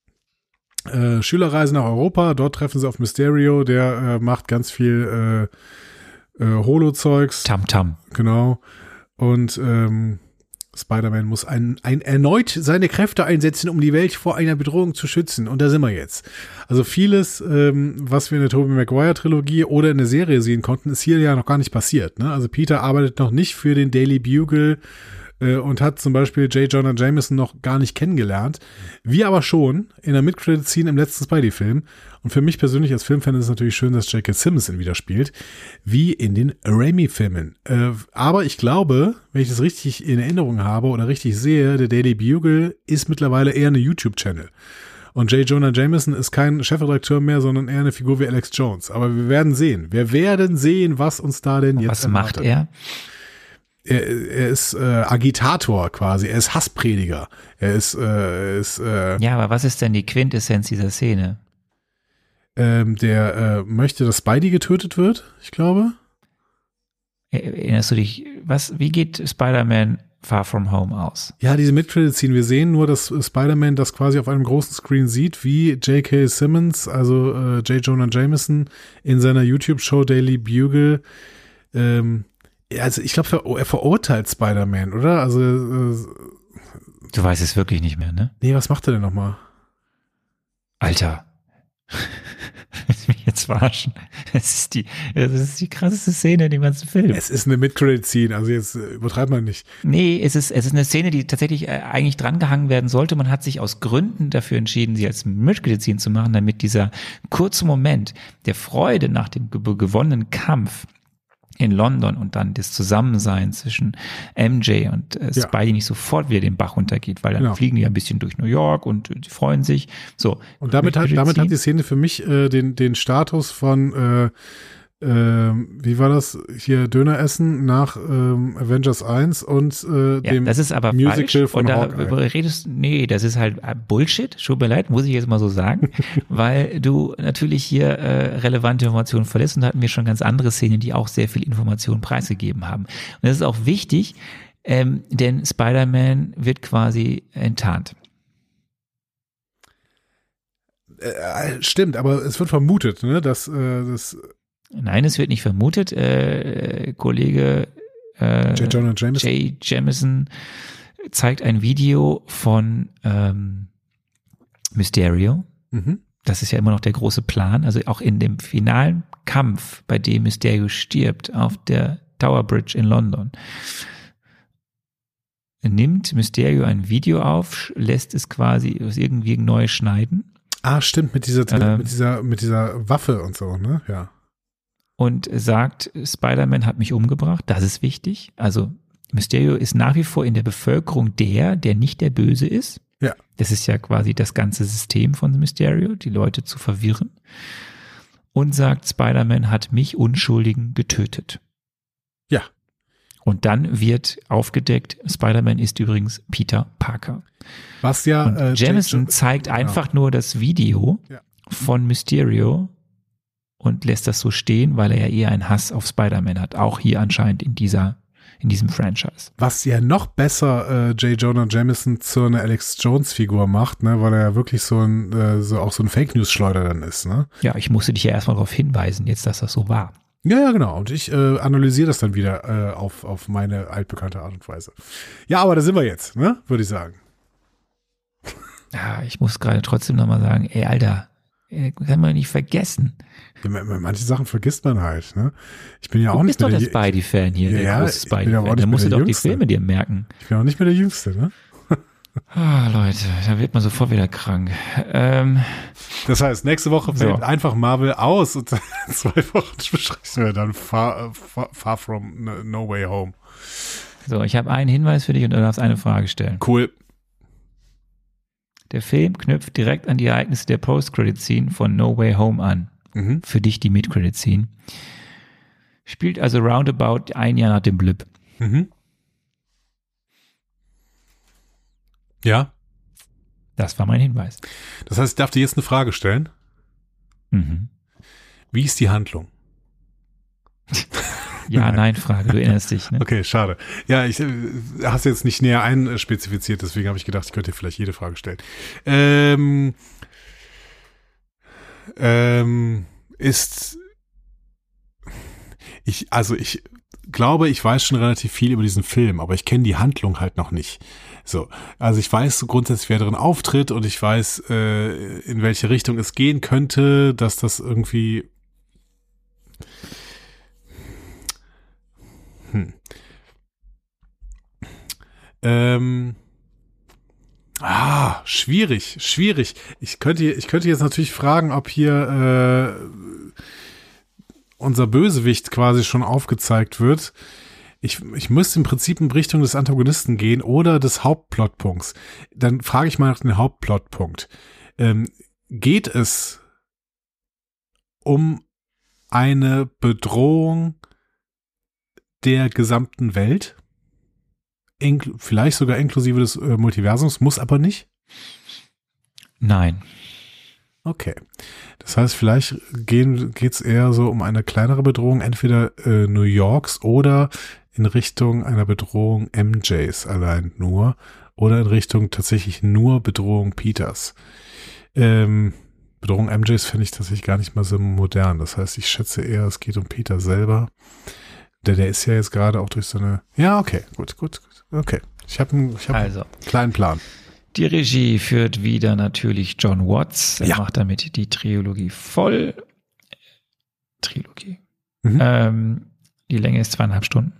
Äh, Schülerreise nach Europa, dort treffen sie auf Mysterio, der äh, macht ganz viel äh, äh, Holo-Zeugs. Tam-Tam. Genau. Und ähm, Spider-Man muss ein, ein erneut seine Kräfte einsetzen, um die Welt vor einer Bedrohung zu schützen. Und da sind wir jetzt. Also vieles, ähm, was wir in der Tobey Maguire-Trilogie oder in der Serie sehen konnten, ist hier ja noch gar nicht passiert. Ne? Also Peter arbeitet noch nicht für den Daily Bugle und hat zum Beispiel J. Jonah Jameson noch gar nicht kennengelernt. Wir aber schon in der Mid-Credit-Scene im letzten Spidey-Film. Und für mich persönlich als Filmfan ist es natürlich schön, dass J K. Simmons ihn wieder spielt, wie in den Raimi-Filmen. Äh, aber ich glaube, wenn ich das richtig in Erinnerung habe oder richtig sehe, der Daily Bugle ist mittlerweile eher eine YouTube-Channel. Und J. Jonah Jameson ist kein Chefredakteur mehr, sondern eher eine Figur wie Alex Jones. Aber wir werden sehen. Wir werden sehen, was uns da denn jetzt Was macht er? Er, er ist äh, Agitator quasi, er ist Hassprediger, er ist, äh, er ist äh, ja, aber was ist denn die Quintessenz dieser Szene? Ähm, der äh, möchte, dass Spidey getötet wird, ich glaube. Erinnerst du dich, was, wie geht Spider-Man Far From Home aus? Ja, diese Mid-Credit-Scene, wir sehen nur, dass Spider-Man das quasi auf einem großen Screen sieht, wie J K. Simmons, also äh, J. Jonah Jameson in seiner YouTube-Show Daily Bugle ähm, also ich glaube, er verurteilt Spider-Man, oder? Also äh, du weißt es wirklich nicht mehr, ne? Nee, was macht er denn nochmal? Alter. Willst du mich jetzt verarschen? Es ist die, es ist die krasseste Szene in dem ganzen Film. Es ist eine Mid-Credit-Scene, also jetzt äh, übertreibt man nicht. Nee, es ist, es ist eine Szene, die tatsächlich äh, eigentlich drangehangen werden sollte. Man hat sich aus Gründen dafür entschieden, sie als Mid-Credit-Scene zu machen, damit dieser kurze Moment der Freude nach dem ge- gewonnenen Kampf in London und dann das Zusammensein zwischen M J und äh, Ja. Spidey nicht sofort wieder den Bach runtergeht, weil dann Genau. fliegen die ein bisschen durch New York und äh, die freuen sich. So. Und damit hat, damit hat die Szene für mich äh, den, den Status von, äh, äh, wie war das, hier Döner essen nach ähm, Avengers eins und äh, Ja, dem das ist aber Musical falsch. von Und da Hawkeye. redest, nee, das ist halt Bullshit. Tut mir leid, muss ich jetzt mal so sagen, weil du natürlich hier äh, relevante Informationen verlässt und da hatten wir schon ganz andere Szenen, die auch sehr viel Information preisgegeben haben. Und das ist auch wichtig, ähm, denn Spider-Man wird quasi enttarnt. Äh, stimmt, aber es wird vermutet, ne, dass äh, das Nein, es wird nicht vermutet. Äh, Kollege äh, J. Jonah Jameson. J. Jameson zeigt ein Video von ähm, Mysterio. Mhm. Das ist ja immer noch der große Plan. Also auch in dem finalen Kampf, bei dem Mysterio stirbt auf der Tower Bridge in London, nimmt Mysterio ein Video auf, lässt es quasi irgendwie neu schneiden. Ah, stimmt, mit dieser, Ähm. mit dieser, mit dieser Waffe und so, ne? Ja. Und sagt, Spider-Man hat mich umgebracht, das ist wichtig. Also Mysterio ist nach wie vor in der Bevölkerung der, der nicht der Böse ist. Ja. Das ist ja quasi das ganze System von Mysterio, die Leute zu verwirren. Und sagt, Spider-Man hat mich Unschuldigen getötet. Ja. Und dann wird aufgedeckt, Spider-Man ist übrigens Peter Parker. Was ja Und äh, Jameson J- zeigt genau. einfach nur das Video Ja. von Mysterio und lässt das so stehen, weil er ja eher einen Hass auf Spider-Man hat. Auch hier anscheinend in dieser, in diesem Franchise. Was ja noch besser äh, J. Jonah Jameson zu einer Alex Jones Figur macht, ne, weil er ja wirklich so ein, äh, so auch so ein Fake News Schleuder dann ist, ne? Ja, ich musste dich ja erstmal darauf hinweisen, jetzt, dass das so war. Ja, ja, genau. Und ich äh, analysiere das dann wieder äh, auf, auf meine altbekannte Art und Weise. Ja, aber da sind wir jetzt, ne? Würde ich sagen. Ja, ich muss gerade trotzdem nochmal sagen, ey, Alter, ey, kann man nicht vergessen. Ja, manche Sachen vergisst man halt, ne? Ich bin ja auch du nicht bist mehr doch der Spidey-Fan hier, der ja, große ich bin aber auch Spidey-Fan. nicht Da musst du mehr der doch die Jüngste. Filme dir merken. Ich bin auch nicht mehr der Jüngste, ne? Ah, Leute, da wird man sofort wieder krank. Ähm, Das heißt, nächste Woche So. fällt einfach Marvel aus und in zwei Wochen besprechen wir dann Far, far, far From No, no Way Home. so, ich habe einen Hinweis für dich und du darfst eine Frage stellen. Cool. Der Film knüpft direkt an die Ereignisse der Post-Credit-Scene von No Way Home an. Mhm. Für dich die Mid-Credit-Scene. Spielt also roundabout ein Jahr nach dem Blip. Mhm. Ja. Das war mein Hinweis. Das heißt, ich darf dir jetzt eine Frage stellen. Mhm. Wie ist die Handlung? Ja, Nein. nein, Frage, du erinnerst dich, ne? Okay, schade. Ja, ich äh, hast jetzt nicht näher einspezifiziert, deswegen habe ich gedacht, ich könnte dir vielleicht jede Frage stellen. Ähm, ähm, ist ich, also ich glaube, ich weiß schon relativ viel über diesen Film, aber ich kenne die Handlung halt noch nicht. So, also ich weiß so grundsätzlich, wer darin auftritt und ich weiß, äh, in welche Richtung es gehen könnte, dass das irgendwie hm. Ähm, ah, schwierig, schwierig. Ich könnte, ich könnte jetzt natürlich fragen, ob hier äh, unser Bösewicht quasi schon aufgezeigt wird. Ich, ich müsste im Prinzip in Richtung des Antagonisten gehen oder des Hauptplotpunkts. Dann frage ich mal nach dem Hauptplotpunkt. Ähm, geht es um eine Bedrohung der gesamten Welt? Inkl- vielleicht sogar inklusive des äh, Multiversums, muss aber nicht? Nein. Okay. Das heißt, vielleicht geht es eher so um eine kleinere Bedrohung, entweder äh, New Yorks oder in Richtung einer Bedrohung M Js allein nur oder in Richtung tatsächlich nur Bedrohung Peters. Ähm, Bedrohung M Js finde ich tatsächlich gar nicht mal so modern. Das heißt, ich schätze eher, es geht um Peter selber. Der, der ist ja jetzt gerade auch durch so eine... Ja, okay, gut, gut, gut. Okay. Ich habe einen, ich hab Also. einen kleinen Plan. Die Regie führt wieder natürlich John Watts. Er Ja. macht damit die Trilogie voll. Trilogie. Mhm. Ähm, die Länge ist zweieinhalb Stunden.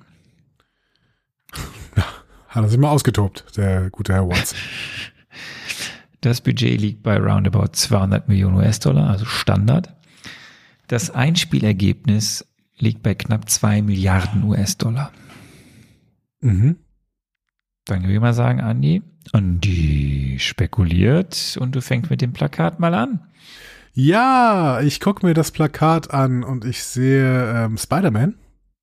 Hat er sich mal ausgetobt, der gute Herr Watts. Das Budget liegt bei roundabout zweihundert Millionen U S-Dollar, also Standard. Das Einspielergebnis liegt bei knapp zwei Milliarden U S-Dollar. Mhm. Dann würde ich mal sagen, Andi, Andi spekuliert und du fängst mit dem Plakat mal an. Ja, ich gucke mir das Plakat an und ich sehe ähm, Spider-Man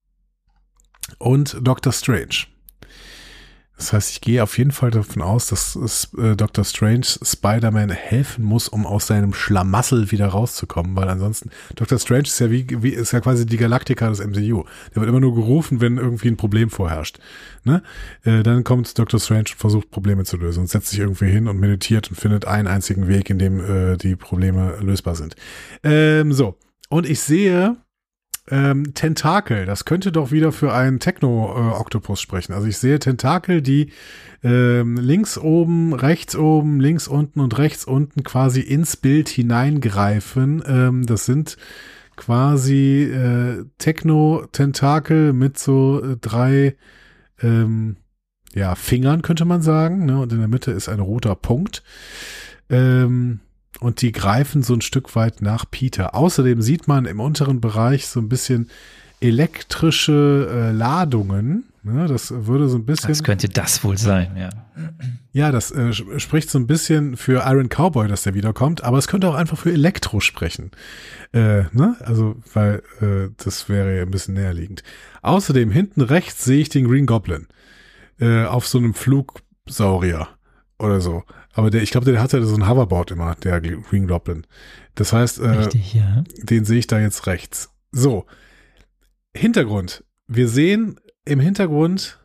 und Doctor Strange. Das heißt, ich gehe auf jeden Fall davon aus, dass es, äh, Doctor Strange Spider-Man helfen muss, um aus seinem Schlamassel wieder rauszukommen, weil ansonsten Doctor Strange ist ja wie, wie ist ja quasi die Galaktika des M C U. Der wird immer nur gerufen, wenn irgendwie ein Problem vorherrscht. Ne? Äh, dann kommt Doctor Strange und versucht Probleme zu lösen und setzt sich irgendwie hin und meditiert und findet einen einzigen Weg, in dem äh, die Probleme lösbar sind. Ähm, so, und ich sehe Ähm, Tentakel, das könnte doch wieder für einen Techno-Oktopus sprechen. Also ich sehe Tentakel, die ähm, links oben, rechts oben, links unten und rechts unten quasi ins Bild hineingreifen. Ähm, das sind quasi äh, Techno-Tentakel mit so äh, drei ähm, ja, Fingern, könnte man sagen. Ne? Und in der Mitte ist ein roter Punkt. Ähm, Und die greifen so ein Stück weit nach Peter. Außerdem sieht man im unteren Bereich so ein bisschen elektrische äh, Ladungen. Ne? Das würde so ein bisschen... Was könnte das wohl sein, ja. Ja, das äh, spricht so ein bisschen für Iron Cowboy, dass der wiederkommt. Aber es könnte auch einfach für Elektro sprechen. Äh, ne? Also, weil äh, das wäre ja ein bisschen näherliegend. Außerdem, hinten rechts sehe ich den Green Goblin. Äh, auf so einem Flugsaurier oder so. Aber der, ich glaube, der hatte so ein Hoverboard immer, der Green Goblin. Das heißt, äh, Richtig, ja. den sehe ich da jetzt rechts. So, Hintergrund. Wir sehen im Hintergrund,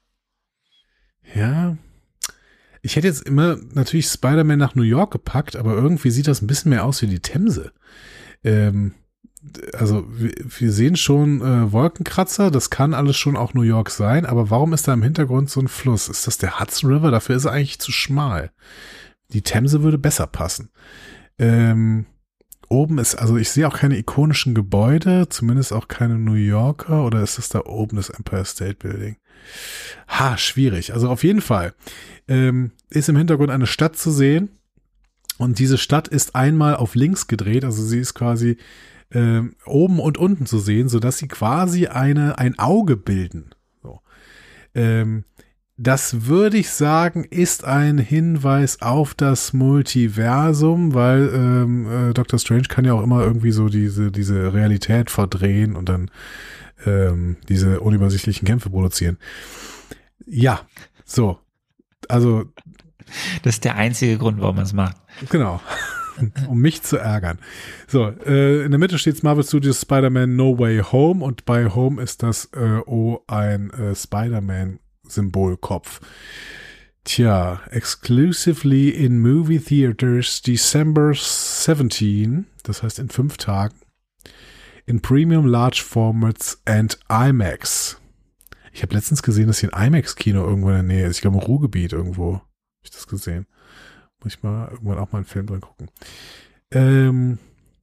ja, ich hätte jetzt immer natürlich Spider-Man nach New York gepackt, aber irgendwie sieht das ein bisschen mehr aus wie die Themse. Ähm, also wir, wir sehen schon äh, Wolkenkratzer, das kann alles schon auch New York sein, aber warum ist da im Hintergrund so ein Fluss? Ist das der Hudson River? Dafür ist er eigentlich zu schmal. Die Themse würde besser passen. Ähm, oben ist, also ich sehe auch keine ikonischen Gebäude, zumindest auch keine New Yorker, oder ist das da oben das Empire State Building? Ha, schwierig. Also auf jeden Fall ähm, ist im Hintergrund eine Stadt zu sehen und diese Stadt ist einmal auf links gedreht, also sie ist quasi ähm, oben und unten zu sehen, sodass sie quasi eine ein Auge bilden. So. Ähm, Das würde ich sagen, ist ein Hinweis auf das Multiversum, weil ähm, äh, Doctor Strange kann ja auch immer irgendwie so diese diese Realität verdrehen und dann ähm, diese unübersichtlichen Kämpfe produzieren. Ja, so. Also Das ist der einzige Grund, warum man es macht. genau. Um mich zu ärgern. So, äh, in der Mitte steht Marvel Studios Spider-Man No Way Home und bei Home ist das äh, O ein äh, Spider-Man Symbolkopf. Tja, exclusively in movie theaters December seventeenth, das heißt in fünf Tagen, in Premium Large Formats and IMAX. Ich habe letztens gesehen, dass hier ein IMAX-Kino irgendwo in der Nähe ist. Ich glaube im Ruhrgebiet irgendwo. Habe ich das gesehen. Muss ich mal irgendwann auch mal einen Film drin gucken. Ähm,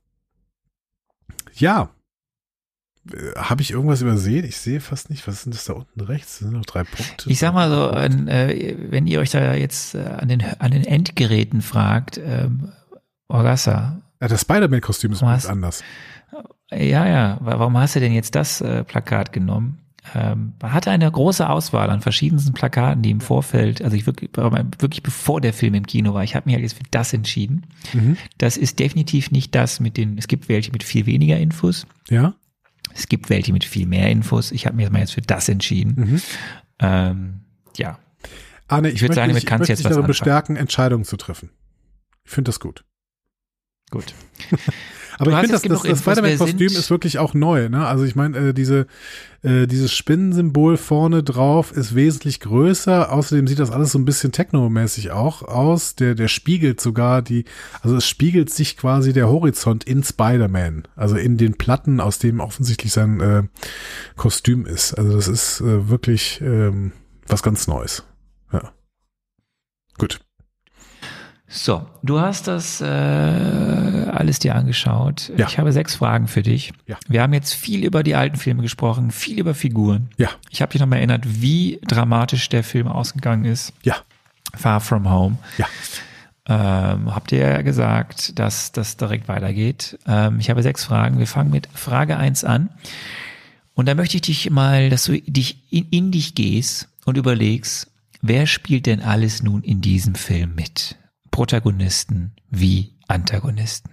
ja, habe ich irgendwas übersehen? Ich sehe fast nicht. Was ist denn das da unten rechts? Das sind noch drei Punkte. Ich sag mal so, äh, wenn ihr euch da jetzt äh, an den an den Endgeräten fragt, ähm, Orgassa. Ja, das Spider-Man-Kostüm ist Was? anders. Ja, ja. Warum hast du denn jetzt das äh, Plakat genommen? Ähm, man hatte eine große Auswahl an verschiedensten Plakaten, die im Vorfeld, also ich wirklich, wirklich bevor der Film im Kino war, ich habe mich halt jetzt für das entschieden. Mhm. Das ist definitiv nicht das mit den, es gibt welche mit viel weniger Infos. Ja. Es gibt welche mit viel mehr Infos. Ich habe mich mal jetzt für das entschieden. Mhm. Ähm, ja. Arne, ich, Ich würd möchte sagen, damit dich, kannst du möchte jetzt dich was darin anfangen. bestärken, Entscheidungen zu treffen. Ich finde das gut. Gut. Aber Du ich hast finde, das, jetzt genug das, das Infos, wer Spider-Man-Kostüm sind- ist wirklich auch neu. Ne? Also ich meine, äh, diese äh, dieses Spinnensymbol vorne drauf ist wesentlich größer. Außerdem sieht das alles so ein bisschen technomäßig auch aus. Der der spiegelt sogar die, also es spiegelt sich quasi der Horizont in Spider-Man. Also in den Platten, aus dem offensichtlich sein äh, Kostüm ist. Also das ist äh, wirklich ähm, was ganz Neues. Ja. Gut. So, du hast das äh, alles dir angeschaut. Ja. Ich habe sechs Fragen für dich. Ja. Wir haben jetzt viel über die alten Filme gesprochen, viel über Figuren. Ja. Ich habe dich nochmal erinnert, wie dramatisch der Film ausgegangen ist. Ja. Far From Home. Ja. Ähm, habt ihr ja gesagt, dass das direkt weitergeht. Ähm, ich habe sechs Fragen. Wir fangen mit Frage eins an. Und da möchte ich dich mal, dass du dich in, in dich gehst und überlegst, wer spielt denn alles nun in diesem Film mit? Protagonisten wie Antagonisten.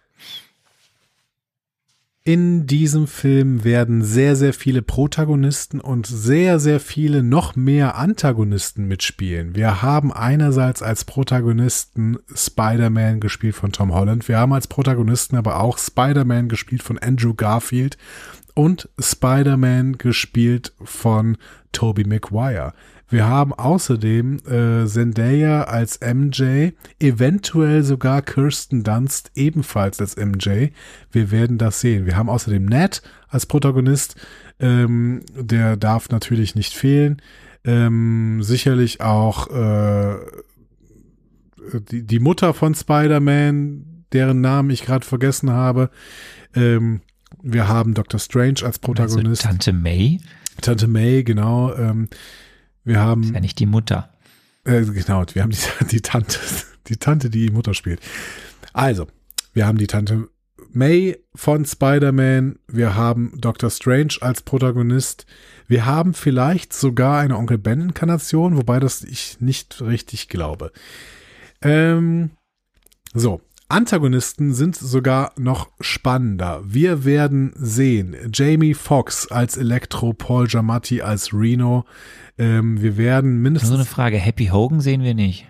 In diesem Film werden sehr, sehr viele Protagonisten und sehr, sehr viele noch mehr Antagonisten mitspielen. Wir haben einerseits als Protagonisten Spider-Man gespielt von Tom Holland. Wir haben als Protagonisten aber auch Spider-Man gespielt von Andrew Garfield und Spider-Man gespielt von Tobey Maguire. Wir haben außerdem äh, Zendaya als M J, eventuell sogar Kirsten Dunst ebenfalls als M J. Wir werden das sehen. Wir haben außerdem Ned als Protagonist. Ähm, der darf natürlich nicht fehlen. Ähm, sicherlich auch äh, die, die Mutter von Spider-Man, deren Namen ich gerade vergessen habe. Ähm, wir haben Doctor Strange als Protagonist. Also Tante May? Tante May, genau. Ähm, Wir haben, Ist ja nicht die Mutter. äh, genau, wir haben die, die Tante, die Tante, die Mutter spielt. Also, wir haben die Tante May von Spider-Man, wir haben Doctor Strange als Protagonist, wir haben vielleicht sogar eine Onkel Ben-Inkarnation, wobei das ich nicht richtig glaube. Ähm, so, Antagonisten sind sogar noch spannender. Wir werden sehen Jamie Foxx als Electro, Paul Giamatti als Reno. Ähm, wir werden mindestens... So eine Frage, Happy Hogan sehen wir nicht.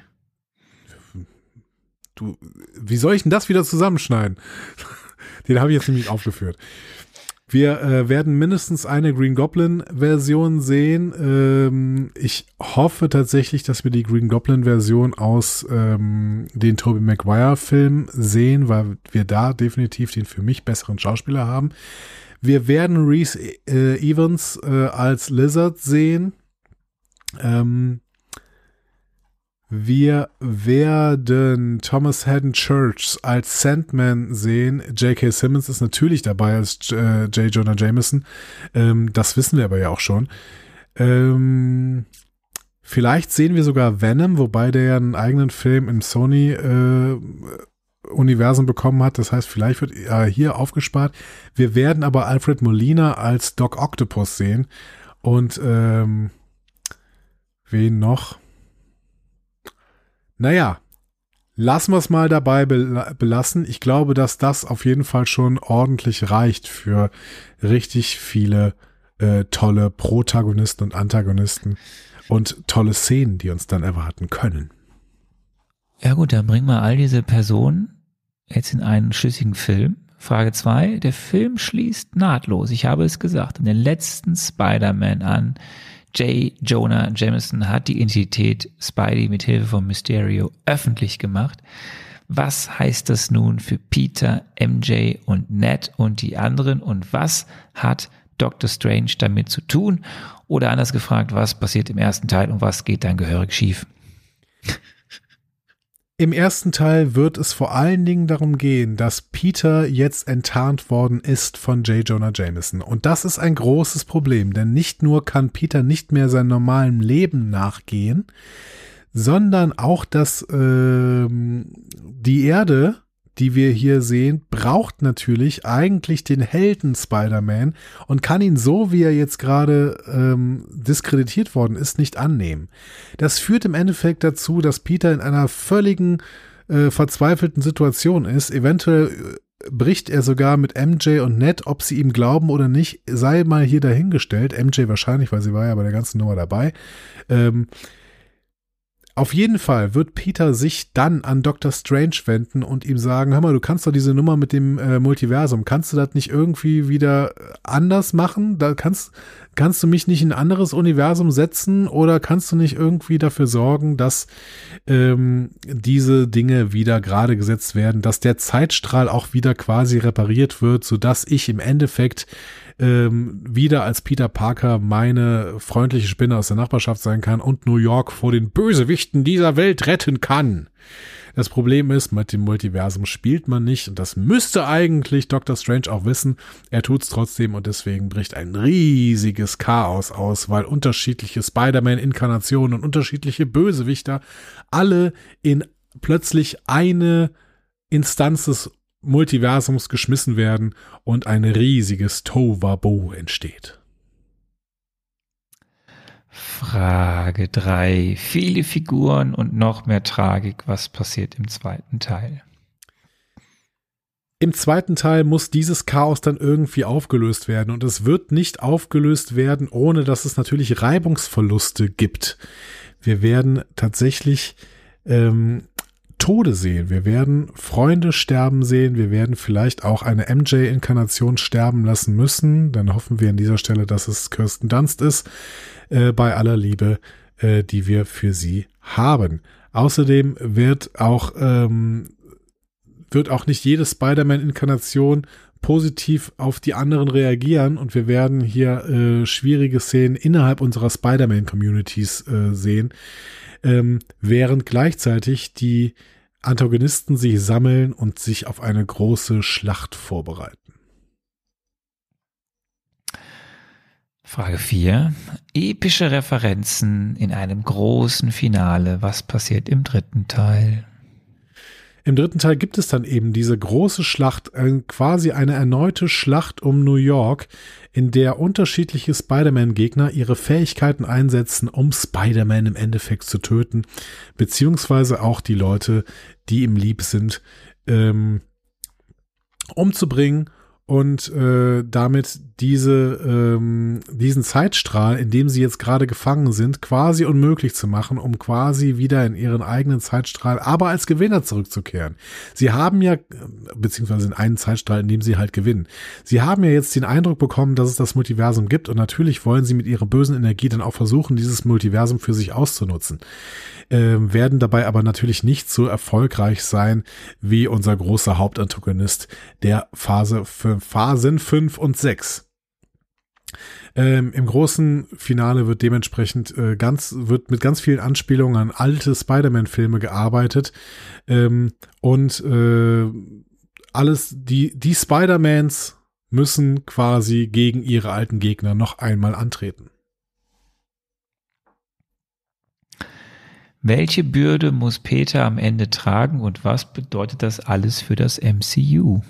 Du, wie soll ich denn das wieder zusammenschneiden? Den habe ich jetzt nämlich aufgeführt. Wir äh, werden mindestens eine Green Goblin-Version sehen. Ähm, ich hoffe tatsächlich, dass wir die Green Goblin-Version aus ähm, den Tobey Maguire-Filmen sehen, weil wir da definitiv den für mich besseren Schauspieler haben. Wir werden Reese äh, Evans äh, als Lizard sehen. Ähm, Wir werden Thomas Haden Church als Sandman sehen. J K. Simmons ist natürlich dabei als äh, J. Jonah Jameson. Ähm, das wissen wir aber ja auch schon. Ähm, vielleicht sehen wir sogar Venom, wobei der ja einen eigenen Film im Sony-Universum äh, bekommen hat. Das heißt, vielleicht wird er hier aufgespart. Wir werden aber Alfred Molina als Doc Octopus sehen. Und ähm, wen noch? Naja, lassen wir es mal dabei belassen. Ich glaube, dass das auf jeden Fall schon ordentlich reicht für richtig viele äh, tolle Protagonisten und Antagonisten und tolle Szenen, die uns dann erwarten können. Ja gut, dann bringen wir all diese Personen jetzt in einen schlüssigen Film. Frage zwei, der Film schließt nahtlos, ich habe es gesagt, an den letzten Spider-Man an. J. Jonah Jameson hat die Identität Spidey mit Hilfe von Mysterio öffentlich gemacht. Was heißt das nun für Peter, M J und Ned und die anderen? Und was hat Doctor Strange damit zu tun? Oder anders gefragt, was passiert im ersten Teil und was geht dann gehörig schief? Im ersten Teil wird es vor allen Dingen darum gehen, dass Peter jetzt enttarnt worden ist von J. Jonah Jameson. Und das ist ein großes Problem, denn nicht nur kann Peter nicht mehr seinem normalen Leben nachgehen, sondern auch, dass ähm, die Erde, die wir hier sehen, braucht natürlich eigentlich den Helden Spider-Man und kann ihn so, wie er jetzt gerade ähm, diskreditiert worden ist, nicht annehmen. Das führt im Endeffekt dazu, dass Peter in einer völligen äh, verzweifelten Situation ist. Eventuell äh, bricht er sogar mit M J und Ned, ob sie ihm glauben oder nicht, sei mal hier dahingestellt. M J wahrscheinlich, weil sie war ja bei der ganzen Nummer dabei. Ähm, Auf jeden Fall wird Peter sich dann an Doctor Strange wenden und ihm sagen, hör mal, du kannst doch diese Nummer mit dem äh, Multiversum, kannst du das nicht irgendwie wieder anders machen? Da kannst, kannst du mich nicht in ein anderes Universum setzen oder kannst du nicht irgendwie dafür sorgen, dass ähm, diese Dinge wieder gerade gesetzt werden, dass der Zeitstrahl auch wieder quasi repariert wird, sodass ich im Endeffekt Ähm, wieder als Peter Parker meine freundliche Spinne aus der Nachbarschaft sein kann und New York vor den Bösewichten dieser Welt retten kann. Das Problem ist, mit dem Multiversum spielt man nicht und das müsste eigentlich Doctor Strange auch wissen. Er tut's trotzdem und deswegen bricht ein riesiges Chaos aus, weil unterschiedliche Spider-Man-Inkarnationen und unterschiedliche Bösewichter alle in plötzlich eine Instanz des Multiversums geschmissen werden und ein riesiges Tohuwabohu entsteht. Frage drei. Viele Figuren und noch mehr Tragik. Was passiert im zweiten Teil? Im zweiten Teil muss dieses Chaos dann irgendwie aufgelöst werden und es wird nicht aufgelöst werden, ohne dass es natürlich Reibungsverluste gibt. Wir werden tatsächlich ähm, Tode sehen. Wir werden Freunde sterben sehen. Wir werden vielleicht auch eine M J-Inkarnation sterben lassen müssen. Dann hoffen wir an dieser Stelle, dass es Kirsten Dunst ist, äh, bei aller Liebe, äh, die wir für sie haben. Außerdem wird auch, ähm, wird auch nicht jede Spider-Man-Inkarnation positiv auf die anderen reagieren und wir werden hier äh, schwierige Szenen innerhalb unserer Spider-Man-Communities äh, sehen. Ähm, während gleichzeitig die Antagonisten sich sammeln und sich auf eine große Schlacht vorbereiten. Frage vier. Epische Referenzen in einem großen Finale. Was passiert im dritten Teil? Im dritten Teil gibt es dann eben diese große Schlacht, äh, quasi eine erneute Schlacht um New York, in der unterschiedliche Spider-Man-Gegner ihre Fähigkeiten einsetzen, um Spider-Man im Endeffekt zu töten, beziehungsweise auch die Leute, die ihm lieb sind, ähm, umzubringen und äh, damit diese, ähm, diesen Zeitstrahl, in dem sie jetzt gerade gefangen sind, quasi unmöglich zu machen, um quasi wieder in ihren eigenen Zeitstrahl, aber als Gewinner zurückzukehren. Sie haben ja, beziehungsweise in einen Zeitstrahl, in dem sie halt gewinnen. Sie haben ja jetzt den Eindruck bekommen, dass es das Multiversum gibt und natürlich wollen sie mit ihrer bösen Energie dann auch versuchen, dieses Multiversum für sich auszunutzen. Ähm, werden dabei aber natürlich nicht so erfolgreich sein wie unser großer Hauptantagonist der Phase fünf, Phasen fünf und sechs. Ähm, im großen Finale wird dementsprechend äh, ganz, wird mit ganz vielen Anspielungen an alte Spider-Man-Filme gearbeitet ähm, und äh, alles, die, die Spider-Mans müssen quasi gegen ihre alten Gegner noch einmal antreten. Welche Bürde muss Peter am Ende tragen und was bedeutet das alles für das M C U?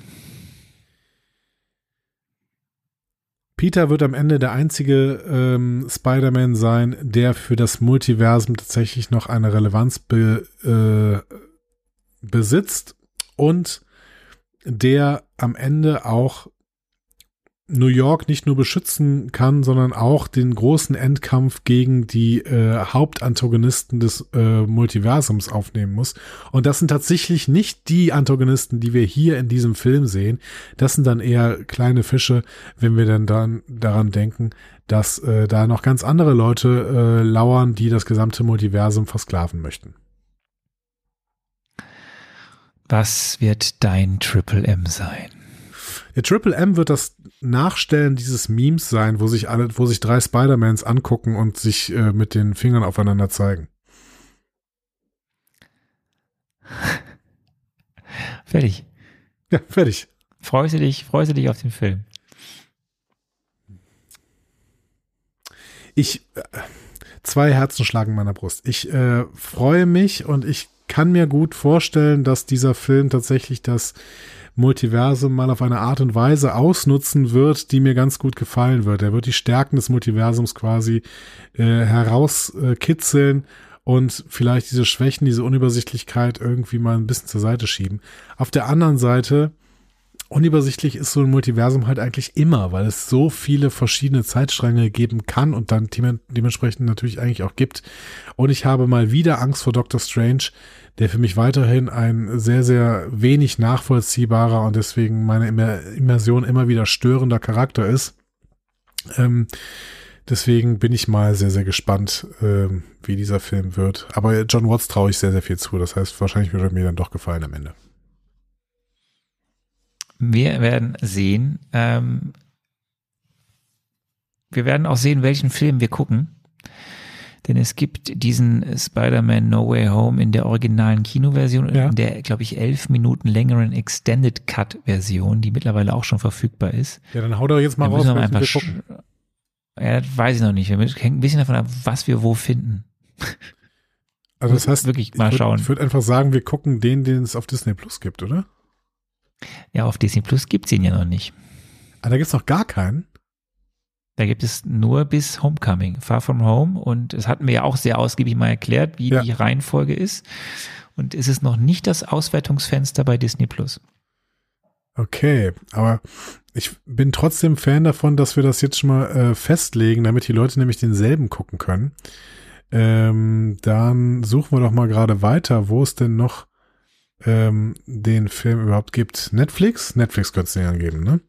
Peter wird am Ende der einzige ähm, Spider-Man sein, der für das Multiversum tatsächlich noch eine Relevanz be, äh, besitzt und der am Ende auch New York nicht nur beschützen kann, sondern auch den großen Endkampf gegen die äh, Hauptantagonisten des äh, Multiversums aufnehmen muss. Und das sind tatsächlich nicht die Antagonisten, die wir hier in diesem Film sehen. Das sind dann eher kleine Fische, wenn wir dann, dann daran denken, dass äh, da noch ganz andere Leute äh, lauern, die das gesamte Multiversum versklaven möchten. Was wird dein Triple M sein? Der Triple M wird das Nachstellen dieses Memes sein, wo sich alle, wo sich drei Spider-Mans angucken und sich äh, mit den Fingern aufeinander zeigen. Fertig. Ja, fertig. Freust du dich, freust du dich auf den Film? Ich, äh, zwei Herzen schlagen in meiner Brust. Ich äh, freue mich und ich kann mir gut vorstellen, dass dieser Film tatsächlich das Multiversum mal auf eine Art und Weise ausnutzen wird, die mir ganz gut gefallen wird. Er wird die Stärken des Multiversums quasi äh, herauskitzeln und vielleicht diese Schwächen, diese Unübersichtlichkeit irgendwie mal ein bisschen zur Seite schieben. Auf der anderen Seite, unübersichtlich ist so ein Multiversum halt eigentlich immer, weil es so viele verschiedene Zeitstränge geben kann und dann dementsprechend natürlich eigentlich auch gibt. Und ich habe mal wieder Angst vor Doctor Strange, der für mich weiterhin ein sehr, sehr wenig nachvollziehbarer und deswegen meine Immersion immer wieder störender Charakter ist. Ähm, deswegen bin ich mal sehr, sehr gespannt, ähm, wie dieser Film wird. Aber John Watts traue ich sehr, sehr viel zu. Das heißt, wahrscheinlich wird er mir dann doch gefallen am Ende. Wir werden sehen. Ähm, wir werden auch sehen, welchen Film wir gucken. Denn es gibt diesen Spider-Man No Way Home in der originalen Kinoversion, ja. in der, glaube ich, elf Minuten längeren Extended Cut Version, die mittlerweile auch schon verfügbar ist. Ja, dann hau doch jetzt mal da raus, wir wir wir gucken. Ja, das weiß ich noch nicht. Wir hängt ein bisschen davon ab, was wir wo finden. Also das heißt, wirklich mal ich würd, schauen. Ich würde einfach sagen, wir gucken den, den es auf Disney Plus gibt, oder? Ja, auf Disney Plus gibt's ihn ja noch nicht. Ah, da gibt's noch gar keinen? Da gibt es nur bis Homecoming, Far From Home. Und das hatten wir ja auch sehr ausgiebig mal erklärt, wie ja. die Reihenfolge ist. Und es ist noch nicht das Auswertungsfenster bei Disney Plus. Okay, aber ich bin trotzdem Fan davon, dass wir das jetzt schon mal äh, festlegen, damit die Leute nämlich denselben gucken können. Ähm, dann suchen wir doch mal gerade weiter, wo es denn noch ähm, den Film überhaupt gibt. Netflix? Netflix könnte es den angeben, ne?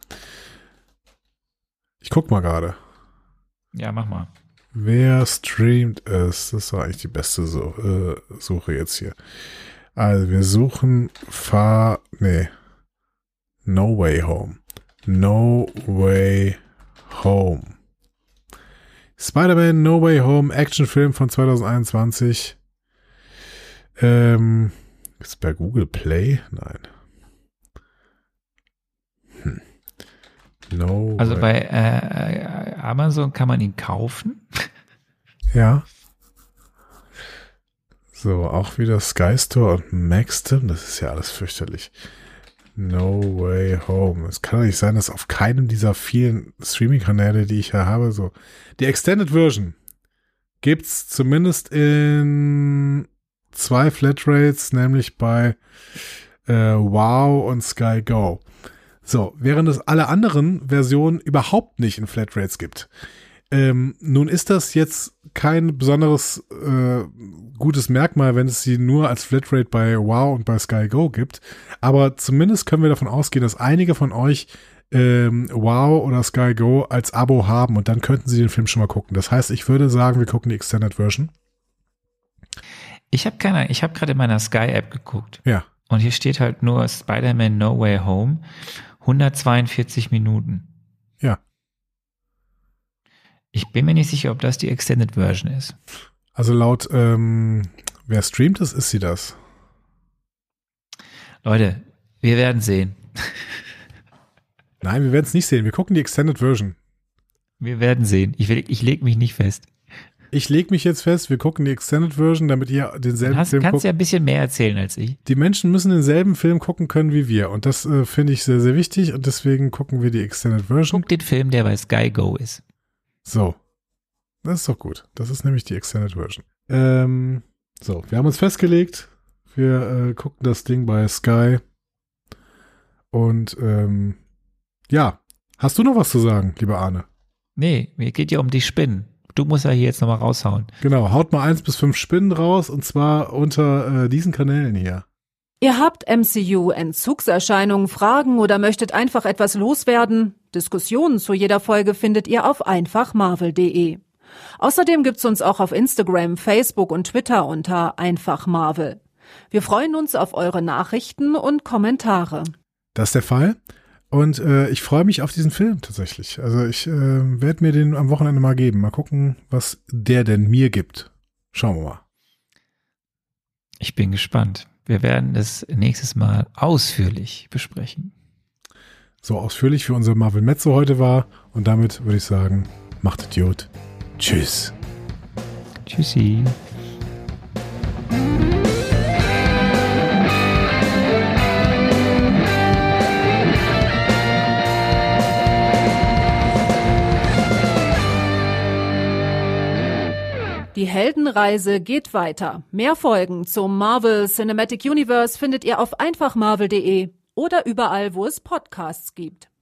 Ich guck mal gerade. Ja, mach mal. Wer streamt es? Das war eigentlich die beste so, äh, Suche jetzt hier. Also wir suchen Far, nee, No Way Home. No Way Home. Spider-Man No Way Home, Actionfilm von zwanzig einundzwanzig. Ähm, ist bei Google Play? Nein. Hm. No also way. bei äh, Amazon kann man ihn kaufen. Ja. So, auch wieder Sky Store und Maxdom. Das ist ja alles fürchterlich. No Way Home. Es kann doch nicht sein, dass auf keinem dieser vielen Streaming-Kanäle, die ich hier habe, so. Die Extended Version gibt's zumindest in zwei Flatrates, nämlich bei äh, Wow und Sky Go. So, während es alle anderen Versionen überhaupt nicht in Flatrates gibt. Ähm, nun ist das jetzt kein besonderes äh, gutes Merkmal, wenn es sie nur als Flatrate bei Wow und bei Sky Go gibt. Aber zumindest können wir davon ausgehen, dass einige von euch ähm, Wow oder Sky Go als Abo haben und dann könnten sie den Film schon mal gucken. Das heißt, ich würde sagen, wir gucken die Extended Version. Ich habe keine, ich habe gerade in meiner Sky-App geguckt. Ja. Und hier steht halt nur Spider-Man No Way Home, hundertzweiundvierzig Minuten. Ja. Ich bin mir nicht sicher, ob das die Extended Version ist. Also laut, ähm, wer streamt das, ist sie das. Leute, wir werden sehen. Nein, wir werden es nicht sehen. Wir gucken die Extended Version. Wir werden sehen. Ich, will, ich lege mich nicht fest. Ich lege mich jetzt fest, wir gucken die Extended Version, damit ihr denselben hast, Film guckt. Du kannst ja ein bisschen mehr erzählen als ich. Die Menschen müssen denselben Film gucken können wie wir. Und das äh, finde ich sehr, sehr wichtig. Und deswegen gucken wir die Extended Version. Guck den Film, der bei Sky Go ist. So. Das ist doch gut. Das ist nämlich die Extended Version. Ähm, so, wir haben uns festgelegt. Wir äh, gucken das Ding bei Sky. Und ähm, ja. Hast du noch was zu sagen, lieber Arne? Nee, mir geht ja um die Spinnen. Du musst ja hier jetzt nochmal raushauen. Genau, haut mal eins bis fünf Spinnen raus und zwar unter äh, diesen Kanälen hier. Ihr habt M C U-Entzugserscheinungen, Fragen oder möchtet einfach etwas loswerden? Diskussionen zu jeder Folge findet ihr auf einfach marvel punkt de. Außerdem gibt's uns auch auf Instagram, Facebook und Twitter unter einfachmarvel. Wir freuen uns auf eure Nachrichten und Kommentare. Das ist der Fall. Und äh, ich freue mich auf diesen Film tatsächlich. Also ich äh, werde mir den am Wochenende mal geben. Mal gucken, was der denn mir gibt. Schauen wir mal. Ich bin gespannt. Wir werden es nächstes Mal ausführlich besprechen. So ausführlich wie unser Marvel Mezzo heute war. Und damit würde ich sagen, macht es gut. Tschüss. Tschüssi. Die Heldenreise geht weiter. Mehr Folgen zum Marvel Cinematic Universe findet ihr auf einfach marvel punkt de oder überall, wo es Podcasts gibt.